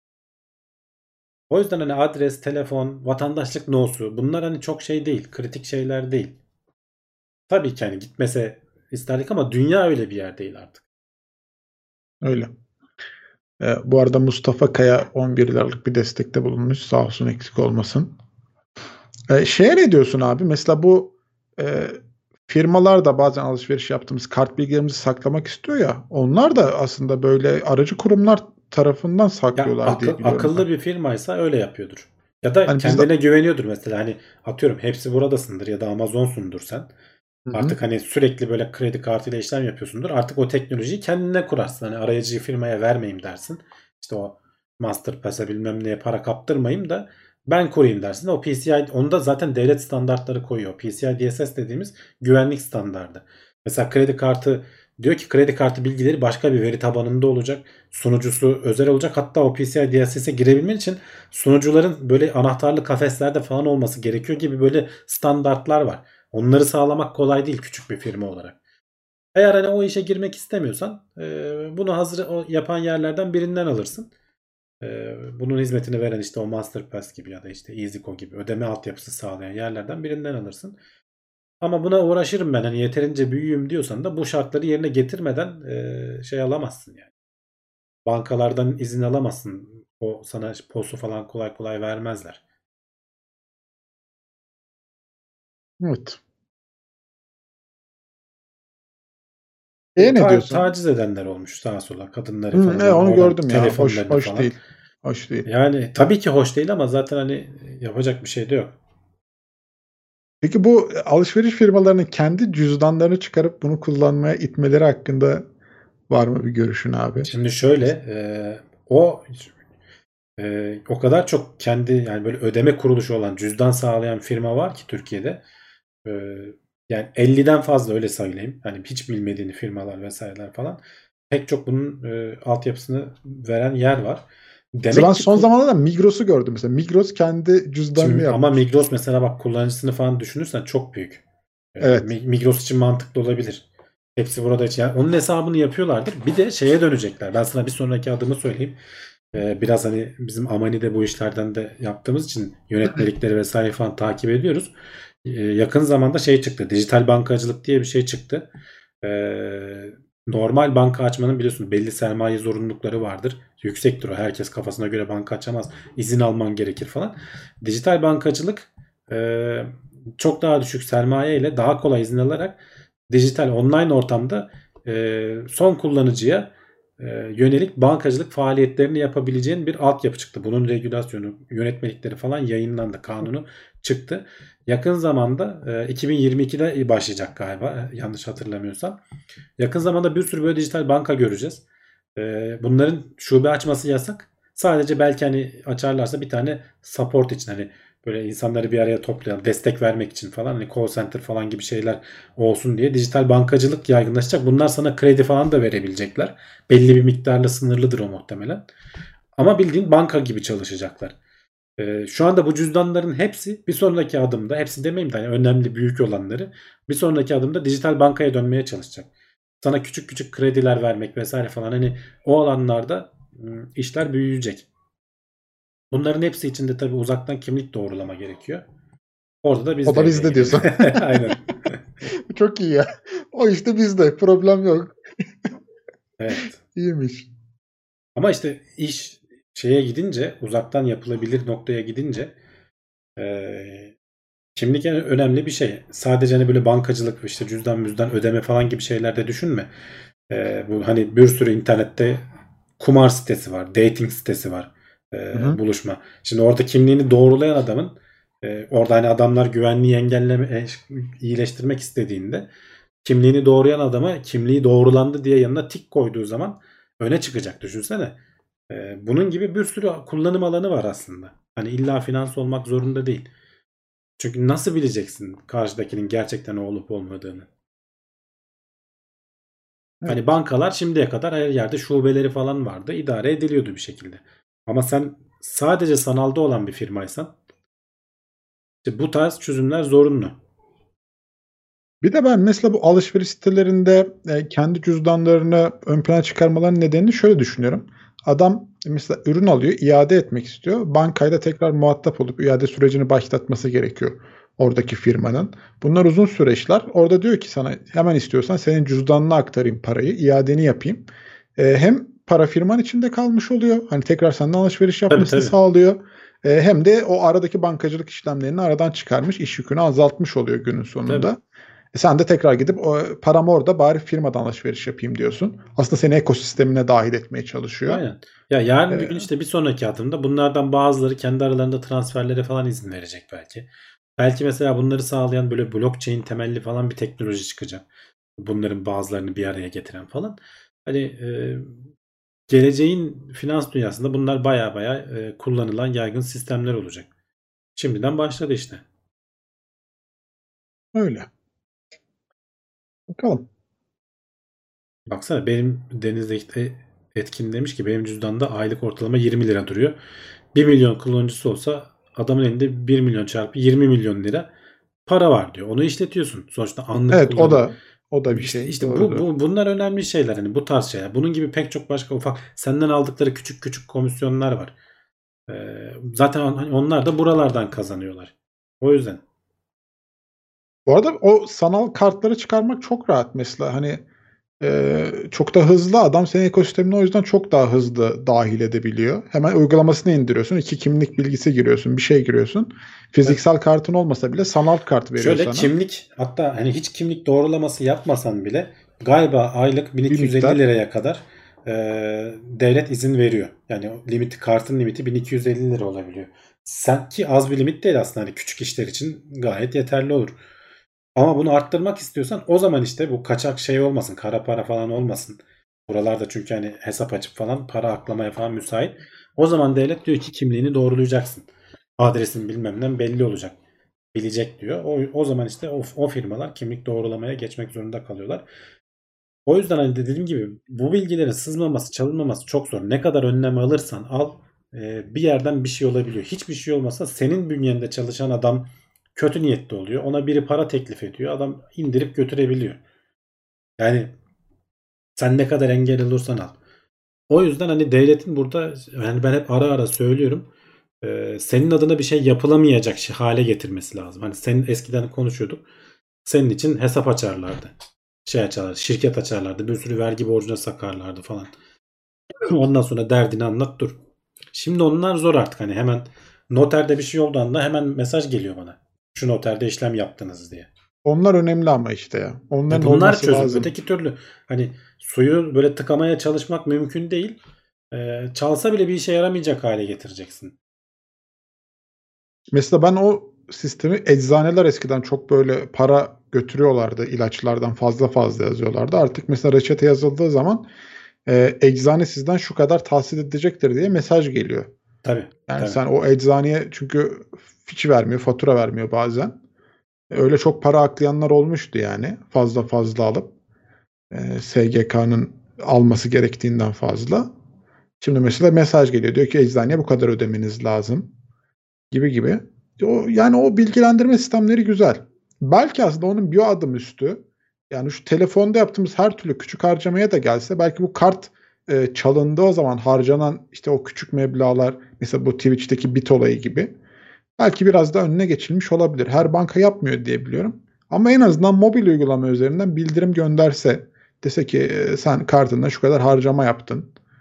o yüzden hani adres, telefon, vatandaşlık nosu bunlar hani çok şey değil. Kritik şeyler değil. Tabii ki hani gitmese isterdik ama dünya öyle bir yer değil artık. Öyle. Bu arada Mustafa Kaya 11 liralık bir destekte bulunmuş. Sağ olsun, eksik olmasın. Şeye ne diyorsun abi? Mesela bu e, firmalar da bazen alışveriş yaptığımız kart bilgilerimizi saklamak istiyor ya. Onlar da aslında böyle aracı kurumlar tarafından Ya saklıyorlar diye biliyorum ben. akıllı bir firmaysa öyle yapıyordur. Ya da Hani biz de. kendine güveniyordur mesela, hani atıyorum hepsi buradasındır ya da Amazon'sundur sen. Hı hı. Artık hani sürekli böyle kredi kartıyla işlem yapıyorsundur. Artık o teknolojiyi kendine kurarsın. Hani arayıcı firmaya vermeyeyim dersin. İşte o Masterpass'a bilmem neye para kaptırmayayım da ben kurayım dersin. O PCI, onda zaten devlet standartları koyuyor. PCI DSS dediğimiz güvenlik standardı. Mesela kredi kartı diyor ki kredi kartı bilgileri başka bir veri tabanında olacak. Sunucusu özel olacak. Hatta o PCI DSS'e girebilmen için sunucuların böyle anahtarlı kafeslerde falan olması gerekiyor gibi böyle standartlar var. Onları sağlamak kolay değil küçük bir firma olarak. Eğer hani o işe girmek istemiyorsan bunu hazır yapan yerlerden birinden alırsın. Bunun hizmetini veren işte o Masterpass gibi ya da işte EasyCo gibi ödeme altyapısı sağlayan yerlerden birinden alırsın. Ama buna uğraşırım ben hani yeterince büyüğüm diyorsan da bu şartları yerine getirmeden şey alamazsın yani. Bankalardan izin alamazsın. O sana posu falan kolay kolay vermezler. Evet. Ne diyorsun? Taciz edenler olmuş sağa sola, kadınları falan hani Onu oradan gördüm ya. telefonlarını Hoş falan. değil. Hoş değil. Yani tabii ki hoş değil ama zaten hani yapacak bir şey de yok. Peki bu alışveriş firmalarının kendi cüzdanlarını çıkarıp bunu kullanmaya itmeleri hakkında var mı bir görüşün abi? Şimdi şöyle o o kadar çok kendi yani böyle ödeme kuruluşu olan cüzdan sağlayan firma var ki Türkiye'de. E, Yani 50'den fazla öyle söyleyeyim. Hani hiç bilmediğini firmalar vesaireler falan. Pek çok bunun altyapısını veren yer var. Mesela ben Demek ki son zamanlarda Migros'u gördüm mesela. Migros kendi cüzdanını şimdi ama yapmış. Migros mesela bak kullanıcısını falan düşünürsen çok büyük. Evet. Migros için mantıklı olabilir. Hepsi burada için. Yani onun hesabını yapıyorlardır. Bir de şeye dönecekler. Ben sana bir sonraki adımı söyleyeyim. Biraz hani bizim Amani'de bu işlerden de yaptığımız için yönetmelikleri vesaire falan takip ediyoruz. Yakın zamanda şey çıktı. Dijital bankacılık diye bir şey çıktı. Normal banka açmanın biliyorsun belli sermaye zorunlulukları vardır. Yüksektir o. Herkes kafasına göre banka açamaz. İzin alman gerekir falan. Dijital bankacılık çok daha düşük sermaye ile daha kolay izin alarak dijital online ortamda son kullanıcıya yönelik bankacılık faaliyetlerini yapabileceğin bir altyapı çıktı. Bunun regülasyonu, yönetmelikleri falan yayınlandı. Kanunu çıktı. Yakın zamanda 2022'de başlayacak galiba yanlış hatırlamıyorsam. Yakın zamanda bir sürü böyle dijital banka göreceğiz. Bunların şube açması yasak. Sadece belki hani açarlarsa bir tane support için hani böyle insanları bir araya toplayan destek vermek için falan hani call center falan gibi şeyler olsun diye dijital bankacılık yaygınlaşacak. Bunlar sana kredi falan da verebilecekler. Belli bir miktarla sınırlıdır o muhtemelen. Ama bildiğin banka gibi çalışacaklar. Şu anda bu cüzdanların hepsi bir sonraki adımda, hepsi demeyeyim de hani önemli büyük olanları bir sonraki adımda dijital bankaya dönmeye çalışacak. Sana küçük küçük krediler vermek vesaire falan hani o alanlarda işler büyüyecek. Bunların hepsi için de tabii uzaktan kimlik doğrulama gerekiyor. Orada da biz O da devreye bizde giriyoruz. diyorsun. Aynen. Çok iyi ya. O işte bizde. Problem yok. Evet. İyiymiş. Ama işte iş şeye gidince, uzaktan yapılabilir noktaya gidince kimlik en önemli bir şey. Sadece hani böyle bankacılık, işte cüzdan müzdan ödeme falan gibi şeylerde düşünme. Bu hani bir sürü internette kumar sitesi var, dating sitesi var, buluşma. Şimdi orada kimliğini doğrulayan adamın orada hani adamlar güvenliği iyileştirmek istediğinde kimliğini doğrulayan adama kimliği doğrulandı diye yanına tik koyduğu zaman öne çıkacak, düşünsene. Bunun gibi bir sürü kullanım alanı var aslında. Hani illa finans olmak zorunda değil. Çünkü nasıl bileceksin karşıdakinin gerçekten o olup olmadığını? Evet. Hani bankalar şimdiye kadar her yerde şubeleri falan vardı. İdare ediliyordu bir şekilde. Ama sen sadece sanalda olan bir firmaysan işte bu tarz çözümler zorunlu. Bir de ben mesela bu alışveriş sitelerinde kendi cüzdanlarını ön plana çıkarmaların nedenini şöyle düşünüyorum. Adam mesela ürün alıyor, iade etmek istiyor. Bankayla tekrar muhatap olup iade sürecini başlatması gerekiyor oradaki firmanın. Bunlar uzun süreçler. Orada diyor ki sana hemen istiyorsan senin cüzdanına aktarayım parayı, iadeni yapayım. Hem para firman içinde kalmış oluyor. Hani tekrar senden alışveriş yapmasını Tabii. sağlıyor. Hem de o aradaki bankacılık işlemlerini aradan çıkarmış, iş yükünü azaltmış oluyor günün sonunda. Tabii. Sen de tekrar gidip o paramı orada bari firmadan alışveriş yapayım diyorsun. Aslında seni ekosistemine dahil etmeye çalışıyor. Aynen. Ya yarın bir Ee, gün işte bir sonraki adımda bunlardan bazıları kendi aralarında transferlere falan izin verecek belki. Belki mesela bunları sağlayan böyle blockchain temelli falan bir teknoloji çıkacak. Bunların bazılarını bir araya getiren falan. Hani geleceğin finans dünyasında bunlar baya baya kullanılan yaygın sistemler olacak. Şimdiden başladı işte. Öyle. Bakalım. Baksana benim Deniz'deki etkin demiş ki benim cüzdanımda aylık ortalama 20 lira duruyor. 1 milyon kullanıcısı olsa adamın elinde 1 milyon çarpı 20 milyon lira para var diyor. Onu işletiyorsun. Sonuçta anlık Evet, kullanım. o da bir İşte, şey. işte Doğrudur. bunlar önemli şeyler. Hani bu tarz şeyler. Bunun gibi pek çok başka ufak senden aldıkları küçük küçük komisyonlar var. Zaten hani onlar da buralardan kazanıyorlar. O yüzden. Bu arada o sanal kartları çıkarmak çok rahat mesela. Hani çok da hızlı, adam senin ekosistemine o yüzden çok daha hızlı dahil edebiliyor. Hemen uygulamasını indiriyorsun. 2 kimlik bilgisi giriyorsun. Bir şey giriyorsun. Evet. Fiziksel kartın olmasa bile sanal kart veriyor Şöyle sana. kimlik, hatta hani hiç kimlik doğrulaması yapmasan bile galiba aylık Bir 1250 miktar. liraya kadar devlet izin veriyor. Yani kartın limiti 1250 lira olabiliyor. Sanki az bir limit değil aslında, hani küçük işler için gayet yeterli olur. Ama bunu arttırmak istiyorsan o zaman işte bu kaçak şey olmasın, kara para falan olmasın. Buralarda çünkü hani hesap açıp falan para aklamaya falan müsait. O zaman devlet diyor ki kimliğini doğrulayacaksın. Adresin bilmem ne belli olacak. Bilecek diyor. O zaman işte o firmalar kimlik doğrulamaya geçmek zorunda kalıyorlar. O yüzden hani dediğim gibi bu bilgilerin sızmaması, çalınmaması çok zor. Ne kadar önlem alırsan al, bir yerden bir şey olabiliyor. Hiçbir şey olmasa senin bünyende çalışan adam kötü niyetli oluyor. Ona biri para teklif ediyor. Adam indirip götürebiliyor. Yani sen ne kadar engel olursan al. O yüzden hani devletin burada, yani ben hep ara ara söylüyorum, senin adına bir şey yapılamayacak hale getirmesi lazım. Hani senin eskiden konuşuyorduk. Senin için hesap açarlardı. Şey açarlardı, şirket açarlardı. Bir sürü vergi borcuna sakarlardı falan. Ondan sonra derdini anlat dur. Şimdi onlar zor artık. Hani hemen noterde bir şey olduğu anda hemen mesaj geliyor bana. Şu noterde işlem yaptınız diye. Onlar önemli ama işte ya. Onların Bunlar olması çözüm. lazım. Öteki türlü hani suyu böyle tıkamaya çalışmak mümkün değil. Çalsa bile bir işe yaramayacak hale getireceksin. Mesela ben o sistemi, eczaneler eskiden çok böyle para götürüyorlardı. İlaçlardan fazla fazla yazıyorlardı. Artık mesela reçete yazıldığı zaman eczane sizden şu kadar tahsil edecektir diye mesaj geliyor. Tabii. Yani Tabii. sen o eczaneye çünkü fiç vermiyor, fatura vermiyor bazen. Öyle çok para aklayanlar olmuştu yani. Fazla fazla alıp SGK'nın alması gerektiğinden fazla. Şimdi mesela mesaj geliyor. Diyor ki eczaneye bu kadar ödemeniz lazım gibi gibi. Yani o bilgilendirme sistemleri güzel. Belki aslında onun bir adım üstü. Yani şu telefonda yaptığımız her türlü küçük harcamaya da gelse belki bu kart çalındığı o zaman harcanan işte o küçük meblağlar, mesela bu Twitch'teki bit olayı gibi, belki biraz da önüne geçilmiş olabilir. Her banka yapmıyor diye biliyorum. Ama en azından mobil uygulama üzerinden bildirim gönderse, dese ki sen kartında şu kadar harcama yaptın.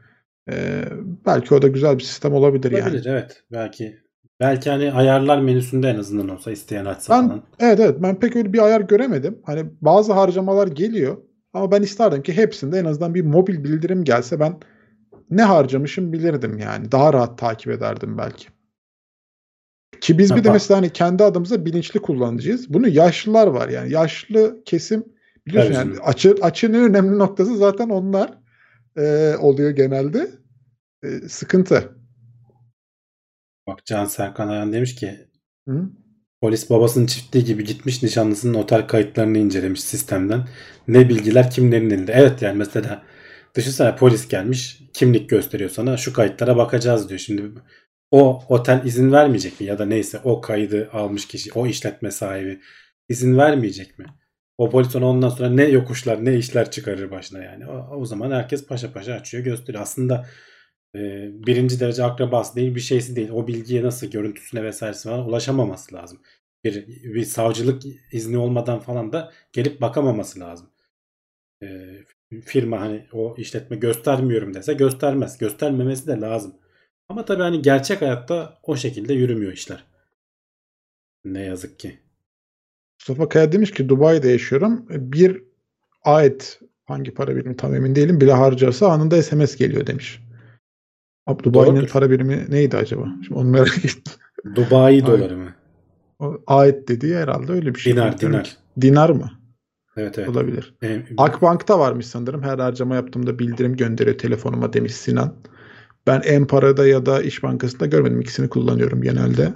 Belki o da güzel bir sistem olabilir yani. Olabilir, evet. Belki hani ayarlar menüsünde en azından olsa, isteyen açsa Ben falan. evet, ben pek öyle bir ayar göremedim. Hani bazı harcamalar geliyor ama ben isterdim ki hepsinde en azından bir mobil bildirim gelse, ben ne harcamışım bilirdim yani. Daha rahat takip ederdim belki. Ki biz Ha, bir de bak, mesela hani kendi adımıza bilinçli kullanıcıyız. Bunu yaşlılar var yani. Yaşlı kesim biliyorsun tabii yani, canım. açın en önemli noktası zaten onlar oluyor genelde. Sıkıntı. Bak, Can Serkan Ayan demiş ki Hı? polis babasının çiftliği gibi gitmiş, nişanlısının noter kayıtlarını incelemiş sistemden. Ne bilgiler kimlerin elinde. Evet, yani mesela düşünsene, polis gelmiş, kimlik gösteriyor sana, şu kayıtlara bakacağız diyor. Şimdi o otel izin vermeyecek mi, ya da neyse o kaydı almış kişi, o işletme sahibi izin vermeyecek mi? O polis ona ondan sonra ne yokuşlar ne işler çıkarır başına yani. O zaman herkes paşa paşa açıyor gösteriyor. Aslında birinci derece akrabası değil, bir şeysi değil. O bilgiye nasıl, görüntüsüne vesairesi falan ulaşamaması lazım. Bir savcılık izni olmadan falan da gelip bakamaması lazım. E, Firma hani o işletme göstermiyorum dese göstermez. Göstermemesi de lazım. Ama tabii hani gerçek hayatta o şekilde yürümüyor işler. Ne yazık ki. Mustafa Kaya demiş ki Dubai'de yaşıyorum. Bir ayet, hangi para birimi tam emin değilim, bile harcarsa anında SMS geliyor demiş. Abi Dubai'nin Doğrudur. para birimi neydi acaba? Şimdi onu merak ettim. Dubai Ay, doları mı? o ayet dediği herhalde öyle bir şey. Dinar, Bilmiyorum ki. dinar. Dinar mı? Evet, evet. Olabilir. E, Akbank'ta varmış sanırım. Her harcama yaptığımda bildirim gönderiyor telefonuma demiş Sinan. Ben M-Para'da ya da İş Bankası'nda görmedim. İkisini kullanıyorum genelde.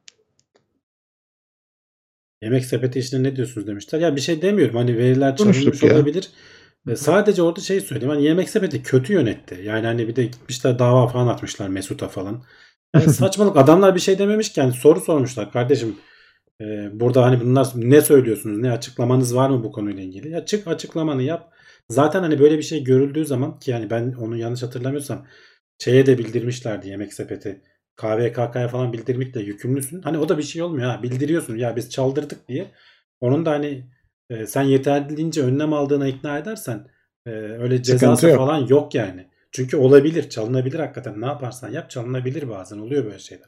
Yemek sepeti işine ne diyorsunuz demişler. Ya bir şey demiyorum. Hani veriler Konuştuk çalınmış ya. olabilir. Sadece orada şey söyleyeyim. Hani yemek sepeti kötü yönetti. Yani hani bir de gitmişler dava falan atmışlar Mesut'a falan. Yani saçmalık. Adamlar bir şey dememiş ki. Yani soru sormuşlar. Kardeşim, burada hani bunlar ne söylüyorsunuz? Ne açıklamanız var mı bu konuyla ilgili? Ya çık, açıklamanı yap. Zaten hani böyle bir şey görüldüğü zaman, ki yani ben onu yanlış hatırlamıyorsam şeye de bildirmişlerdi, yemek sepeti. KVKK'ya falan bildirmekle yükümlüsün. Hani o da bir şey olmuyor ha. Bildiriyorsun ya biz çaldırdık diye. Onun da hani sen yeterliğince önlem aldığına ikna edersen öyle Sıkıntı cezası yok. falan yok yani. Çünkü olabilir, çalınabilir hakikaten. Ne yaparsan yap çalınabilir, bazen oluyor böyle şeyler.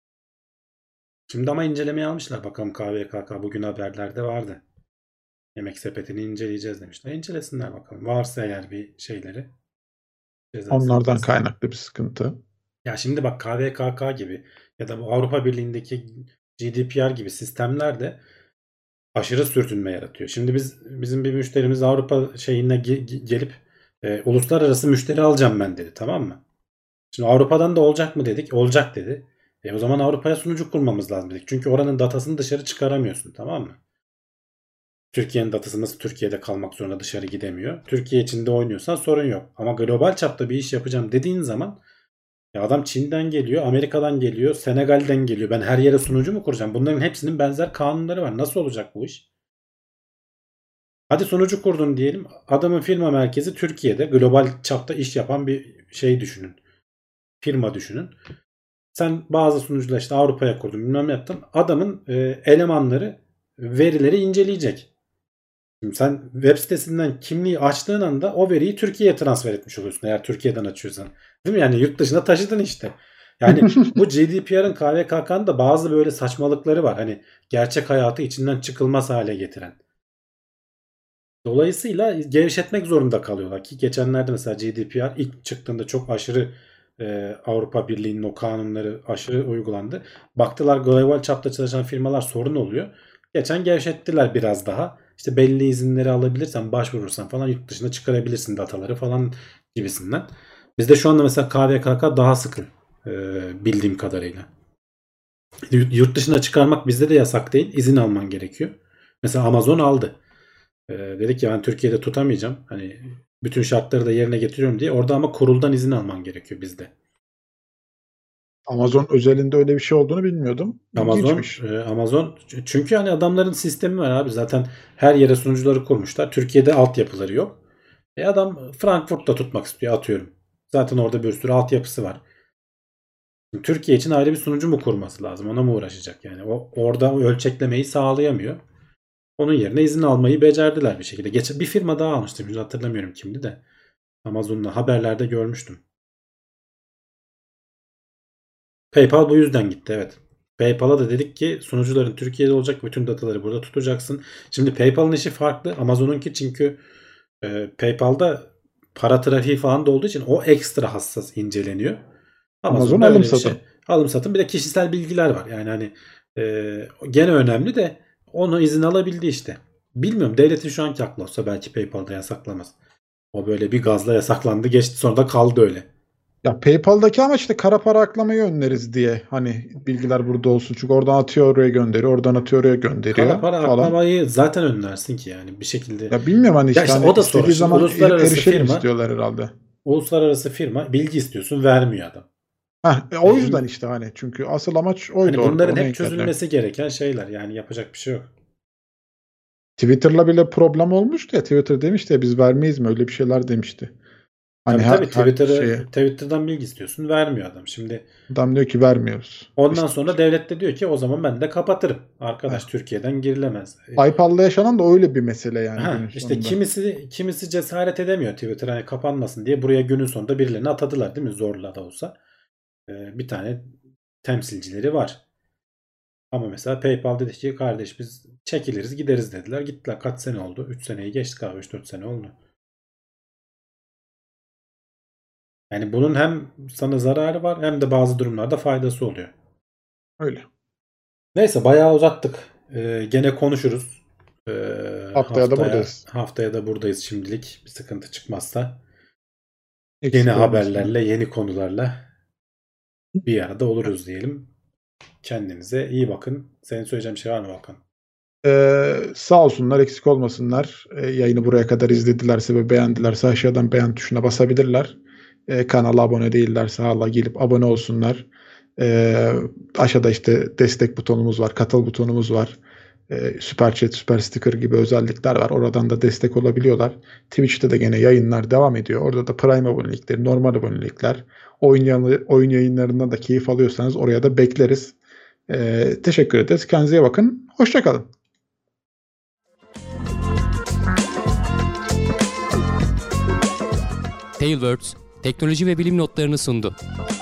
Şimdi ama incelemeye almışlar, bakalım KVKK, bugün haberlerde vardı. Yemek sepetini inceleyeceğiz demişler. İncelesinler bakalım. Varsa eğer bir şeyleri, cezası Onlardan vesaire. kaynaklı bir sıkıntı. Ya şimdi bak, KVKK gibi ya da bu Avrupa Birliği'ndeki GDPR gibi sistemler de aşırı sürtünme yaratıyor. Şimdi bizim bir müşterimiz Avrupa şeyine gelip uluslararası müşteri alacağım ben dedi, tamam mı? Şimdi Avrupa'dan da olacak mı dedik. Olacak dedi. O zaman Avrupa'ya sunucu kurmamız lazım dedik. Çünkü oranın datasını dışarı çıkaramıyorsun, tamam mı? Türkiye'nin datası nasıl Türkiye'de kalmak zorunda, dışarı gidemiyor. Türkiye içinde oynuyorsan sorun yok. Ama global çapta bir iş yapacağım dediğin zaman, ya adam Çin'den geliyor, Amerika'dan geliyor, Senegal'den geliyor. Ben her yere sunucu mu kuracağım? Bunların hepsinin benzer kanunları var. Nasıl olacak bu iş? Hadi sunucu kurdun diyelim. Adamın firma merkezi Türkiye'de. Global çapta iş yapan bir şey düşünün. Firma düşünün. Sen bazı sunucular işte Avrupa'ya kurdun, bilmem ne yaptın. Adamın elemanları verileri inceleyecek. Şimdi sen web sitesinden kimliği açtığın anda o veriyi Türkiye'ye transfer etmiş oluyorsun, eğer Türkiye'den açıyorsan. Değil mi? Yani yurt dışına taşıdın işte. Yani bu GDPR'ın, KVKK'nın da bazı böyle saçmalıkları var. Hani gerçek hayatı içinden çıkılmaz hale getiren. Dolayısıyla gevşetmek zorunda kalıyorlar ki geçenlerde mesela GDPR ilk çıktığında çok aşırı Avrupa Birliği'nin o kanunları aşırı uygulandı. Baktılar global çapta çalışan firmalar sorun oluyor. Geçen gevşettiler biraz daha. İşte belli izinleri alabilirsen, başvurursan falan yurt dışına çıkarabilirsin dataları falan gibisinden. Bizde şu anda mesela KVKK daha sıkı bildiğim kadarıyla. Yurt dışına çıkarmak bizde de yasak değil. İzin alman gerekiyor. Mesela Amazon aldı. Dedik ki ben Türkiye'de tutamayacağım. Hani bütün şartları da yerine getiriyorum diye. Orada ama kuruldan izin alman gerekiyor bizde. Amazon özelinde öyle bir şey olduğunu bilmiyordum. Amazon İlginçmiş. Amazon çünkü hani adamların sistemi var abi. Zaten her yere sunucuları kurmuşlar. Türkiye'de altyapıları yok. Adam Frankfurt'ta tutmak istiyor, atıyorum. Zaten orada bir sürü altyapısı var. Şimdi Türkiye için ayrı bir sunucu mu kurması lazım? Ona mı uğraşacak yani? Orada o ölçeklemeyi sağlayamıyor. Onun yerine izin almayı becerdiler bir şekilde. Bir firma daha almıştım. Şimdi hatırlamıyorum kimdi de. Amazon'da haberlerde görmüştüm. PayPal bu yüzden gitti, evet. PayPal'a da dedik ki sunucuların Türkiye'de olacak, bütün dataları burada tutacaksın. Şimdi PayPal'ın işi farklı. Amazon'unki çünkü PayPal'da para trafiği falan da olduğu için o ekstra hassas inceleniyor. Amazon öyle alım bir şey. satım. Alım satım, bir de kişisel bilgiler var. Yani hani gene önemli de onu izin alabildi işte. Bilmiyorum, devletin şu anki aklı olsa belki PayPal'da yasaklamaz. O böyle bir gazla yasaklandı, geçti, sonra da kaldı öyle. Ya PayPal'daki amaç işte kara para aklamayı önleriz diye. Hani bilgiler burada olsun. Çünkü oradan atıyor oraya gönderiyor. Oradan atıyor oraya gönderiyor Kara para falan. aklamayı zaten önlersin ki yani bir şekilde. Ya bilmiyorum hani Ya işte işte hani o da sonra istediği şimdi zaman uluslararası erişelim firma, istiyorlar herhalde. uluslararası firma bilgi istiyorsun, vermiyor adam. O yüzden işte hani çünkü asıl amaç oydu Hani orada. bunların Onu hep engellemek. çözülmesi gereken şeyler, yani yapacak bir şey yok. Twitter'la bile problem olmuştu ya. Twitter demişti ya biz vermeyiz mi? Öyle bir şeyler demişti. Hani Tabii her şeye. Twitter'dan bilgi istiyorsun, vermiyor adam. Şimdi Adam diyor ki vermiyoruz. ondan İşte sonra devlet de diyor ki o zaman ben de kapatırım. Arkadaş, Türkiye'den girilemez. PayPal'da yaşanan da öyle bir mesele yani günün İşte sonunda. kimisi cesaret edemiyor Twitter hani kapanmasın diye, buraya günün sonunda birilerini atadılar değil mi? Zorla da olsa. Bir tane temsilcileri var. Ama mesela PayPal dedi ki kardeş biz çekiliriz gideriz dediler. Gittiler. Kaç sene oldu? 3 seneyi geçtik abi. 3-4 sene oldu. Yani bunun hem sana zararı var hem de bazı durumlarda faydası oluyor. Öyle. Neyse, bayağı uzattık. Gene konuşuruz. Haftaya da buradayız. Haftaya da buradayız şimdilik. Bir sıkıntı çıkmazsa. Eksik Yeni olmasın. haberlerle, yeni konularla bir arada oluruz diyelim. Kendinize iyi bakın. Senin söyleyeceğin bir şey var mı Volkan? Sağ olsunlar, eksik olmasınlar. Yayını buraya kadar izledilerse ve beğendilerse aşağıdan beğen tuşuna basabilirler. Kanala abone değillerse hala gelip abone olsunlar. Aşağıda işte destek butonumuz var, katıl butonumuz var. Süper chat, süper sticker gibi özellikler var. Oradan da destek olabiliyorlar. Twitch'te de gene yayınlar devam ediyor. Orada da Prime abonelikleri, normal abonelikler, oyun yayınlarından da keyif alıyorsanız oraya da bekleriz. Teşekkür ederiz. Kendinize iyi bakın. Hoşça kalın. Tailwords, teknoloji ve bilim notlarını sundu.